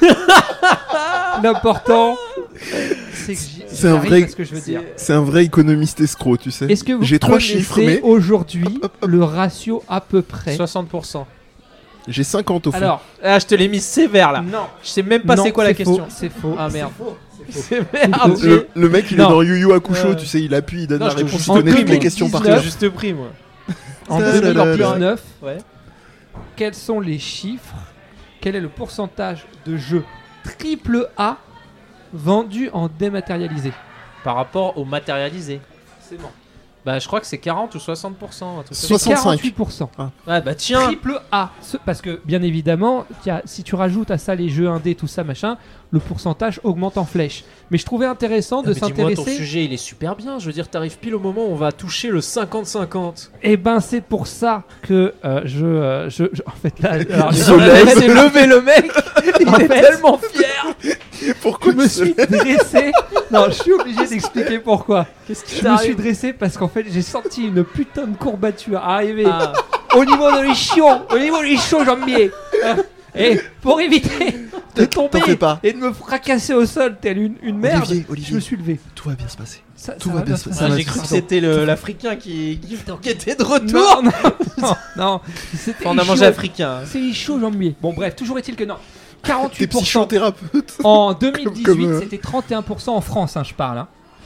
L'important, c'est que j'y- C'est un j'arrive vrai- à ce que je veux dire. C'est un vrai économiste escroc, tu sais. Est-ce que vous J'ai trois connaissez chiffres, mais aujourd'hui le ratio à peu près soixante pour cent. j'ai cinquante au fond. Alors, Ah, je te l'ai mis sévère là. non. Je sais même pas Non, c'est quoi la faux, question. C'est faux. Ah merde. C'est faux. C'est faux. merde. C'est le, le mec, il Non. est dans Yu Yu Hakusho, Ouais. tu sais, il appuie, il donne Non, la je te réponse, juste il connaît prie, toutes les moi. questions par dix-neuf. cœur. Juste pris moi. En Ça, deux mille là, là, là. dix-neuf, Ouais. quels sont les chiffres? Quel est le pourcentage de jeux triple A vendus en dématérialisé? Par rapport au matérialisé. C'est bon. Bah je crois que c'est quarante ou soixante pour cent. Un truc comme ça. soixante-cinq. quarante-huit pour cent. Ouais bah tiens. Triple A. Ce- Parce que, bien évidemment, y a- si tu rajoutes à ça les jeux indés, tout ça, machin, le pourcentage augmente en flèche. Mais je trouvais intéressant de Ah, mais dis-moi, ton s'intéresser. sujet il est super bien. Je veux dire, t'arrives pile au moment où on va toucher le cinquante cinquante. Et ben, c'est pour ça que euh, je, euh, je, je- En fait, là. alors, Il je- se en lève. fait, C'est levé le mec. Il En est fait- tellement fier. Pourquoi je me il se suis dressé. Non, je suis obligé d'expliquer pourquoi. Qu'est-ce qui Je me suis t'arrive dressé parce qu'en fait, j'ai senti une putain de courbature arriver Ah. au niveau de l'ischio, au niveau de l'ischio jambier. Hein. Et pour éviter de tomber T'en fais pas. et de me fracasser au sol telle une, une merde, Olivier, je Olivier, me suis levé. tout va bien se passer. Ça, Tout ça va bien se se passer. Ah, Ça j'ai va, cru que pardon. c'était le- l'Africain qui, qui, qui était de retour. Non, non, non, non. C'était Enfin, on a mangé ischio- africain. hein. C'est l'ischio jambier. Bon, bref, toujours est-il que non. T'es quarante-huit pour cent psychothérapeute. en deux mille dix-huit, Comme, euh, c'était trente et un pour cent en France, hein, je parle. Hein.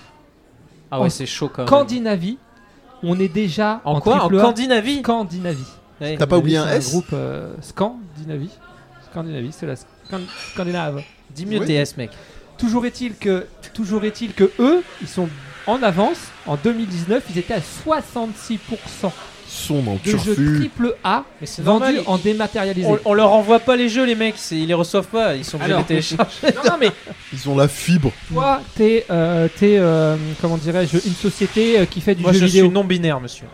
Ah En ouais, c'est chaud quand même. Scandinavie, on est déjà En en, quoi En triple A. Scandinavie. Scandinavie. Ouais. T'as pas oublié un C'est S groupe euh, Scandinavie. Scandinavie, c'est la Scan- Scandinave. Dis mieux Oui. T S, mec. Toujours est-il que, toujours est-il que eux, ils sont en avance. En deux mille dix-neuf, ils étaient à soixante-six pour cent Son dans de jeux turfu. triple A Mais c'est vendus normal. en dématérialisé. On, on leur envoie pas les jeux, les mecs. c'est- Ils les reçoivent pas. Ils sont obligés de Alors, les télécharger. non, non, mais Ils ont la fibre. toi, t'es, euh, t'es euh, comment dirais-je, une société euh, qui fait du Moi, jeu je vidéo. suis non binaire, monsieur.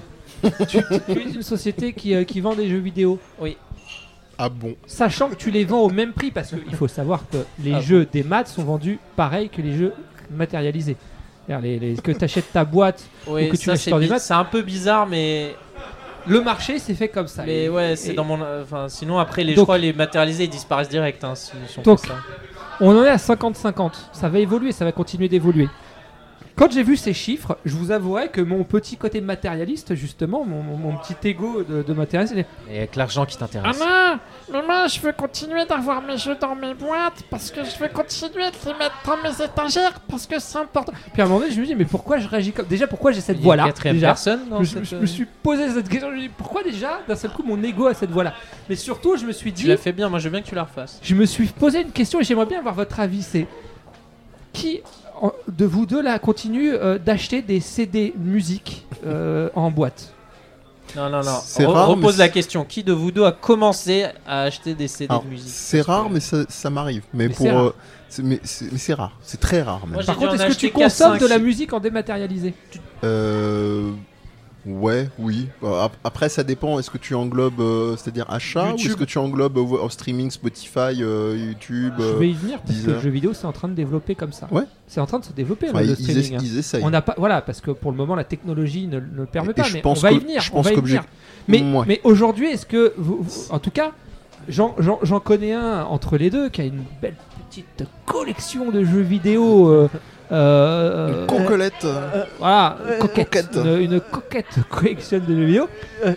Tu es une société qui, euh, qui vend des jeux vidéo. Ah bon. Sachant que tu les vends au même prix, parce qu'il faut savoir que les Ah jeux des maths sont vendus pareil que les jeux matérialisés. C'est-à-dire les, les- que tu achètes ta boîte, Oui, que tu ça, l'achètes c'est en bi- démat. c'est un peu bizarre, mais le marché s'est fait comme ça. mais Et- ouais, c'est et dans mon. Enfin, sinon après les, je Donc- crois les matérialisés ils disparaissent direct. Hein, s'ils sont Donc- comme ça. On en est à cinquante cinquante. Ça va évoluer, ça va continuer d'évoluer. Quand j'ai vu ces chiffres, je vous avouerai que mon petit côté matérialiste, justement, mon, mon- mon petit ego de, de matérialiste, il est, Et avec l'argent qui Ah t'intéresse. non, mais moi je veux continuer d'avoir mes jeux dans mes boîtes parce que je veux continuer de les mettre dans mes étagères parce que c'est important. Puis à un moment donné, je me dis, mais pourquoi je réagis comme. Déjà, pourquoi j'ai cette Il y a voix-là une quatrième déjà personne. je, dans me- cette- je me suis posé cette question, je me dis, pourquoi déjà, d'un seul coup, mon ego a cette voix-là. Mais surtout, je me suis Tu dit, l'as fait bien. Moi, je veux bien que tu la refasses. je me suis posé une question et j'aimerais bien avoir votre avis. C'est qui en- de vous deux là continue euh, d'acheter des C D musique euh, en boîte? Non, non, non. C'est Re- rare, repose mais la c'est- question. Qui de vous deux a commencé à acheter des C D Alors, de musique c'est rare, mais ça, ça m'arrive. Mais, Mais pour. c'est rare. euh, c'est- mais c'est mais c'est rare. C'est très rare même. Moi, j'ai Par dû contre, en est-ce que acheter tu consommes quatre, de la cinq. musique en dématérialisé? Euh. Ouais, oui. Euh, ap- Après, ça dépend. Est-ce que tu englobes, euh, c'est-à-dire achat, ou YouTube. est-ce que tu englobes euh, en streaming, Spotify, euh, YouTube Je euh, vais y venir parce que Deezer. le jeu vidéo c'est en train de développer comme ça. Ouais. C'est en train de se développer enfin, le, le ils, streaming. essa- hein. ils essayent. On n'a pas, voilà, parce que pour le moment la technologie ne, ne le permet Et pas, je mais pense on va y que- venir. je on pense va y qu'object- venir. Mais, Ouais. mais aujourd'hui, est-ce que, vous, vous- en tout cas, j'en, j'en- j'en connais un entre les deux qui a une belle petite collection de jeux vidéo. euh, euh, Une concolette. euh, Voilà, coquette, coquette. Une, une coquette collection de jeux vidéo.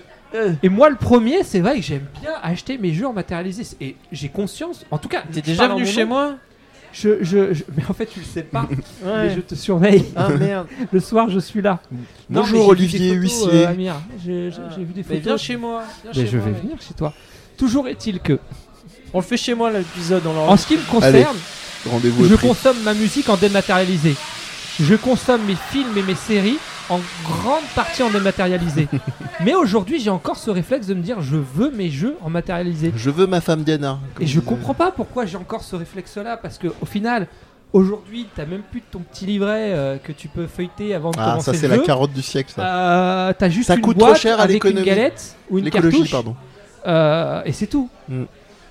Et moi, le premier, c'est vrai que j'aime bien acheter mes jeux en matérialisé. Et j'ai conscience, en tout cas. T'es je déjà parle en venu mon chez nom. moi je, je, je- Mais en fait, tu le sais pas. Mais je te surveille. Ah merde. Le soir, je suis là. Non, Bonjour mais j'ai vu Olivier des photos, Huissier. euh, Amir. J'ai, j'ai- j'ai vu des Mais photos. viens chez moi. Viens Mais chez je moi, vais mec. venir chez toi. Toujours est-il que, On le fait chez moi l'épisode. On en ce qui me concerne, Rendez-vous je est pris. consomme ma musique en dématérialisé. Je consomme mes films et mes séries en grande partie en dématérialisé. Mais aujourd'hui, j'ai encore ce réflexe de me dire je veux mes jeux en matérialisé. Je veux ma femme Diana. comme Et je disait- comprends pas pourquoi j'ai encore ce réflexe-là, parce que au final, aujourd'hui, t'as même plus ton petit livret euh, que tu peux feuilleter avant de Ah, commencer ça le c'est jeu. la carotte du siècle, ça. Euh, t'as juste Ça une coûte trop boîte cher à avec une l'économie. galette ou une L'écologie, cartouche, pardon. euh, et c'est tout. Mm.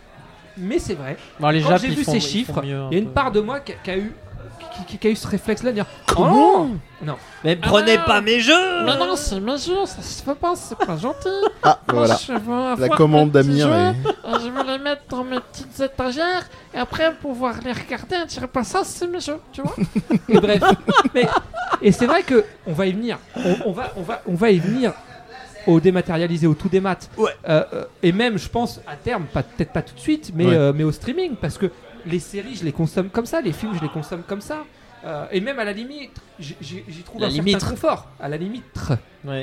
Mais c'est vrai. Bon, les Quand Japs, j'ai ils vu font- ces ils font chiffres, mieux, un il y a une peu. part de moi qui, qui a eu qui, qui- qui a eu ce réflexe-là de dire Comment oh non, Mais prenez Ah, pas mes jeux. Mais non, c'est mes jeux, ça se fait pas, c'est pas gentil. Ah, Moi, voilà. je veux avoir La mes commande petits d'Amir jeux, est- et je veux les mettre dans mes petites étagères et après pouvoir les regarder et dire pas ça, c'est mes jeux, tu vois. et bref. Mais, et c'est vrai que on va y venir. On, on va on va on va y venir au dématérialisé, au tout démat. Ouais. Euh, euh, et même, je pense à terme, pas peut-être pas tout de suite, mais Ouais. euh, mais au streaming, parce que les séries, je les consomme comme ça, les films, je les consomme comme ça. Euh, et même à la limite, j'y- j'y j'y trouve La un limite. certain confort. À la limite, Ouais.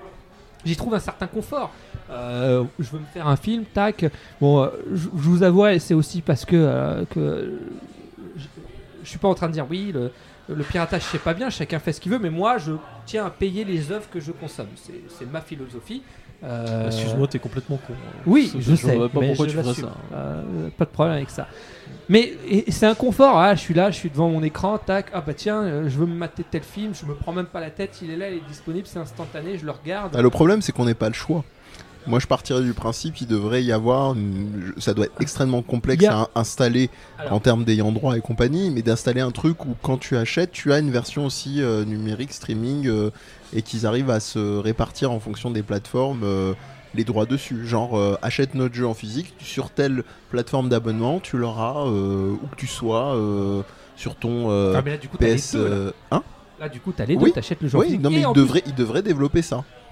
j'y trouve un certain confort. Euh, je veux me faire un film, tac. Bon, euh, je je vous avoue, c'est aussi parce que, euh, que je, je suis pas en train de dire oui, le, le piratage c'est pas bien, chacun fait ce qu'il veut, mais moi je tiens à payer les œuvres que je consomme. C'est c'est ma philosophie. Euh, Excuse-moi, t'es complètement con. Oui, je, je sais. vois pas mais pourquoi je tu ferais l'assume. ça. Euh, pas de problème avec ça. Mais et- et c'est un confort. Ah, je suis là, je suis devant mon écran, tac. Ah bah tiens, euh, je veux me mater tel film, je me prends même pas la tête, il est là, il est disponible, c'est instantané, je le regarde. Ah, le problème, c'est qu'on n'est pas le choix. Moi, je partirais du principe qu'il devrait y avoir. une- Ça doit être extrêmement complexe Il y a- à installer Alors. en termes d'ayant droit et compagnie, mais d'installer un truc où, quand tu achètes, tu as une version aussi euh, numérique, streaming, euh, et qu'ils arrivent à se répartir en fonction des plateformes euh, les droits dessus. Genre, euh, achète notre jeu en physique sur telle plateforme d'abonnement, tu l'auras euh, où que tu sois euh, sur ton euh, Ah, mais là, du coup, t'as P les S. deux, là. euh, hein Là, du coup, t'as les deux, Oui. t'achètes le jeu en Oui, physique non, mais et il en devrait, il devrait développer ça.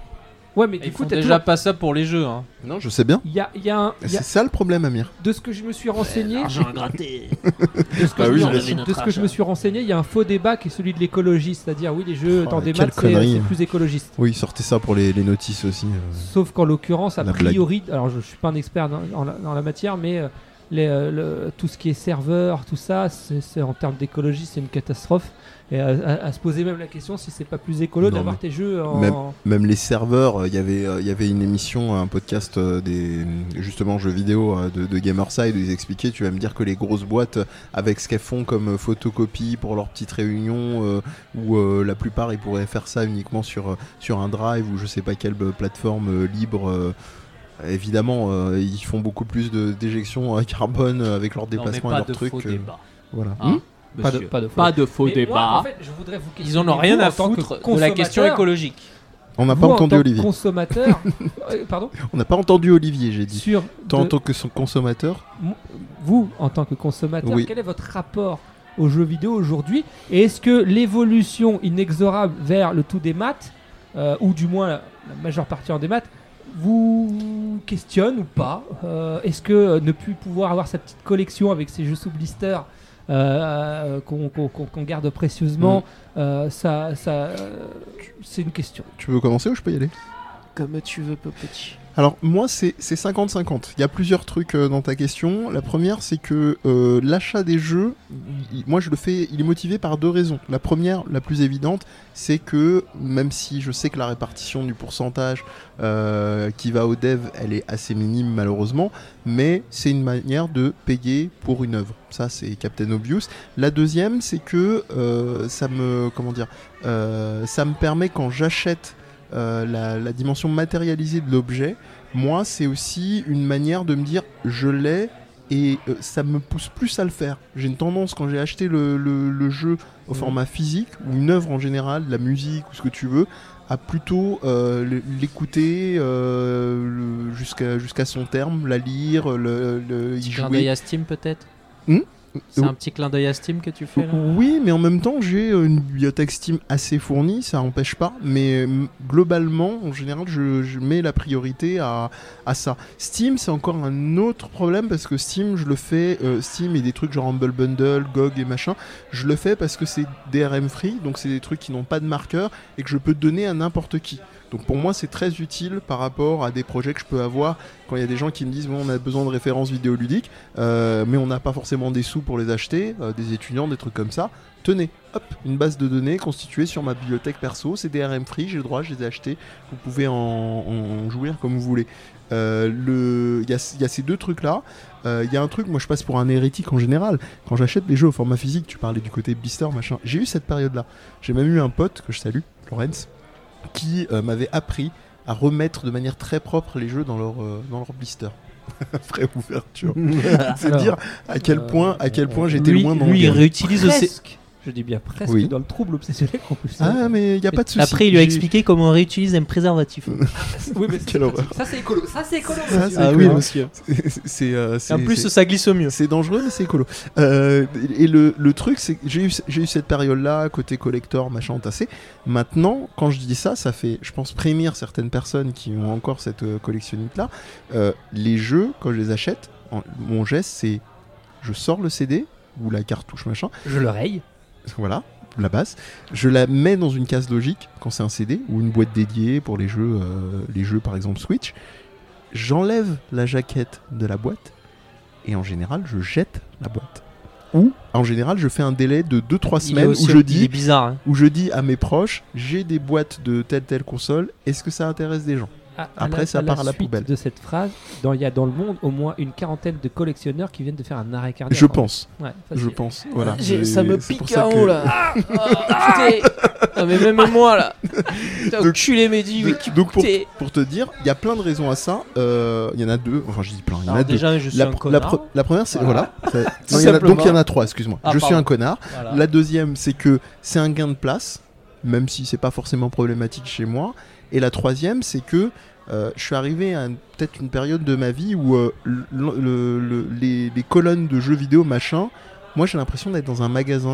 Ouais, mais Ils du coup, font t'as déjà toujours- pas ça pour les jeux. Hein. Non, je sais bien. il y a, il y a un, il y a- C'est ça le problème, Amir. de ce que je me suis renseigné, L'argent à gratter. de ce que, Ah je, oui, me- je de l'ai su. ce que je me suis renseigné, il y a un faux débat qui est celui de l'écologie, c'est-à-dire oui, les jeux Oh, dans des quelle maths, c'est, connerie. c'est plus écologiste. Oui, sortez ça pour les, les notices aussi. euh. Sauf qu'en l'occurrence, a La priori, alors je, je suis pas un expert dans, dans la, dans la matière, mais euh, les, euh, le- tout ce qui est serveur, tout ça, c'est, c'est en termes d'écologie, c'est une catastrophe. Et à, à- à se poser même la question si c'est pas plus écolo Non, d'avoir mais tes jeux en. Même, même les serveurs, il y avait, euh, il y avait une émission, un podcast euh, des justement jeux vidéo euh, de, de Gamerside où ils expliquaient. Tu vas me dire que les grosses boîtes, euh, avec ce qu'elles font comme euh, photocopie pour leurs petites réunions, euh, où euh, la plupart ils pourraient faire ça uniquement sur euh, sur un drive ou je sais pas quelle euh, plateforme euh, libre. euh, Évidemment, euh, ils font beaucoup plus de d'éjection à carbone euh, avec leurs Non, mais déplacements et pas leurs de trucs. faux euh, débat. voilà. Hein, Pas de, monsieur. pas de faux, Pas de faux Mais débat. moi, en fait, je voudrais vous Ils en ont questionner, rien vous, à en tant que foutre de la question consommateur, écologique. On n'a vous, pas en entendu tant que Olivier. consommateur, euh, pardon, On n'a pas entendu Olivier, j'ai dit. sur Toi, en de- tant que son consommateur, vous, en tant que consommateur, Oui. quel est votre rapport aux jeux vidéo aujourd'hui? Et est-ce que l'évolution inexorable vers le tout des maths, euh, ou du moins la, la majeure partie en des maths, vous questionne ou pas? Euh, Est-ce que euh, ne plus pouvoir avoir sa petite collection avec ses jeux sous blister euh, qu'on qu'on- qu'on- qu'on garde précieusement, euh, ça, ça, euh, c'est une question. tu veux commencer ou je peux y aller? Comme tu veux, petit. Alors moi c'est c'est cinquante cinquante. Il y a plusieurs trucs euh, dans ta question. La première c'est que euh, l'achat des jeux, il- moi je le fais, il est motivé par deux raisons. La première, la plus évidente, c'est que même si je sais que la répartition du pourcentage euh, qui va au dev, elle est assez minime malheureusement, mais c'est une manière de payer pour une œuvre. Ça c'est Captain Obvious. La deuxième c'est que euh, ça me comment dire, euh, ça me permet quand j'achète Euh, la, la dimension matérialisée de l'objet, moi c'est aussi une manière de me dire je l'ai et euh, ça me pousse plus à le faire. J'ai une tendance quand j'ai acheté le, le- le jeu au format physique ou une œuvre en général, la musique ou ce que tu veux, à plutôt euh, l- l'écouter euh, le- jusqu'à jusqu'à son terme, la lire, le, le, y Petit clin d'œil jouer. à Steam peut-être. Hmm C'est Oh. un petit clin d'œil à Steam que tu fais là. Oui, mais en même temps, j'ai euh, une bibliothèque Steam assez fournie, ça n'empêche pas. Mais euh, globalement, en général, je, je mets la priorité à, à ça. Steam, c'est encore un autre problème parce que Steam, je le fais, euh, Steam et des trucs genre Humble Bundle, G O G et machin, je le fais parce que c'est D R M free, donc c'est des trucs qui n'ont pas de marqueur et que je peux donner à n'importe qui. Donc pour moi, c'est très utile par rapport à des projets que je peux avoir quand il y a des gens qui me disent bon, on a besoin de références vidéoludiques, euh, mais on n'a pas forcément des sous pour les acheter, euh, des étudiants, des trucs comme ça. Tenez, hop, une base de données constituée sur ma bibliothèque perso, c'est D R M free, j'ai le droit, je les ai achetés, vous pouvez en, en jouir comme vous voulez. Euh, le- Il y, a- il y a ces deux trucs-là. Euh, Il y a un truc, moi je passe pour un hérétique en général. Quand j'achète des jeux au format physique, tu parlais du côté blister, machin, j'ai eu cette période-là. J'ai même eu un pote que je salue, Lorenz, qui euh, m'avait appris à remettre de manière très propre les jeux dans leur, euh, dans leur blister. Vraie ouverture. C'est Alors, dire à quel euh, point, à quel point j'étais lui, loin dans lui, le il game. réutilise aussi. Presque, je dis bien presque, Oui. dans le trouble obsessionnel en plus. Ah, mais il n'y a pas de souci. Après, il lui a J'ai- expliqué comment on réutilise un préservatif. Oui, mais Quelle horreur. ça c'est écolo, ça c'est écolo. Ça, monsieur. c'est Ah écolo. oui, monsieur. C'est, euh, c'est- En plus, c'est- ça glisse au mieux. c'est dangereux, mais c'est écolo. Euh, et le, le truc, c'est que j'ai eu, j'ai eu cette période-là, côté collector, machin, entassé. Maintenant, quand je dis ça, ça fait, je pense, prémir certaines personnes qui ont encore cette euh, collectionnite-là. Euh, les jeux, quand je les achète, en- mon geste, c'est je sors le C D ou la cartouche, machin. Je le raye. Voilà, la base. Je la mets dans une case logique quand c'est un C D ou une boîte dédiée pour les jeux, euh, les jeux par exemple Switch. J'enlève la jaquette de la boîte et en général je jette la boîte. Ou en général je fais un délai de deux trois Il est semaines aussi- où je il est dis bizarre. hein. où je dis à mes proches j'ai des boîtes de telle telle console, est-ce que ça intéresse des gens? À- à Après, la- ça à part à la suite poubelle. de cette phrase, dans- il y a dans le monde au moins une quarantaine de collectionneurs qui viennent de faire un arrêt cardiaque. Je en pense, fait. Ouais, je facile. pense. Voilà. J'ai- Et ça me c'est pour pique ça à que- haut là. Ah, putain. Ah, mais même moi là. Putain, Donc- enculé Mehdi, mais Donc, donc pour, putain. pour te dire, il y a plein de raisons à ça. Euh, Il y en a deux. Enfin, je dis plein. Il y en a Alors deux. déjà, je suis La, un pr- connard. la pre- la première, c'est Voilà. voilà. Ça- Tout non, il y en a- donc il y en simplement. a trois. Excuse-moi. Ah, je suis pardon. un connard. Voilà. La deuxième, c'est que c'est un gain de place, même si c'est pas forcément problématique chez moi. Et la troisième, c'est que euh, je suis arrivé à une- peut-être une période de ma vie où euh, le- le- le- les, les colonnes de jeux vidéo machin, moi j'ai l'impression d'être dans un magasin quoi.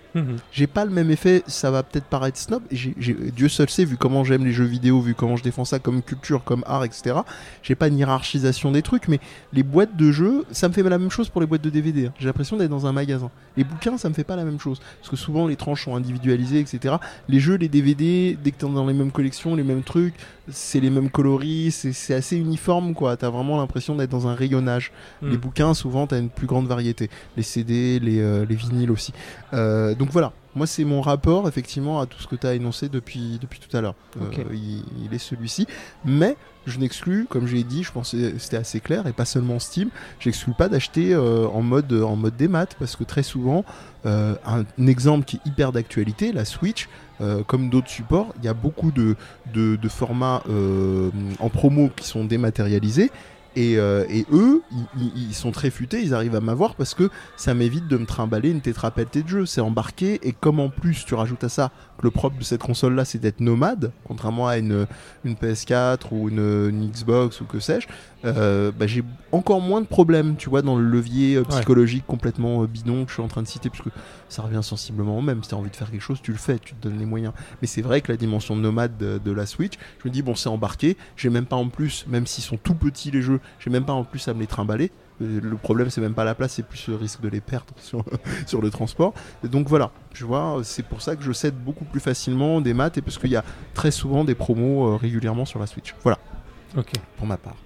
Mhm. J'ai pas le même effet, ça va peut-être paraître snob, et j'ai, j'ai- Dieu seul sait, vu comment j'aime les jeux vidéo, vu comment je défends ça comme culture, comme art, et cetera. J'ai pas une hiérarchisation des trucs, mais les boîtes de jeux, ça me fait la même chose pour les boîtes de D V D. hein. J'ai l'impression d'être dans un magasin. Les bouquins, ça me fait pas la même chose, parce que souvent les tranches sont individualisées, et cetera. Les jeux, les D V D, dès que t'es dans les mêmes collections, les mêmes trucs, c'est les mêmes coloris, c'est, c'est assez uniforme, quoi. T'as vraiment l'impression d'être dans un rayonnage. Mm. Les bouquins, souvent, t'as une plus grande variété. Les C D, les, euh, les vinyles aussi. Euh, donc voilà, moi c'est mon rapport effectivement à tout ce que tu as énoncé depuis, depuis tout à l'heure. Euh, Ok. il, il est celui-ci, mais je n'exclus, comme j'ai dit, je pense que c'était assez clair, et pas seulement Steam, j'exclus pas d'acheter euh, en, mode, en mode démat, parce que très souvent, euh, un, un exemple qui est hyper d'actualité, la Switch, euh, comme d'autres supports, il y a beaucoup de, de, de formats euh, en promo qui sont dématérialisés. Et, euh, et eux, ils, ils- ils sont très futés, ils arrivent à m'avoir parce que ça m'évite de me trimballer une tétrapeltée de jeux. C'est embarqué, et comme en plus tu rajoutes à ça que le propre de cette console-là c'est d'être nomade, contrairement à une, une P S quatre ou une, une Xbox ou que sais-je, euh, bah, j'ai encore moins de problèmes, tu vois, dans le levier euh, psychologique complètement euh, bidon que je suis en train de citer, parce que ça revient sensiblement au même. Si tu as envie de faire quelque chose, tu le fais, tu te donnes les moyens. Mais c'est vrai que la dimension nomade de, de la Switch, je me dis, bon, c'est embarqué, j'ai même pas en plus, même s'ils sont tout petits les jeux, j'ai même pas en plus à me les trimballer. Euh, Le problème, c'est même pas la place, c'est plus le risque de les perdre sur, sur le transport. Et donc voilà, je vois, c'est pour ça que je cède beaucoup plus facilement des maths, et parce qu'il y a très souvent des promos euh, régulièrement sur la Switch. Voilà, Ok. pour ma part.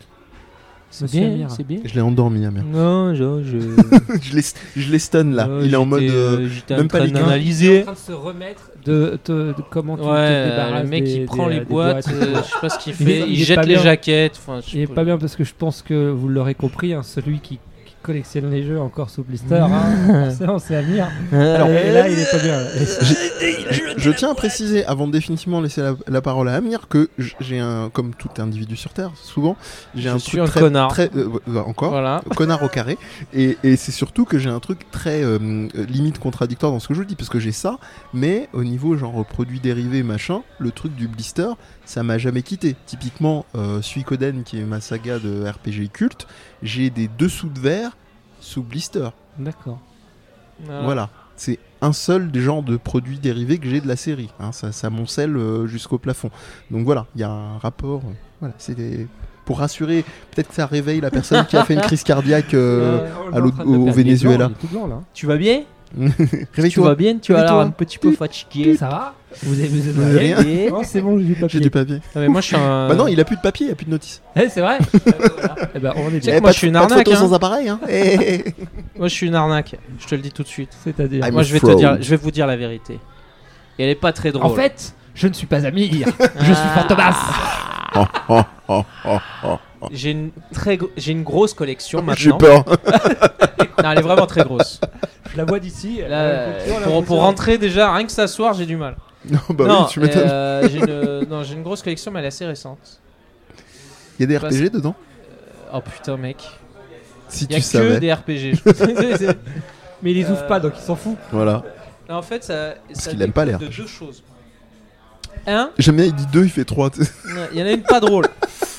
C'est Monsieur bien, Amir. c'est bien. Je l'ai endormi, Amir. Non, je. je... je, l'ai, je l'ai stun là, Non, il est en j'étais, mode. euh, euh, J'étais même en pas train les gains. Il est en d'analyser. train de se remettre de, de- de comment tu Ouais, te débarrasses le mec des- il prend des- les des boîtes, boîtes. euh, je sais pas ce qu'il Il est- fait, il il, est jette pas les bien. jaquettes. Enfin, je sais Il est pas. pas bien parce que je pense que vous l'aurez compris, hein, celui qui, qui collectionne les jeux encore sous blister, hein, forcément c'est Amir. Alors, et là il est pas bien. je, je tiens à préciser, avant de définitivement laisser la, la parole à Amir, que j- j'ai un, comme tout individu sur Terre, souvent, j'ai Je un suis truc un très, connard. très euh, euh, encore, Voilà. connard au carré, et, et c'est surtout que j'ai un truc très euh, euh, limite contradictoire dans ce que je dis, parce que j'ai ça, mais au niveau genre produits dérivés machin, le truc du blister, ça m'a jamais quitté. Typiquement, euh, Suikoden, qui est ma saga de R P G culte, j'ai des dessous de verre sous blister. D'accord. Voilà, c'est un seul des genres de produits dérivés que j'ai de la série. Hein, ça, ça moncelle euh, jusqu'au plafond. Donc voilà, il y a un rapport. euh, voilà, c'est des... pour rassurer. Peut-être que ça réveille la personne qui a fait une crise cardiaque euh, à l'autre- au Venezuela. Il est tout blanc là. Tu vas bien Tu Réveille-toi. vas bien Tu as l'air Réveille-toi. un petit peu fatigué. Ça va Vous avez, vous Vous avez avez rien Et- Non, c'est bon, j'ai du J'ai papier. du papier. Non, mais moi je suis un. Bah non, il a plus de papier, il a plus de notice. Eh, c'est vrai. Eh ben, on est sais bien. que moi, pas je suis de- une pas de arnaque, photos hein. sans appareil. Hein. Eh, eh, eh. Moi je suis une arnaque. Je te le dis tout de suite. C'est-à-dire. I'm Moi a je vais te fraud. dire, je vais vous dire la vérité. Et elle est pas très drôle. En fait, je ne suis pas Amir. Je suis Fantomas. Oh, oh, oh, oh, oh. J'ai une très, gro- j'ai une grosse collection J'ai maintenant. peur. Non, elle est vraiment très grosse. Je la vois d'ici. Là, Euh, euh, pour, pour rentrer déjà, rien que s'asseoir, j'ai du mal. Non, bah non, oui, tu m'étonnes. euh, j'ai une, non, j'ai une grosse collection, mais elle est assez récente. Il y a des parce- R P G dedans. Oh putain, mec. Si Il y a tu que savais. des R P G. je pense. C'est- Mais il les ouvre Euh, pas, donc il s'en fout. Voilà. non, en fait, ça, ça qu'il aime pas les découle R de P G. deux choses. Un, J'aime bien, il dit deux, il fait trois. il y en a une pas drôle.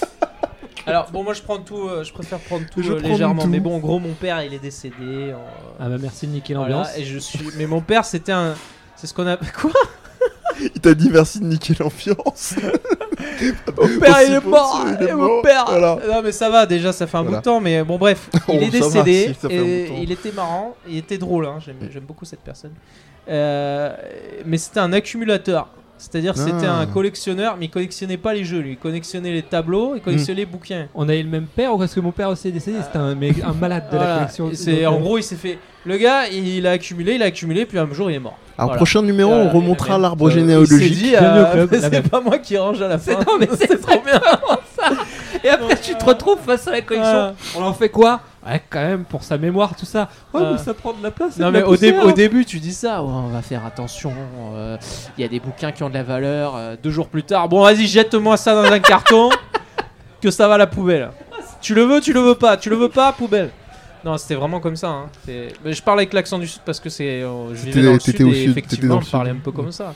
Alors bon, moi je prends tout, euh, je préfère prendre tout Je euh, prends légèrement. tout. Mais bon, en gros, mon père il est décédé. en- Ah bah merci de niquer voilà, l'ambiance. et je suis. Mais mon père, c'était un. C'est ce qu'on a. Quoi Il t'a dit merci de niquer l'ambiance. Mon père il est mort. il est et mon mort, père. voilà. Non mais ça va déjà, ça fait un Voilà. bout de temps. Mais bon bref, Oh, il est ça va, décédé. si, ça fait un et bout de temps. il était marrant, il était drôle. Hein, j'aime, j'aime beaucoup cette personne. Euh, mais c'était un accumulateur. C'est-à-dire Ah. c'était un collectionneur, mais il collectionnait pas les jeux, lui. Il collectionnait les tableaux, il collectionnait les bouquins. On a eu le même père ou parce que mon père aussi est décédé, c'était un, mec- un malade de la Voilà. collection. Et c'est, Donc, en euh, gros, il s'est fait. Le gars, il a accumulé, il a accumulé, puis un jour, il est mort. Alors, Voilà. prochain numéro, Voilà, on remontera et- l'arbre euh, généalogique. Il s'est dit, Bienvenue au euh, club, mais la c'est même. pas moi qui range à la fin. C'est- non, mais c'est trop bien. Et après, tu te retrouves face à la collection. Ah. On en fait quoi Ouais, quand même, pour sa mémoire, tout ça. Ouais, Ah. mais ça prend de la place. c'est Non de mais la au, dé- poussière. au début tu dis ça, ouais, on va faire attention, euh, il y a des bouquins qui ont de la valeur, euh, deux jours plus tard, bon vas-y jette-moi ça dans un carton, que ça va à la poubelle. Tu le veux, tu le veux pas, tu le veux pas, poubelle. Non c'était vraiment comme ça, hein. C'est- mais je parle avec l'accent du sud parce que c'est, euh, je vivais T'étais- dans le t'étais sud au et sud, t'étais effectivement dans le je parlais sud. un peu comme ça.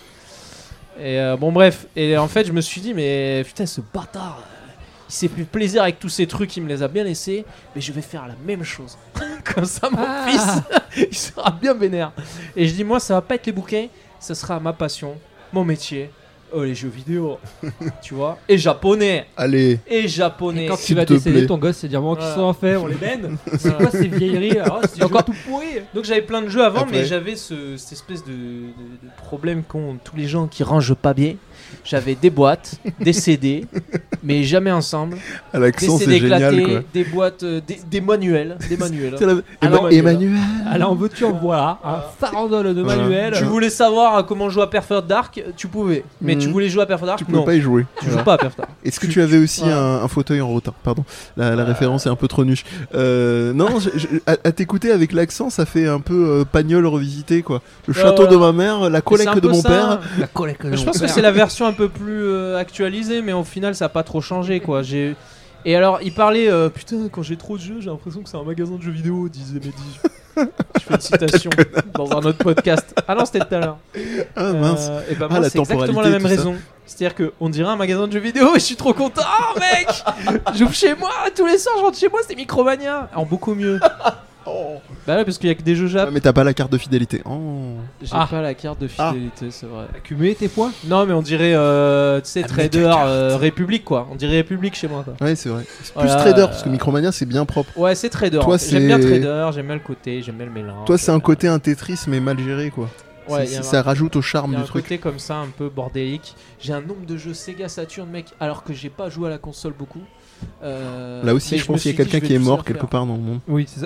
Et euh, bon bref, et en fait je me suis dit mais putain ce bâtard, euh, il s'est fait plaisir avec tous ces trucs, il me les a bien laissés, mais je vais faire la même chose. Comme ça, mon Ah. fils, il sera bien vénère. Et je dis, moi, ça va pas être les bouquins, ça sera ma passion, mon métier. Oh, les jeux vidéo, tu vois. Et japonais, Allez, et japonais. Et quand S'il tu vas te décéder, plaît. ton gosse, c'est dire bon, qu'ils Voilà. sont en fait, on les mène. C'est quoi ces vieilleries alors, c'est Encore- encore tout pourri. Donc j'avais plein de jeux avant, Après. mais j'avais ce, cette espèce de, de- de problème qu'ont tous les gens qui rangent pas bien. J'avais des boîtes, des C D, mais jamais ensemble. à Des l'accent, C D c'est génial, éclatés, quoi. des boîtes, euh, des, des manuels, des manuels. C'est la- Alors, Emma- Emmanuel. Alors en voiture, voilà, un farandole de Voilà. manuel. Tu voulais savoir euh, comment jouer à Perfect Dark, tu pouvais. Mais tu Mhm. voulais jouer à Perfect Dark, Tu pouvais non. pas y jouer. Tu Voilà. joues pas à Perfect Dark. Est-ce que Tu- tu avais aussi voilà. un, un fauteuil en rotin? Pardon, la, la référence est un peu trop nuche. Euh, non, je- je- à, à t'écouter avec l'accent, ça fait un peu euh, Pagnol revisité, quoi. Le Ouais, château voilà. de ma mère, la Mais collecte c'est un de peu mon ça. père. La collecte de Je mon pense que père. c'est la version un peu plus euh, actualisée, mais au final ça a pas trop changé quoi. J'ai et alors il parlait euh, putain quand j'ai trop de jeux j'ai l'impression que c'est un magasin de jeux vidéo disait Mehdi. Je fais une citation dans un autre podcast. Ah non c'était tout à l'heure. Ah mince. Euh, et ben Ah, moi la c'est exactement la temporalité, même tout ça. raison. C'est-à-dire que on dirait un magasin de jeux vidéo et je suis trop content. Oh mec, j'ouvre chez moi tous les soirs, je rentre chez moi c'est Micromania en beaucoup mieux. Bah ouais parce qu'il y a que des jeux Ah, Jap. mais t'as pas la carte de fidélité. Oh. J'ai Ah. pas la carte de fidélité c'est vrai. Accumuler tes points. Non mais on dirait euh, tu sais Ah, trader mais ta carte. euh, République quoi. On dirait République chez moi quoi. Ouais, c'est vrai. C'est plus Voilà, trader, euh, parce que Micromania, c'est bien propre. Ouais c'est trader. Toi, J'aime bien c'est- trader, j'aime bien le côté, j'aime bien le mélange. Toi, c'est un côté un Tetris, mais mal géré, quoi. Ouais, C'est- y a c'est- un- ça rajoute au Il charme y a du un truc. côté comme ça un peu bordélique. J'ai un nombre de jeux Sega Saturn mec alors que j'ai pas joué à la console beaucoup. Euh, Là aussi, mais je me pense qu'il y suis a dit, quelqu'un je vais qui est tous mort les quelque refaire. part dans le monde. Oui, c'est ça.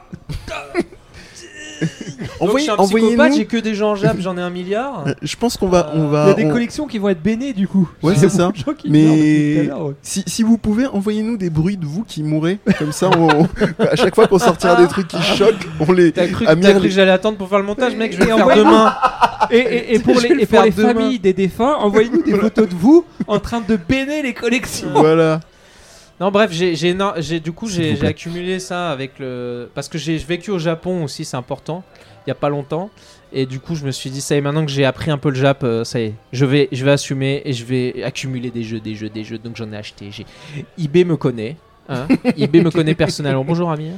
Donc je Envoyez- suis un psychopathe, Envoyez-nous. j'ai que des gens en Jap, j'en ai un milliard. Euh, Je pense qu'on va, on Euh, va. Il y a des on- collections qui vont être bénées du coup. Ouais, Il y a c'est beaucoup ça. de gens qui Mais- meurent depuis tout à l'heure, ouais. Si, si vous pouvez, envoyez-nous des bruits de vous qui mourrez. Comme ça, on- on- à chaque fois qu'on sortira des trucs qui choquent, on les. T'as cru, Amir, t'as cru les- que j'allais attendre pour faire le montage mec, je vais Et le faire envoyez-nous- demain. Et, et- et pour Je les, vais le et pour faire les demain. familles des défunts, envoyez-nous des photos de vous en train de béner les collections. Voilà. Non bref, j'ai, j'ai, non, j'ai du coup S'il j'ai, vous j'ai plaît. accumulé ça avec le parce que j'ai vécu au Japon aussi, c'est important. Il y a pas longtemps et du coup je me suis dit ça y est maintenant que j'ai appris un peu le Jap, euh, ça y est, je vais je vais assumer et je vais accumuler des jeux, des jeux, des jeux. Donc j'en ai acheté. J'ai eBay me connaît, hein. eBay me connaît personnellement. Bonjour Amir.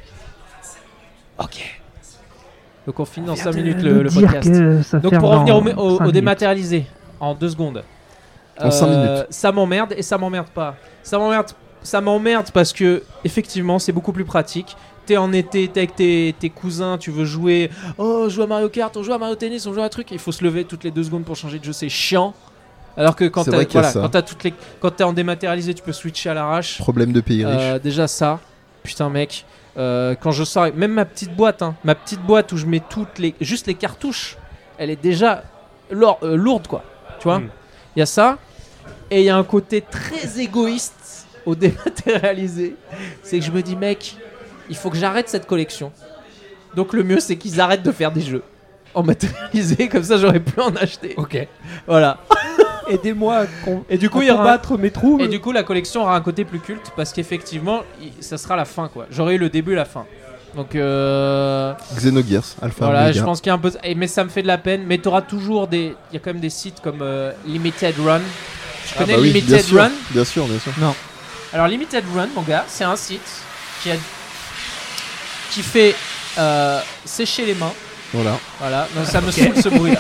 Ok. Donc on finit dans cinq minutes le, le podcast. Donc pour revenir au, au- au dématérialisé en deux secondes. En cinq minutes. Ça m'emmerde et ça m'emmerde pas. Ça m'emmerde, ça m'emmerde parce que effectivement c'est beaucoup plus pratique. T'es en été, t'es avec tes, tes cousins, tu veux jouer. Oh, on joue à Mario Kart, on joue à Mario Tennis, on joue à un truc. Il faut se lever toutes les deux secondes pour changer de jeu, c'est chiant. Alors que quand C'est t'as- vrai qu'il y a voilà, ça. quand t'as toutes les, quand t'es en dématérialisé, tu peux switcher à l'arrache. Problème de pays riche. Euh, déjà ça, putain mec, euh, quand je sors, avec- même ma petite boîte, hein, ma petite boîte où je mets toutes les, juste les cartouches, elle est déjà lour- euh, lourde quoi, tu vois. Il Mm. y a ça, et il y a un côté très égoïste au dématérialisé, c'est que je me dis mec, il faut que j'arrête cette collection. Donc le mieux c'est qu'ils arrêtent de faire des jeux en matérialisé, comme ça j'aurais pu en acheter. Ok. Voilà. Aidez-moi à, con- Et du coup à il y aura un- combattre mes troubles. Et du coup, la collection aura un côté plus culte parce qu'effectivement, il- ça sera la fin quoi. J'aurai eu le début et la fin. Donc euh, Xenogears, Alpha voilà, Omega. je pense qu'il y a un peu. et- Mais ça me fait de la peine. Mais t'auras toujours des. Il y a quand même des sites comme euh, Limited Run. Tu Ah connais bah oui, bien Limited sûr, Run? Bien sûr, bien sûr. Alors Limited Run, mon gars, c'est un site qui a qui fait euh, sécher les mains. Voilà. Voilà, non, ça me saoule ce bruit là.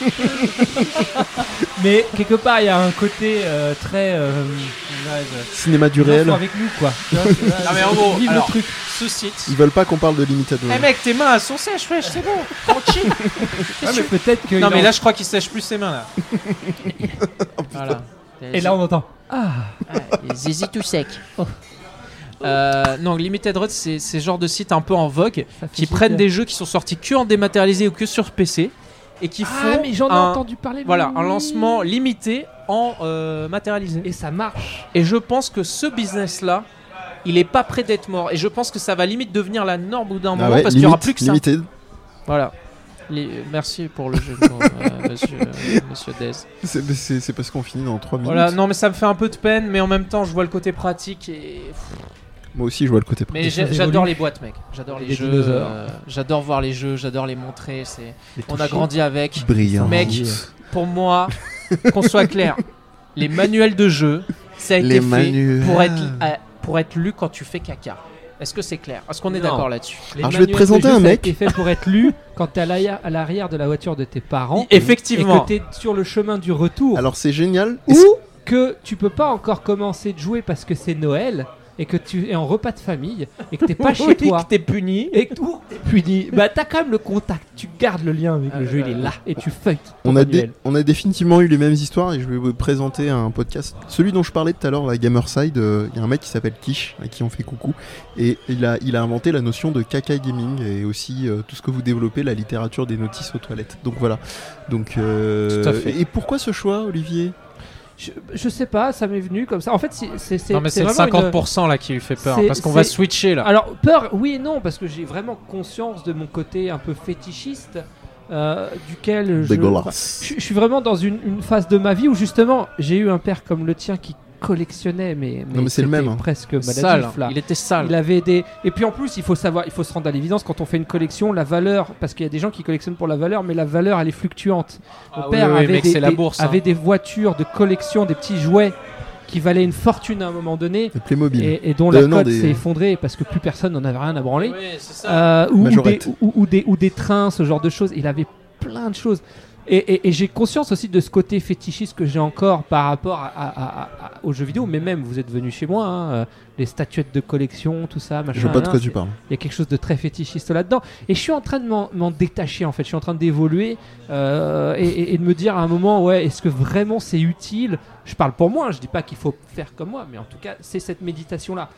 Mais quelque part, il y a un côté euh, très. Euh, ouais, je- Cinéma du les réel. enfants avec nous quoi. Tu vois, c'est là, Non mais c'est- en gros, vive le alors, truc. ce site. Ils veulent pas qu'on parle de Limited Eh Run. mec, tes mains elles sont sèches, wesh, c'est bon, tranquille. Ouais, mais peut-être que. Non il mais en- là je crois qu'il sèche plus ses mains là. Voilà. Et là, on entend. Ah. Zizi tout sec. Euh, non, Limited Run, c'est c'est ce genre de site un peu en vogue Ça fait qui super. prennent des jeux qui sont sortis que en dématérialisé ou que sur P C et qui font Ah, mais j'en ai un, entendu parler. voilà, un oui. lancement limité en euh, matérialisé. Et ça marche. Et je pense que ce business-là, il est pas prêt d'être mort. Et je pense que ça va limite devenir la norme au bout d'un Ah moment ouais, parce qu'il y aura limite, plus que ça. Limited. Voilà. Les- merci pour le jeu, de mots, euh, monsieur, euh, monsieur Dez. C'est- C'est c'est parce qu'on finit dans trois minutes. Voilà, non mais ça me fait un peu de peine, mais en même temps je vois le côté pratique et. Moi aussi, je vois le côté Mais pratique. j'ai- choses j'adore évoluent. les boîtes, mec. J'adore les Les jeux. dinosaures. euh, j'adore voir les jeux, j'adore les montrer. C'est. Les On a toucher. grandi avec. Brillant. Mec, pour moi, qu'on soit clair, les manuels de jeu, ça a été Les fait manuels. pour être, euh, pour être lu quand tu fais caca. Est-ce que c'est clair? Est-ce qu'on est Non. d'accord là-dessus? Les Alors, je vais te manuels de présenter jeu, un ça a mec. été fait pour être lu quand t'es à l'arrière, à l'arrière de la voiture de tes parents. Effectivement. Et que t'es sur le chemin du retour. Alors c'est génial. Ou Est-ce- que tu peux pas encore commencer de jouer parce que c'est Noël et que tu es en repas de famille et que t'es pas chez Oui, toi. que t'es puni. Et que tout t'es puni. Bah t'as quand même le contact, tu gardes le lien avec Ah, le jeu, euh, il est là et tu feuilletes. ton On a, manuel. dé- on a définitivement eu les mêmes histoires et je vais vous présenter un podcast. Celui dont je parlais tout à l'heure, la Gamerside, euh, il y a un mec qui s'appelle Kish, à qui on fait coucou, et il a, il a inventé la notion de caca gaming et aussi euh, tout ce que vous développez, la littérature des notices aux toilettes. Donc voilà. Donc, euh, Tout à fait. Et pourquoi ce choix, Olivier? Je, je sais pas, ça m'est venu comme ça. En fait, c'est c'est c'est Non, mais c'est le vraiment une- cinquante pour cent là qui lui fait peur. c'est- Parce qu'on va c'est- switcher là. Alors peur, oui et non, parce que j'ai vraiment conscience de mon côté un peu fétichiste, euh, duquel je, Dégueulasse. je, je suis vraiment dans une, une phase de ma vie où justement j'ai eu un père comme le tien qui collectionnait, mais, Non, mais c'est le c'était même, hein. presque maladif Sale. là. Il était sale. Il avait des et puis en plus il faut savoir, il faut se rendre à l'évidence quand on fait une collection, la valeur, parce qu'il y a des gens qui collectionnent pour la valeur, mais la valeur elle est fluctuante. Mon Ah père oui, oui, avait, mec, des, c'est la des- bourse, hein. avait des voitures de collection, des petits jouets qui valaient une fortune à un moment donné. Le Playmobil. Et, et dont Euh, la non, cote des- s'est effondrée parce que plus personne n'en avait rien à branler. Oui, c'est ça. Euh, ou, ou, des, Majorette. ou, ou des, ou des trains, ce genre de choses. Il avait plein de choses. Et, et- et j'ai conscience aussi de ce côté fétichiste que j'ai encore par rapport à, à- à- à- aux jeux vidéo. Mais même, vous êtes venu chez moi, hein, euh, les statuettes de collection, tout ça, machin. Je vois pas de hein, quoi c'est- tu parles. il y a quelque chose de très fétichiste là-dedans. Et je suis en train de m'en, m'en détacher, en fait. Je suis en train d'évoluer euh, et, et- et de me dire à un moment, ouais, est-ce que vraiment c'est utile? Je parle pour moi, hein, je dis pas qu'il faut faire comme moi, mais en tout cas, c'est cette méditation-là.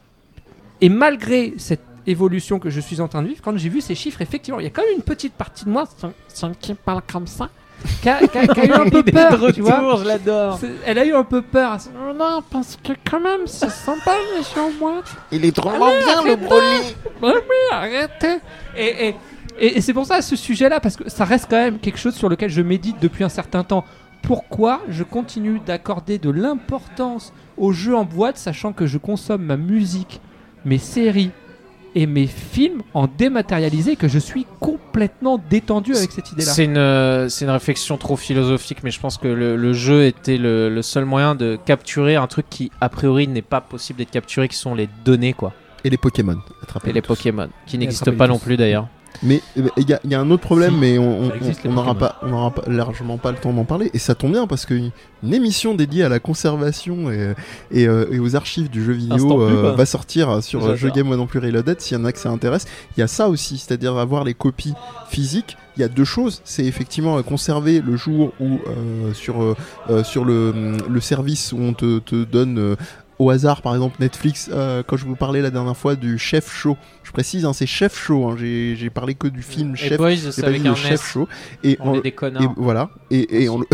Et malgré cette évolution que je suis en train de vivre, quand j'ai vu ces chiffres, effectivement, il y a quand même une petite partie de moi C'est qui parle comme ça. qui a, qui a- qui a eu un peu Il est peur, de tu vois. retour, je l'adore. C'est- Elle a eu un peu peur. à ce- Oh non, parce que quand même, c'est sympa les gens, moi. Il est drôlement bien le Broly. Oui, arrêtez. Et, et, et- et c'est pour ça ce sujet-là, parce que ça reste quand même quelque chose sur lequel je médite depuis un certain temps. Pourquoi je continue d'accorder de l'importance aux jeux en boîte, sachant que je consomme ma musique, mes séries et mes films en dématérialisé, que je suis complètement détendu avec cette idée-là. C'est une, euh, c'est une réflexion trop philosophique, mais je pense que le, le jeu était le, le seul moyen de capturer un truc qui, a priori, n'est pas possible d'être capturé, qui sont les données, quoi. Et les Pokémon. attrapez-les Et les tous. Pokémon, qui n'existent attrapez-les pas tous. non plus d'ailleurs. Mais il y, a- y a un autre problème, Si, mais on ça existe, les on n'aura Pokémon. pas, on n'aura pas largement pas le temps d'en parler. Et ça tombe bien parce qu'une émission dédiée à la conservation et, et, euh, et aux archives du jeu Instant vidéo euh, pub. va sortir sur J'adore. euh, Jeu Game Moi Non Plus Reloaded. S'il y en a que ça intéresse, il y a ça aussi, c'est-à-dire avoir les copies physiques. Il y a deux choses, c'est effectivement euh, conserver le jour où euh, sur euh, euh, sur le, le service où on te, te donne euh, au hasard, par exemple Netflix, euh, quand je vous parlais la dernière fois du Chef Show, je précise, hein, c'est Chef Show, hein, j'ai j'ai parlé que du film Et Chef, Boys, j'ai c'est pas avec dit un le Chef S. Show. Et On en, est des et connards. voilà, et, et en,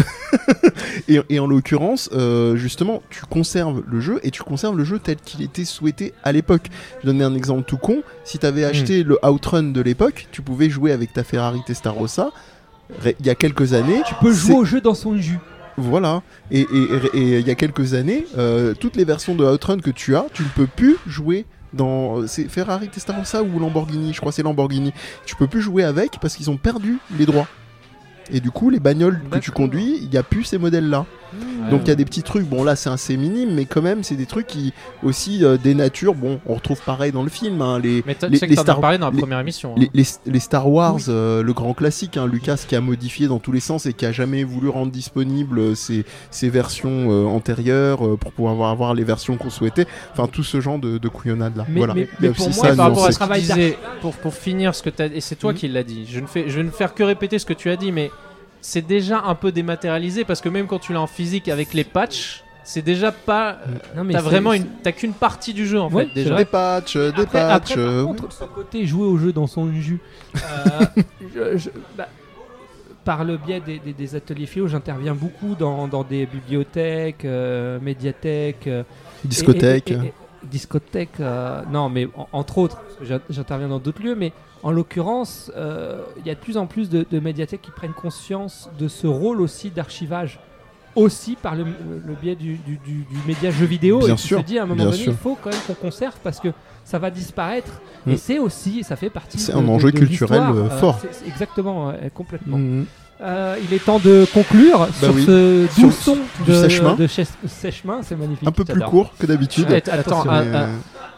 et, et en l'occurrence, euh, justement, tu conserves le jeu et tu conserves le jeu tel qu'il était souhaité à l'époque. Je donne un exemple tout con, si tu avais acheté le Outrun de l'époque, tu pouvais jouer avec ta Ferrari Testarossa. ré- Il y a quelques années, Tu peux c'est- jouer au jeu dans son jus. voilà, et et- et- et il y a quelques années, euh, toutes les versions de Outrun que tu as, tu ne peux plus jouer dans... C'est Ferrari Testarossa ou Lamborghini, je crois que c'est Lamborghini. Tu peux plus jouer avec parce qu'ils ont perdu les droits. Et du coup, les bagnoles que tu D'accord. conduis, il n'y a plus ces modèles-là. Donc il y a des petits trucs, bon là c'est assez minime, mais quand même c'est des trucs qui aussi euh, dénaturent, bon on retrouve pareil dans le film, hein, les, Mais tu les- sais que les t'en as Star- parlé dans la les- première émission. hein. les, les- les Star Wars, euh, le grand classique, hein, Lucas qui a modifié dans tous les sens et qui a jamais voulu rendre disponibles euh, ces, ces versions euh, antérieures euh, pour pouvoir avoir, avoir les versions qu'on souhaitait. Enfin tout ce genre de, de couillonnade là. Mais- voilà. mais- Il y a mais pour aussi moi, ça à par rapport à nuancer. ce que tu Travail disais, pour, pour finir ce que tu as et c'est toi Mhm. qui l'as dit, je ne, fais, je vais ne faire que répéter ce que tu as dit, mais c'est déjà un peu dématérialisé parce que même quand tu l'as en physique avec les patchs, c'est déjà pas. Non, mais T'as c'est- vraiment c'est- une. T'as qu'une partie du jeu en Ouais, fait c'est déjà. Des patchs, euh, des Après, patchs. après, par euh, contre, ce côté jouer au jeu dans son jus, euh, je- je- bah, par le biais des, des- des ateliers philo, j'interviens beaucoup dans, dans des bibliothèques, euh, médiathèques, euh, discothèques. et- et- et- et- discothèques, euh, non, mais en- entre autres, parce que j'in- j'interviens dans d'autres lieux, mais en l'occurrence, euh, il y a de plus en plus de, de médiathèques qui prennent conscience de ce rôle aussi d'archivage, aussi par le, le biais du, du, du- du média jeu vidéo. Bien et qui sûr, se dit à un moment bien donné, sûr. il faut quand même qu'on conserve parce que ça va disparaître. Mm. Et c'est aussi, ça fait partie. C'est de- un de- enjeu de culturel, l'histoire. euh, fort. c'est- c'est exactement, euh, complètement. Mhm. Euh, il est temps de conclure sur oui. ce Sur- doux son du de sèche-main. de Chess- sèche-main, c'est magnifique. Un peu plus j'adore. court que d'habitude. Ouais, attends, Attention, un- mais, un- euh,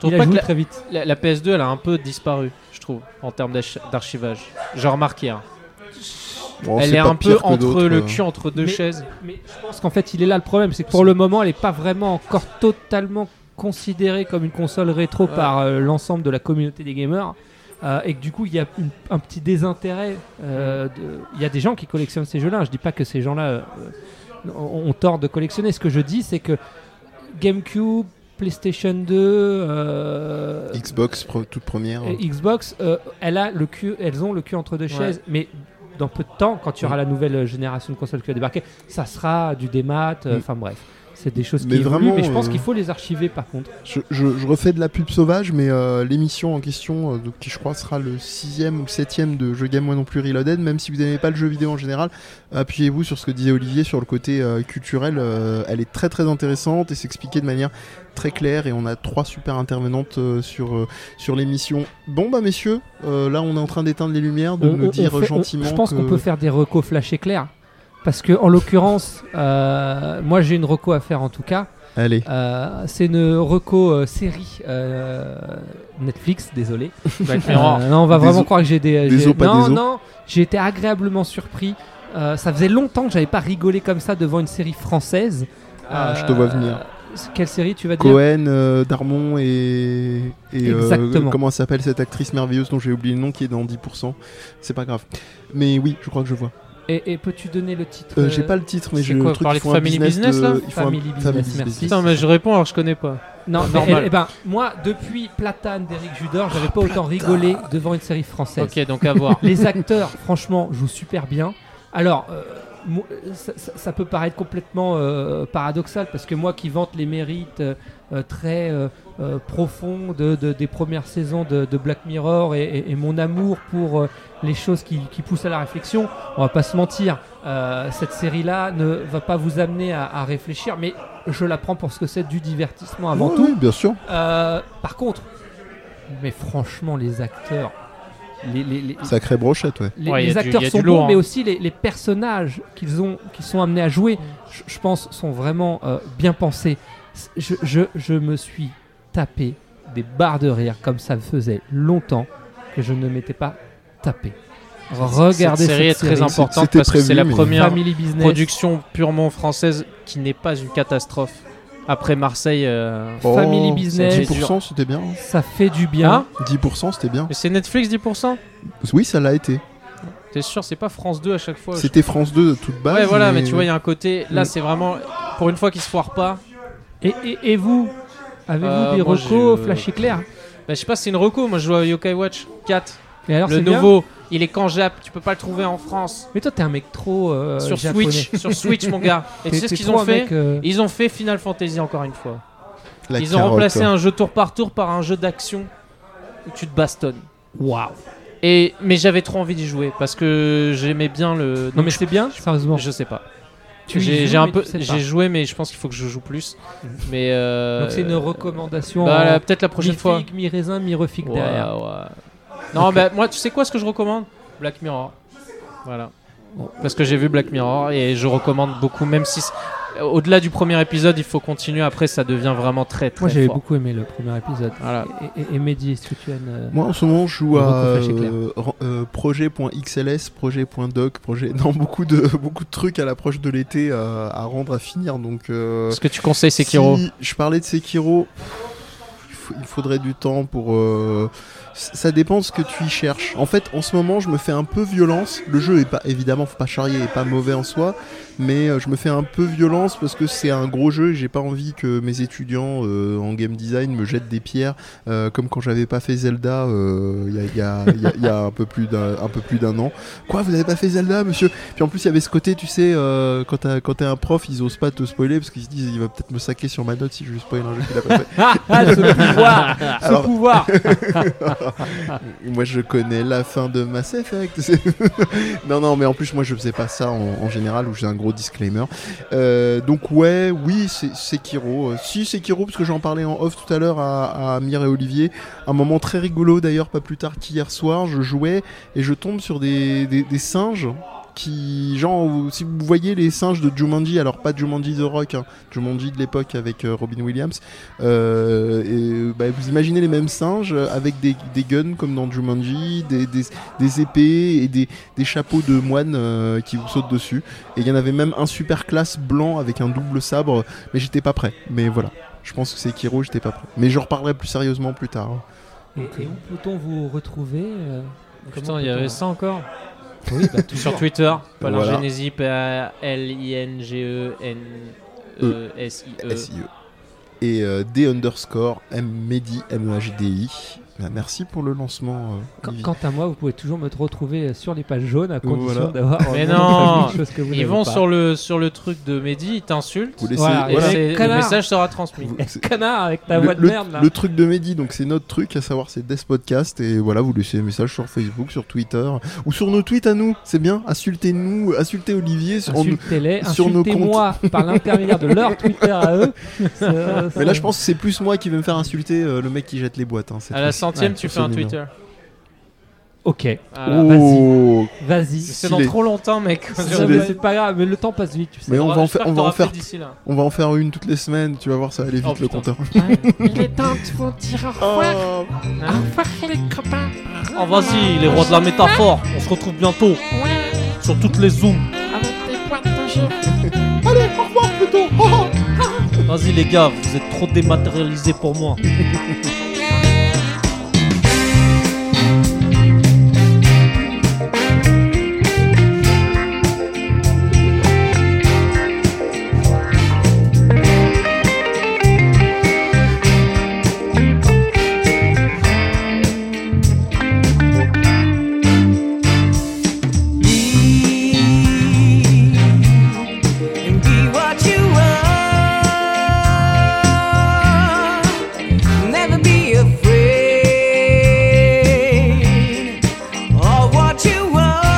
trouves il a pas joué que la, très vite. la, la P S deux elle a un peu disparu, je trouve, en termes d'archi- d'archivage. J'ai remarqué. Hein. Bon, Elle c'est est pas un peu pire que entre d'autres, le euh. cul entre deux Mais- chaises. Mais je pense qu'en fait, il est là le problème, c'est que pour le moment, elle n'est pas vraiment encore totalement considérée comme une console rétro Ouais. par euh, l'ensemble de la communauté des gamers. Euh, et que du coup, il y a une- un petit désintérêt. euh, de- Il y a des gens qui collectionnent ces jeux-là. Je dis pas que ces gens-là euh, ont ont tort de collectionner. Ce que je dis, c'est que GameCube, PlayStation deux, euh, Xbox pro- toute première. et Xbox, euh, elle a le cul, elles ont le cul entre deux chaises, mais dans peu de temps, quand tu auras la nouvelle génération de consoles qui va débarquer, ça sera du démat, euh, Mm. enfin bref. C'est des choses Mais qui évoluent, vraiment, mais je pense euh, qu'il faut les archiver par contre. Je, je- je refais de la pub sauvage, mais euh, l'émission en question, euh, donc, qui je crois sera le sixième ou septième de Je Game Moi Non Plus Reloaded, même si vous n'aimez pas le jeu vidéo en général, appuyez-vous sur ce que disait Olivier sur le côté euh, culturel. euh, elle est très très intéressante et s'expliquait de manière très claire, et on a trois super intervenantes euh, sur, euh, sur l'émission. Bon bah messieurs, euh, là on est en train d'éteindre les lumières, de On- nous on- dire on fait- on- gentiment je pense que- qu'on peut faire des recos flash éclair. Parce que en l'occurrence, euh, moi j'ai une reco à faire en tout cas. Allez, Euh, c'est une reco euh, série euh, Netflix, désolé. Black Mirror. Euh, non, on va Des vraiment os- croire que j'ai des. des j'ai- os, pas non, des os. non, j'ai été agréablement surpris. Euh, ça faisait longtemps que j'avais pas rigolé comme ça devant une série française. Ah, je te vois venir. Quelle série tu vas dire? Cohen, euh, Darmon et, et euh, Exactement. comment s'appelle cette actrice merveilleuse dont j'ai oublié le nom qui est dans dix pour cent. C'est pas grave. Mais oui, je crois que je vois. Et, et peux-tu donner le titre? Euh, euh, J'ai pas le titre, mais c'est j'ai quoi, le truc. parler ils font de un Family Business, de- là ils font un- Family Business, merci. Putain, mais je réponds alors que je connais pas. Non, mais normal. eh, eh ben, moi, depuis Platane d'Éric Judor, j'avais pas autant rigolé devant une série française. Ok, donc à voir. Les acteurs, franchement, jouent super bien. Alors, euh, mo- ça, ça- ça peut paraître complètement euh, paradoxal parce que moi qui vante les mérites euh, euh, très euh, euh, profonds de, de- des premières saisons de, de Black Mirror et, et- et mon amour pour euh, les choses qui, qui poussent à la réflexion, on va pas se mentir, euh, cette série-là ne va pas vous amener à, à réfléchir, mais je la prends pour ce que c'est, du divertissement avant Oui, tout. oui, bien sûr. Euh, par contre, mais franchement, les acteurs, les, les- les- Sacrée brochette, ouais. les, Ouais, les y a du- acteurs y a sont du lourd, bons, hein. mais aussi les, les personnages qu'ils ont, qu'ils sont amenés à jouer, je, je pense, sont vraiment euh, bien pensés. Je, je, je me suis tapé des barres de rire comme ça faisait longtemps que je ne m'étais pas tapé. Regardez cette série est cette très série. importante C'était parce que c'est prévu, la mais- première Family Business. production purement française qui n'est pas une catastrophe. Après Marseille, euh, Family Oh, Business. dix pour cent c'était bien. Ça fait du bien. Hein dix pour cent c'était bien. mais c'est Netflix dix pour cent. Oui, ça l'a été. T'es sûr, c'est pas France deux à chaque fois. je- C'était France deux de toute base. Ouais, voilà, mais tu vois, il y a un côté. Là, Mm. c'est vraiment pour une fois qu'ils se foirent pas. et, et, et vous, avez-vous Euh, des moi, recos j'ai, euh, flash éclair? Bah, je sais pas, c'est une reco. Moi, je joue à Yokai Watch quatre. Et alors, Le c'est bien. nouveau, il est qu'en Jap. Tu peux pas le trouver en France. Mais toi, t'es un mec trop euh, sur japonais. Switch, sur Switch, mon gars. Et tu T'es- sais ce t'es qu'ils trop ont un fait mec, euh, Ils ont fait Final Fantasy encore une fois. La Ils ont carotte, remplacé quoi. un jeu tour par tour par un jeu d'action où tu te bastonnes. Waouh. Et mais j'avais trop envie d'y jouer parce que j'aimais bien le. Non Donc, mais je- c'est bien, sérieusement. Je sais pas. Tu y J'ai joues, j'ai un mais peu, tu sais pas. j'ai joué, mais je pense qu'il faut que je joue plus. Mais euh, Donc c'est une recommandation. bah, en là, peut-être la prochaine fois. mi-figue, mi-raisin, mi-refigue Ouais, derrière. ouais. Non, bah moi, tu sais quoi, ce que je recommande Black Mirror. Voilà. Parce que j'ai vu Black Mirror et je recommande beaucoup, même si c'est- au-delà du premier épisode, il faut continuer. Après, ça devient vraiment très très Moi j'avais fort. beaucoup aimé le premier épisode. Voilà. Et, et, et Mehdi, est-ce que tu as une... euh, Moi en ce moment je joue Le à reco flash éclair. euh, ran- euh, projet.xls, projet.doc, projet non beaucoup de beaucoup de trucs à l'approche de l'été euh, à rendre à finir donc euh, Ce que tu conseilles, Sekiro. si je parlais de Sekiro, il faut- il faudrait du temps pour euh, ça dépend de ce que tu y cherches. En fait, en ce moment, je me fais un peu violence. Le jeu est pas évidemment, faut pas charrier, est pas mauvais en soi, mais euh, je me fais un peu violence parce que c'est un gros jeu et j'ai pas envie que mes étudiants euh, en game design me jettent des pierres euh, comme quand j'avais pas fait Zelda euh, il y, a, il y a- il y a- il y a un peu plus d'un un peu plus d'un an. Quoi, vous avez pas fait Zelda, monsieur? Puis en plus, il y avait ce côté, tu sais, euh, quand t'as- quand t'es un prof, ils osent pas te spoiler parce qu'ils se disent il va peut-être me saquer sur ma note si je lui spoil un jeu qu'il a pas fait. Ah, ah, ce pouvoir Ce Alors- pouvoir Moi je connais la fin de Mass Effect. non non mais en plus moi je faisais pas ça en, en général où j'ai un gros disclaimer. Euh, donc ouais oui c'est Sekiro. Euh, si Sekiro parce que j'en parlais en off tout à l'heure à, à Amir et Olivier. Un moment très rigolo d'ailleurs pas plus tard qu'hier soir je jouais et je tombe sur des, des, des singes qui, genre, où- si vous voyez les singes de Jumanji, alors pas Jumanji The Rock, hein, Jumanji de l'époque avec euh, Robin Williams, euh, et, bah, vous imaginez les mêmes singes avec des, des guns comme dans Jumanji, des, des, des épées et des, des chapeaux de moines euh, qui vous sautent dessus. Et il y en avait même un super classe blanc avec un double sabre, mais j'étais pas prêt. Mais voilà, je pense que c'est Kiro, j'étais pas prêt. Mais j'en reparlerai plus sérieusement plus tard. Et, et où peut-on vous retrouver euh, Putain, comment il y peut-on- avait ça encore. Oui, bah, Sur Twitter, Paulin Voilà. Genesi, P A L I N G E N E S I E. S I E. Et euh, D underscore M Mehdi M E H D I. Bah, merci pour le lancement. euh, Quant, Olivier. quant à moi, vous pouvez toujours me retrouver sur les pages jaunes à condition Voilà. d'avoir. Mais un nom de non, famille, chose que vous Ils n'avez vont pas. sur le, sur le truc de Mehdi, ils t'insultent. Vous laissez- Voilà, Et voilà. c'est- le Connard. message sera transmis. Vous- c'est- Connard avec ta le, voix de le- merde là. le truc de Mehdi, donc c'est notre truc, à savoir c'est Death Podcast. Et voilà, vous laissez un message sur Facebook, sur Twitter, ou sur nos tweets à nous, c'est bien. Insultez-nous, insultez Olivier. sur- en nous- Insultez-les, sur nos insultez-moi par l'intermédiaire de leur Twitter à eux. Ça- Mais ça- là, je pense que c'est plus moi qui vais me faire insulter euh, le mec qui jette les boîtes. Hein, cette À la fois-ci. centième, Ouais, tu ça, fais un c'est mignon. Twitter. Ok, Voilà. Oh. vas-y. C'est S'il dans est- trop longtemps, mec. C'est S'il mais est- c'est pas grave, mais le temps passe vite, tu sais. Mais on va en faire, on va en faire, d'ici là. on va en faire une toutes les semaines. Tu vas voir, ça va aller vite Oh, le putain. compteur. Il est temps de vous dire au revoir. Oh. Au revoir les copains. Oh, vas-y, les rois de la métaphore. On se retrouve bientôt Ouais, sur toutes les zooms. avec des boîtes de jeux. Allez, au revoir plutôt. Oh. Vas-y, les gars, vous êtes trop dématérialisés pour moi. And be what you are. Never be afraid of what you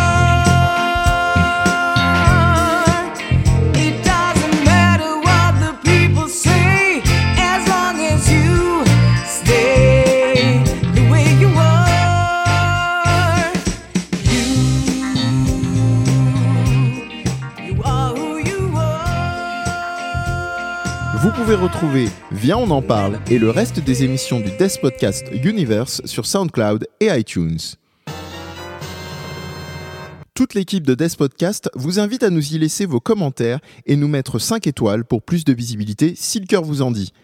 are. It doesn't matter what the people say, as long as you stay the way you are. You, you are who you are. Vous pouvez retrouver Viens on en parle et le reste des émissions du Death Podcast Universe sur SoundCloud et iTunes. Toute l'équipe de Death Podcast vous invite à nous y laisser vos commentaires et nous mettre cinq étoiles pour plus de visibilité si le cœur vous en dit.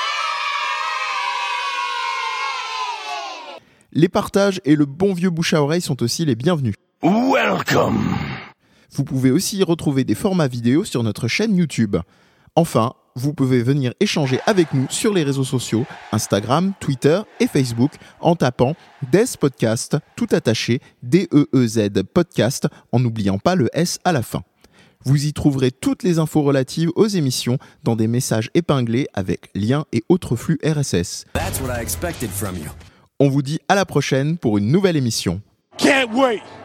Les partages et le bon vieux bouche à oreille sont aussi les bienvenus. Welcome. Vous pouvez aussi y retrouver des formats vidéo sur notre chaîne YouTube. Enfin, vous pouvez venir échanger avec nous sur les réseaux sociaux, Instagram, Twitter et Facebook, en tapant Death Podcast, tout attaché, D E E Z Podcast, en n'oubliant pas le S à la fin. Vous y trouverez toutes les infos relatives aux émissions dans des messages épinglés avec liens et autres flux R S S. That's what I expected from you. On vous dit à la prochaine pour une nouvelle émission. Can't wait.